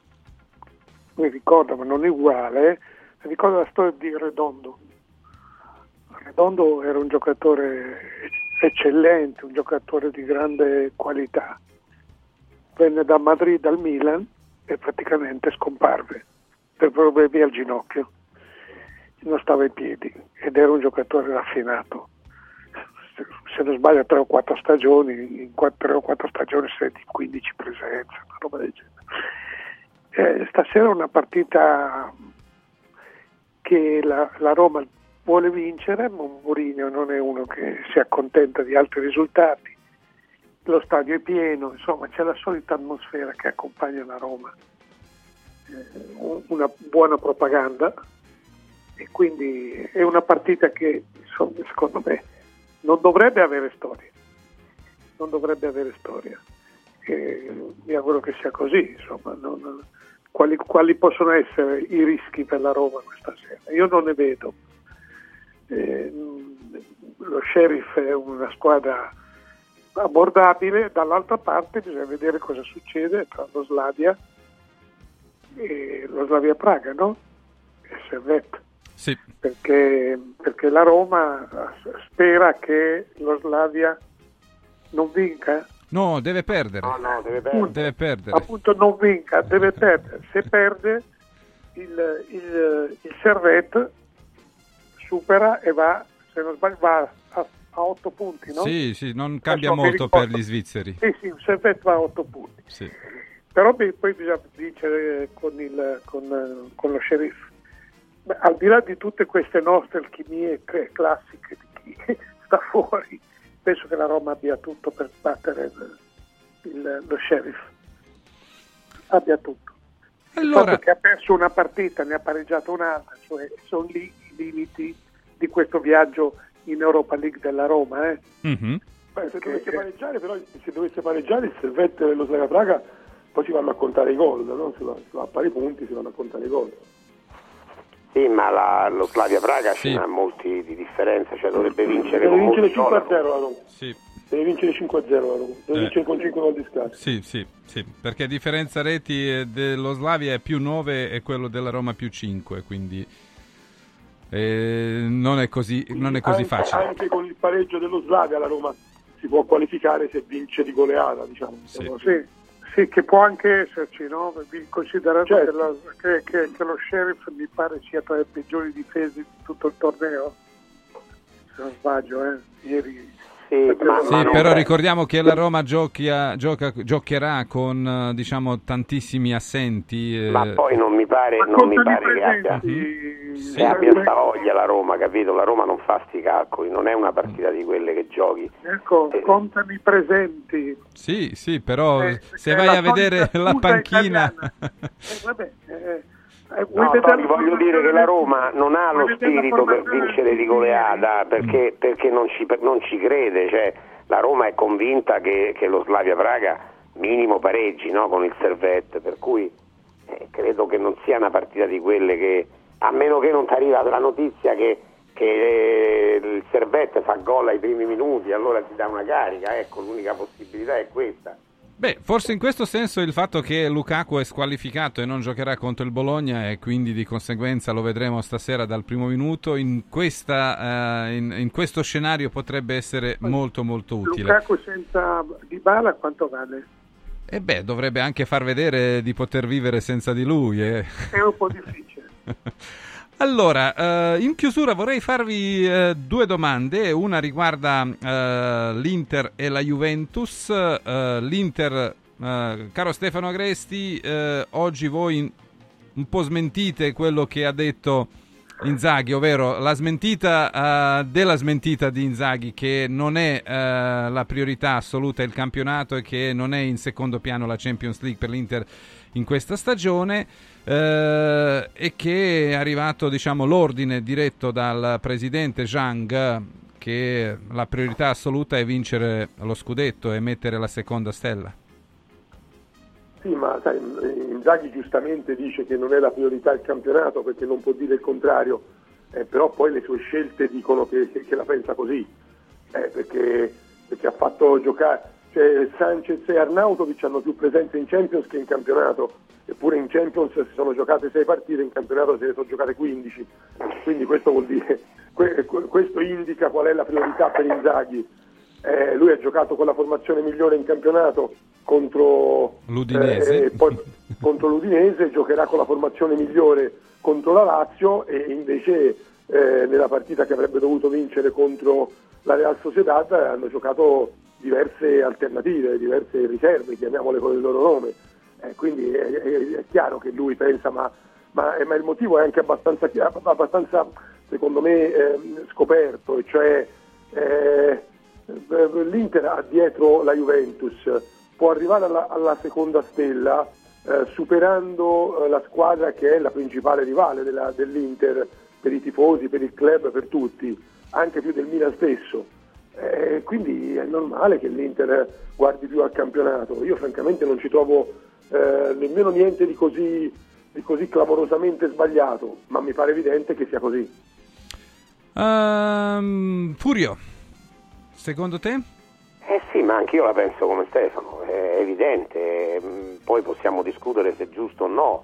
ma non è uguale, mi ricorda la storia di Redondo. Redondo era un giocatore eccellente, un giocatore di grande qualità. Venne da Madrid al Milan e praticamente scomparve per problemi al ginocchio. Non stava in piedi ed era un giocatore raffinato. Se non sbaglio 3 o 4 stagioni, in 3 o 4 stagioni 15 presenze, una roba del genere. Stasera è una partita che la Roma vuole vincere, ma Mourinho non è uno che si accontenta di altri risultati. Lo stadio è pieno, insomma c'è la solita atmosfera che accompagna la Roma, una buona propaganda, e quindi è una partita che, insomma, secondo me non dovrebbe avere storia. E mi auguro che sia così, insomma. Quali possono essere i rischi per la Roma questa sera? Io non ne vedo. Lo Sheriff è una squadra abbordabile, dall'altra parte bisogna vedere cosa succede tra lo Slavia e lo Slavia Praga, no? E Servette. Sì. Perché la Roma spera che lo Slavia non vinca. No, deve perdere. Deve perdere. Appunto, non vinca, deve perdere. Se perde, il Servette supera e va, se non sbaglio, va a 8 punti, no? Sì, non cambia molto per gli svizzeri. Sì, il Servette va a 8 punti. Sì. Però poi bisogna vincere con lo Sheriff. Beh, al di là di tutte queste nostre alchimie classiche di chi sta fuori, penso che la Roma abbia tutto per battere lo Sheriff. Abbia tutto. Allora... Il fatto che ha perso una partita, ne ha pareggiato un'altra, cioè sono lì i limiti di questo viaggio in Europa League della Roma. Mm-hmm. Se dovesse pareggiare il Servette e lo Slavia Praga, poi si vanno a contare i gol, no? Si va a pari punti, si vanno a contare i gol. Sì, ma lo Slavia Praga ce n'ha molti di differenza, cioè dovrebbe vincere con 5-0 la Roma. Sì. Deve vincere 5-0 la Roma, deve vincere con 5 gol di scarto. Sì, perché differenza reti dello Slavia è più 9 e quello della Roma più 5, quindi non è così facile. Anche con il pareggio dello Slavia la Roma si può qualificare se vince di goleata, diciamo. Sì. Sì, che può anche esserci, no? Considerando Certo. che lo Sheriff mi pare sia tra le peggiori difese di tutto il torneo, se non sbaglio, ieri. Sì, però ricordiamo che la Roma giocherà con diciamo tantissimi assenti. Ma poi non mi pare che abbia sta voglia la Roma, capito? La Roma non fa sti calcoli, non è una partita di quelle che giochi. Ecco, contano i presenti. Sì, però se vai a vedere la panchina... No, Tony, voglio dire che la Roma non ha lo spirito per vincere di goleada, perché non ci crede, cioè la Roma è convinta che lo Slavia Praga minimo pareggi, no? Con il Servette, per cui credo che non sia una partita di quelle che, a meno che non ti arriva la notizia che il Servette fa gol ai primi minuti, allora ti dà una carica, ecco, l'unica possibilità è questa. Beh, forse in questo senso il fatto che Lukaku è squalificato e non giocherà contro il Bologna, e quindi di conseguenza lo vedremo stasera dal primo minuto, in questo scenario potrebbe essere molto molto utile. Lukaku senza Dybala quanto vale? E dovrebbe anche far vedere di poter vivere senza di lui. È un po' difficile. Allora, in chiusura vorrei farvi due domande. Una riguarda l'Inter e la Juventus. L'Inter, caro Stefano Agresti, oggi voi un po' smentite quello che ha detto Inzaghi, ovvero la smentita della smentita di Inzaghi, che non è la priorità assoluta il campionato e che non è in secondo piano la Champions League per l'Inter in questa stagione, e che è arrivato, diciamo, l'ordine diretto dal presidente Zhang che la priorità assoluta è vincere lo scudetto e mettere la seconda stella. Sì, ma sai, Inzaghi giustamente dice che non è la priorità il campionato, perché non può dire il contrario, però poi le sue scelte dicono che la pensa così, perché ha fatto giocare, cioè Sanchez e Arnautovic hanno più presenze in Champions che in campionato, eppure in Champions si sono giocate 6 partite, in campionato se ne sono giocate 15, quindi questo vuol dire, questo indica qual è la priorità per Inzaghi. Lui ha giocato con la formazione migliore in campionato contro l'Udinese, poi contro l'Udinese, giocherà con la formazione migliore contro la Lazio, e invece nella partita che avrebbe dovuto vincere contro la Real Sociedad hanno giocato diverse alternative, diverse riserve, chiamiamole con il loro nome, quindi è chiaro che lui pensa, ma il motivo è anche abbastanza secondo me scoperto, e cioè l'Inter ha dietro la Juventus, può arrivare alla seconda stella superando la squadra che è la principale rivale dell'Inter per i tifosi, per il club, per tutti, anche più del Milan stesso, quindi è normale che l'Inter guardi più al campionato. Io francamente non ci trovo nemmeno niente di così clamorosamente sbagliato, ma mi pare evidente che sia così. Furio, secondo te? Sì, ma anche io la penso come Stefano, è evidente, poi possiamo discutere se è giusto o no.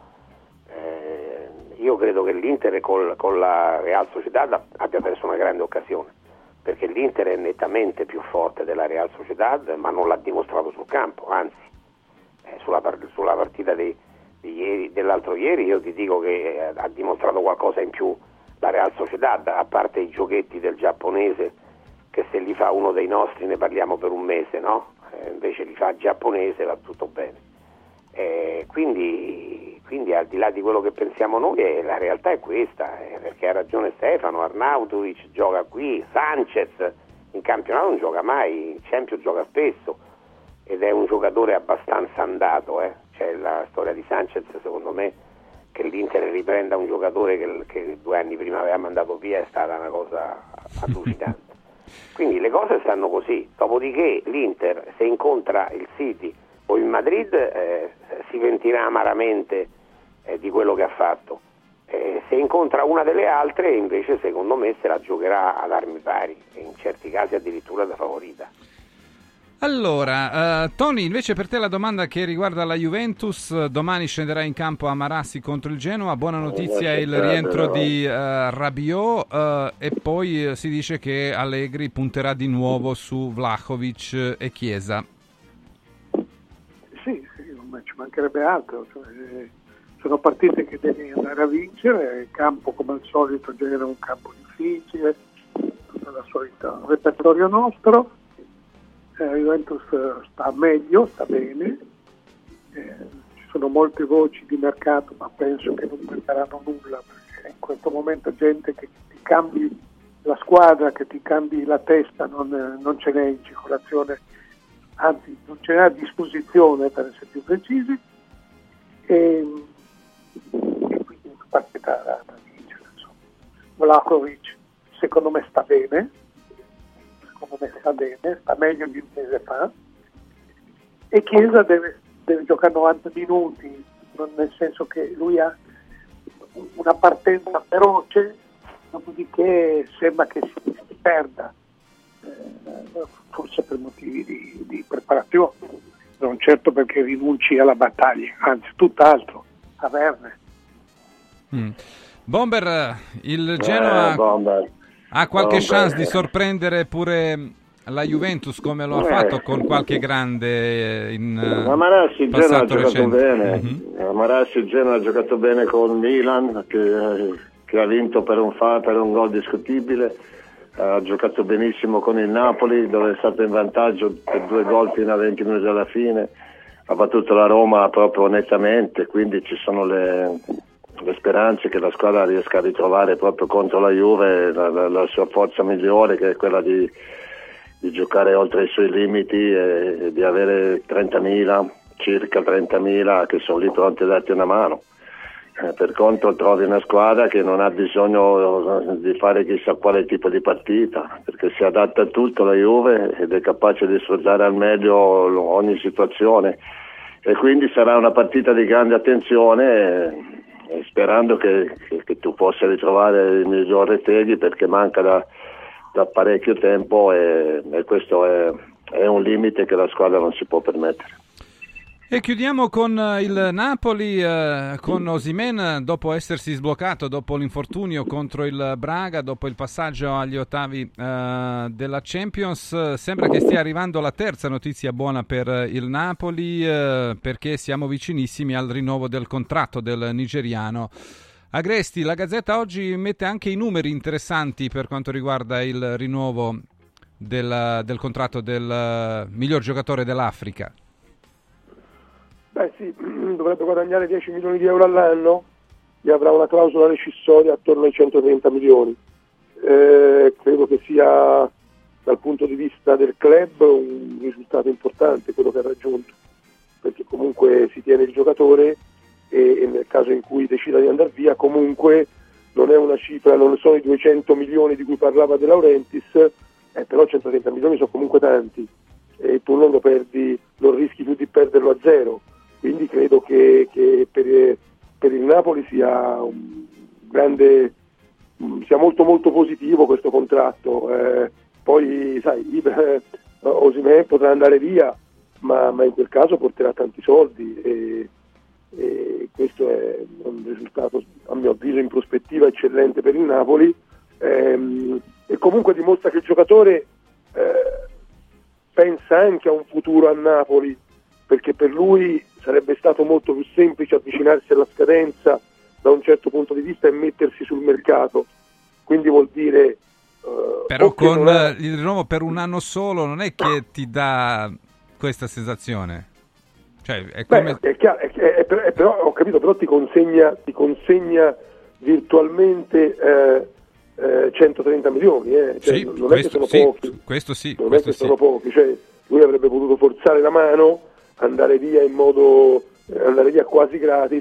Io credo che l'Inter con la Real Sociedad abbia perso una grande occasione, perché l'Inter è nettamente più forte della Real Sociedad, ma non l'ha dimostrato sul campo, anzi sulla partita dell'altro ieri io ti dico che ha dimostrato qualcosa in più la Real Sociedad, a parte i giochetti del giapponese che se li fa uno dei nostri ne parliamo per un mese, no? Invece li fa il giapponese, va tutto bene. Quindi al di là di quello che pensiamo noi, la realtà è questa, perché ha ragione Stefano, Arnautovic gioca qui, Sanchez in campionato non gioca mai, in Champions gioca spesso ed è un giocatore abbastanza andato, Cioè la storia di Sanchez, secondo me, che l'Inter riprenda un giocatore che 2 anni prima aveva mandato via, è stata una cosa allucinante. Quindi le cose stanno così, dopodiché l'Inter se incontra il City o il Madrid si pentirà amaramente di quello che ha fatto, se incontra una delle altre invece secondo me se la giocherà ad armi pari e in certi casi addirittura da favorita. Allora, Tony, invece per te la domanda che riguarda la Juventus, domani scenderà in campo a Marassi contro il Genoa, buona notizia è il rientro di Rabiot, e poi si dice che Allegri punterà di nuovo su Vlahovic e Chiesa. Sì, ma ci mancherebbe altro, cioè, sono partite che devi andare a vincere, il campo come al solito genera un campo difficile, tutto il solito repertorio nostro. Juventus sta meglio, sta bene, ci sono molte voci di mercato, ma penso che non porteranno nulla, perché in questo momento gente che ti cambi la squadra, che ti cambi la testa, non ce n'è in circolazione, anzi non ce n'è a disposizione, per essere più precisi, e quindi una partita da vincere. Vlahovic secondo me sta bene, sta meglio di un mese fa, e Chiesa deve giocare 90 minuti, nel senso che lui ha una partenza feroce, dopodiché sembra che si perda, forse per motivi di preparazione, non certo perché rinunci alla battaglia, anzi tutt'altro, averne. Bomber, il Genoa ha qualche chance di sorprendere pure la Juventus come lo ha fatto con qualche grande in Marassi il Genoa ha passato giocato recente. bene. Marassi il Genoa ha giocato bene con Milan, che ha vinto per un gol discutibile. Ha giocato benissimo con il Napoli, dove è stato in vantaggio per 2 gol fino a 20 minuti alla fine. Ha battuto la Roma proprio nettamente, quindi ci sono le speranze che la squadra riesca a ritrovare proprio contro la Juve la sua forza migliore, che è quella di giocare oltre i suoi limiti e di avere circa 30.000 che sono lì pronti a darti una mano. Per contro trovi una squadra che non ha bisogno di fare chissà quale tipo di partita, perché si adatta a tutto la Juve ed è capace di sfruttare al meglio ogni situazione, e quindi sarà una partita di grande attenzione, sperando che tu possa ritrovare il miglior Retegui, perché manca da parecchio tempo, e questo è un limite che la squadra non si può permettere. E chiudiamo con il Napoli, con Osimhen, dopo essersi sbloccato dopo l'infortunio contro il Braga, dopo il passaggio agli ottavi della Champions. Sembra che stia arrivando la terza notizia buona per il Napoli, perché siamo vicinissimi al rinnovo del contratto del nigeriano. Agresti, la Gazzetta oggi mette anche i numeri interessanti per quanto riguarda il rinnovo del contratto del miglior giocatore dell'Africa. Beh sì, dovrebbe guadagnare 10 milioni di euro all'anno e avrà una clausola rescissoria attorno ai 130 milioni. Credo che sia, dal punto di vista del club, un risultato importante quello che ha raggiunto, perché comunque si tiene il giocatore e nel caso in cui decida di andare via comunque non è una cifra, non sono i 200 milioni di cui parlava De Laurentiis, però 130 milioni sono comunque tanti e tu non lo perdi, non rischi più di perderlo a zero. Quindi credo che per il Napoli sia sia molto molto positivo questo contratto. Poi sai, Osimhen potrà andare via, ma in quel caso porterà tanti soldi e questo è un risultato, a mio avviso, in prospettiva eccellente per il Napoli, e comunque dimostra che il giocatore pensa anche a un futuro a Napoli, perché per lui sarebbe stato molto più semplice avvicinarsi alla scadenza da un certo punto di vista e mettersi sul mercato, quindi vuol dire però con il rinnovo per un anno solo non è che ti dà questa sensazione, cioè è come... è chiaro, però ho capito, però ti consegna virtualmente 130 milioni, cioè, sì, non è che sono pochi, questo sì, non questo è che sono pochi, cioè lui avrebbe potuto forzare la mano, andare via quasi gratis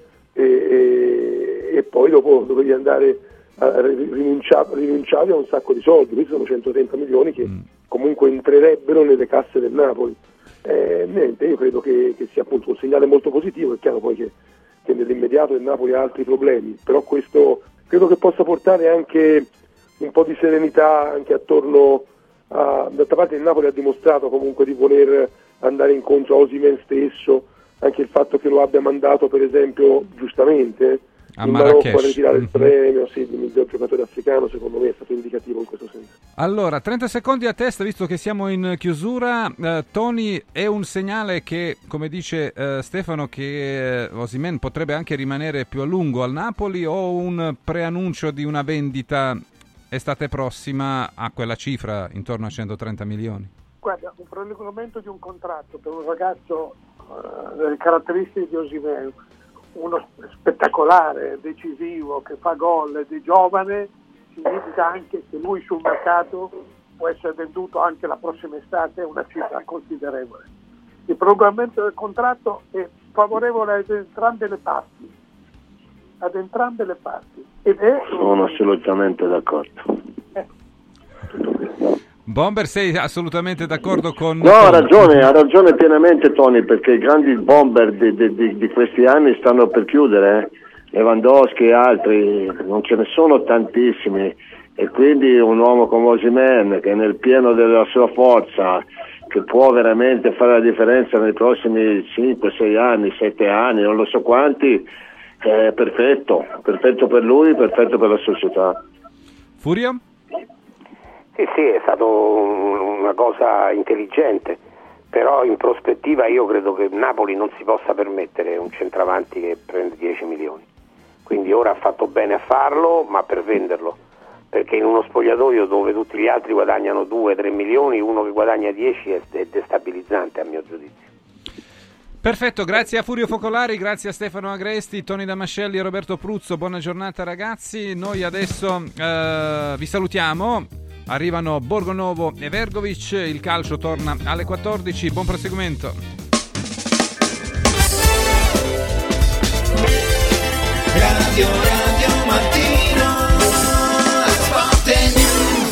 e poi dopo dovevi andare rinunciavi a un sacco di soldi. Questi sono 130 milioni che comunque entrerebbero nelle casse del Napoli. Niente, io credo che sia appunto un segnale molto positivo. È chiaro poi che nell'immediato il Napoli ha altri problemi, però questo credo che possa portare anche un po' di serenità anche attorno a... D'altra parte il Napoli ha dimostrato comunque di voler andare incontro a Osimhen stesso, anche il fatto che lo abbia mandato per esempio giustamente a in Marocco Marrakech a ritirare il premio di miglior giocatore africano, secondo me è stato indicativo in questo senso. Allora, 30 secondi a testa, visto che siamo in chiusura. Tony, è un segnale che, come dice Stefano, che Osimhen potrebbe anche rimanere più a lungo al Napoli, o un preannuncio di una vendita estate prossima a quella cifra, intorno a 130 milioni? Guarda, un prolungamento di un contratto per un ragazzo delle caratteristiche di Osimhen, uno spettacolare, decisivo, che fa gol ed è giovane, significa anche che lui sul mercato può essere venduto anche la prossima estate, è una cifra considerevole. Il prolungamento del contratto è favorevole ad entrambe le parti. Sono assolutamente d'accordo. Bomber, sei assolutamente d'accordo con... No, ha ragione pienamente Tony, perché i grandi bomber di questi anni stanno per chiudere, Lewandowski e altri, non ce ne sono tantissimi, e quindi un uomo come Osimhen, che è nel pieno della sua forza, che può veramente fare la differenza nei prossimi 5, 6 anni, 7 anni, non lo so quanti, è perfetto per lui, perfetto per la società. Furio? Sì, è stato una cosa intelligente, però in prospettiva io credo che Napoli non si possa permettere un centravanti che prende 10 milioni, quindi ora ha fatto bene a farlo, ma per venderlo, perché in uno spogliatoio dove tutti gli altri guadagnano 2-3 milioni, uno che guadagna 10 è destabilizzante a mio giudizio. Perfetto, grazie a Furio Focolari, grazie a Stefano Agresti, Tony Damascelli e Roberto Pruzzo, buona giornata ragazzi. Noi adesso vi salutiamo, arrivano Borgonovo e Vergovic, il calcio torna alle 14, buon proseguimento.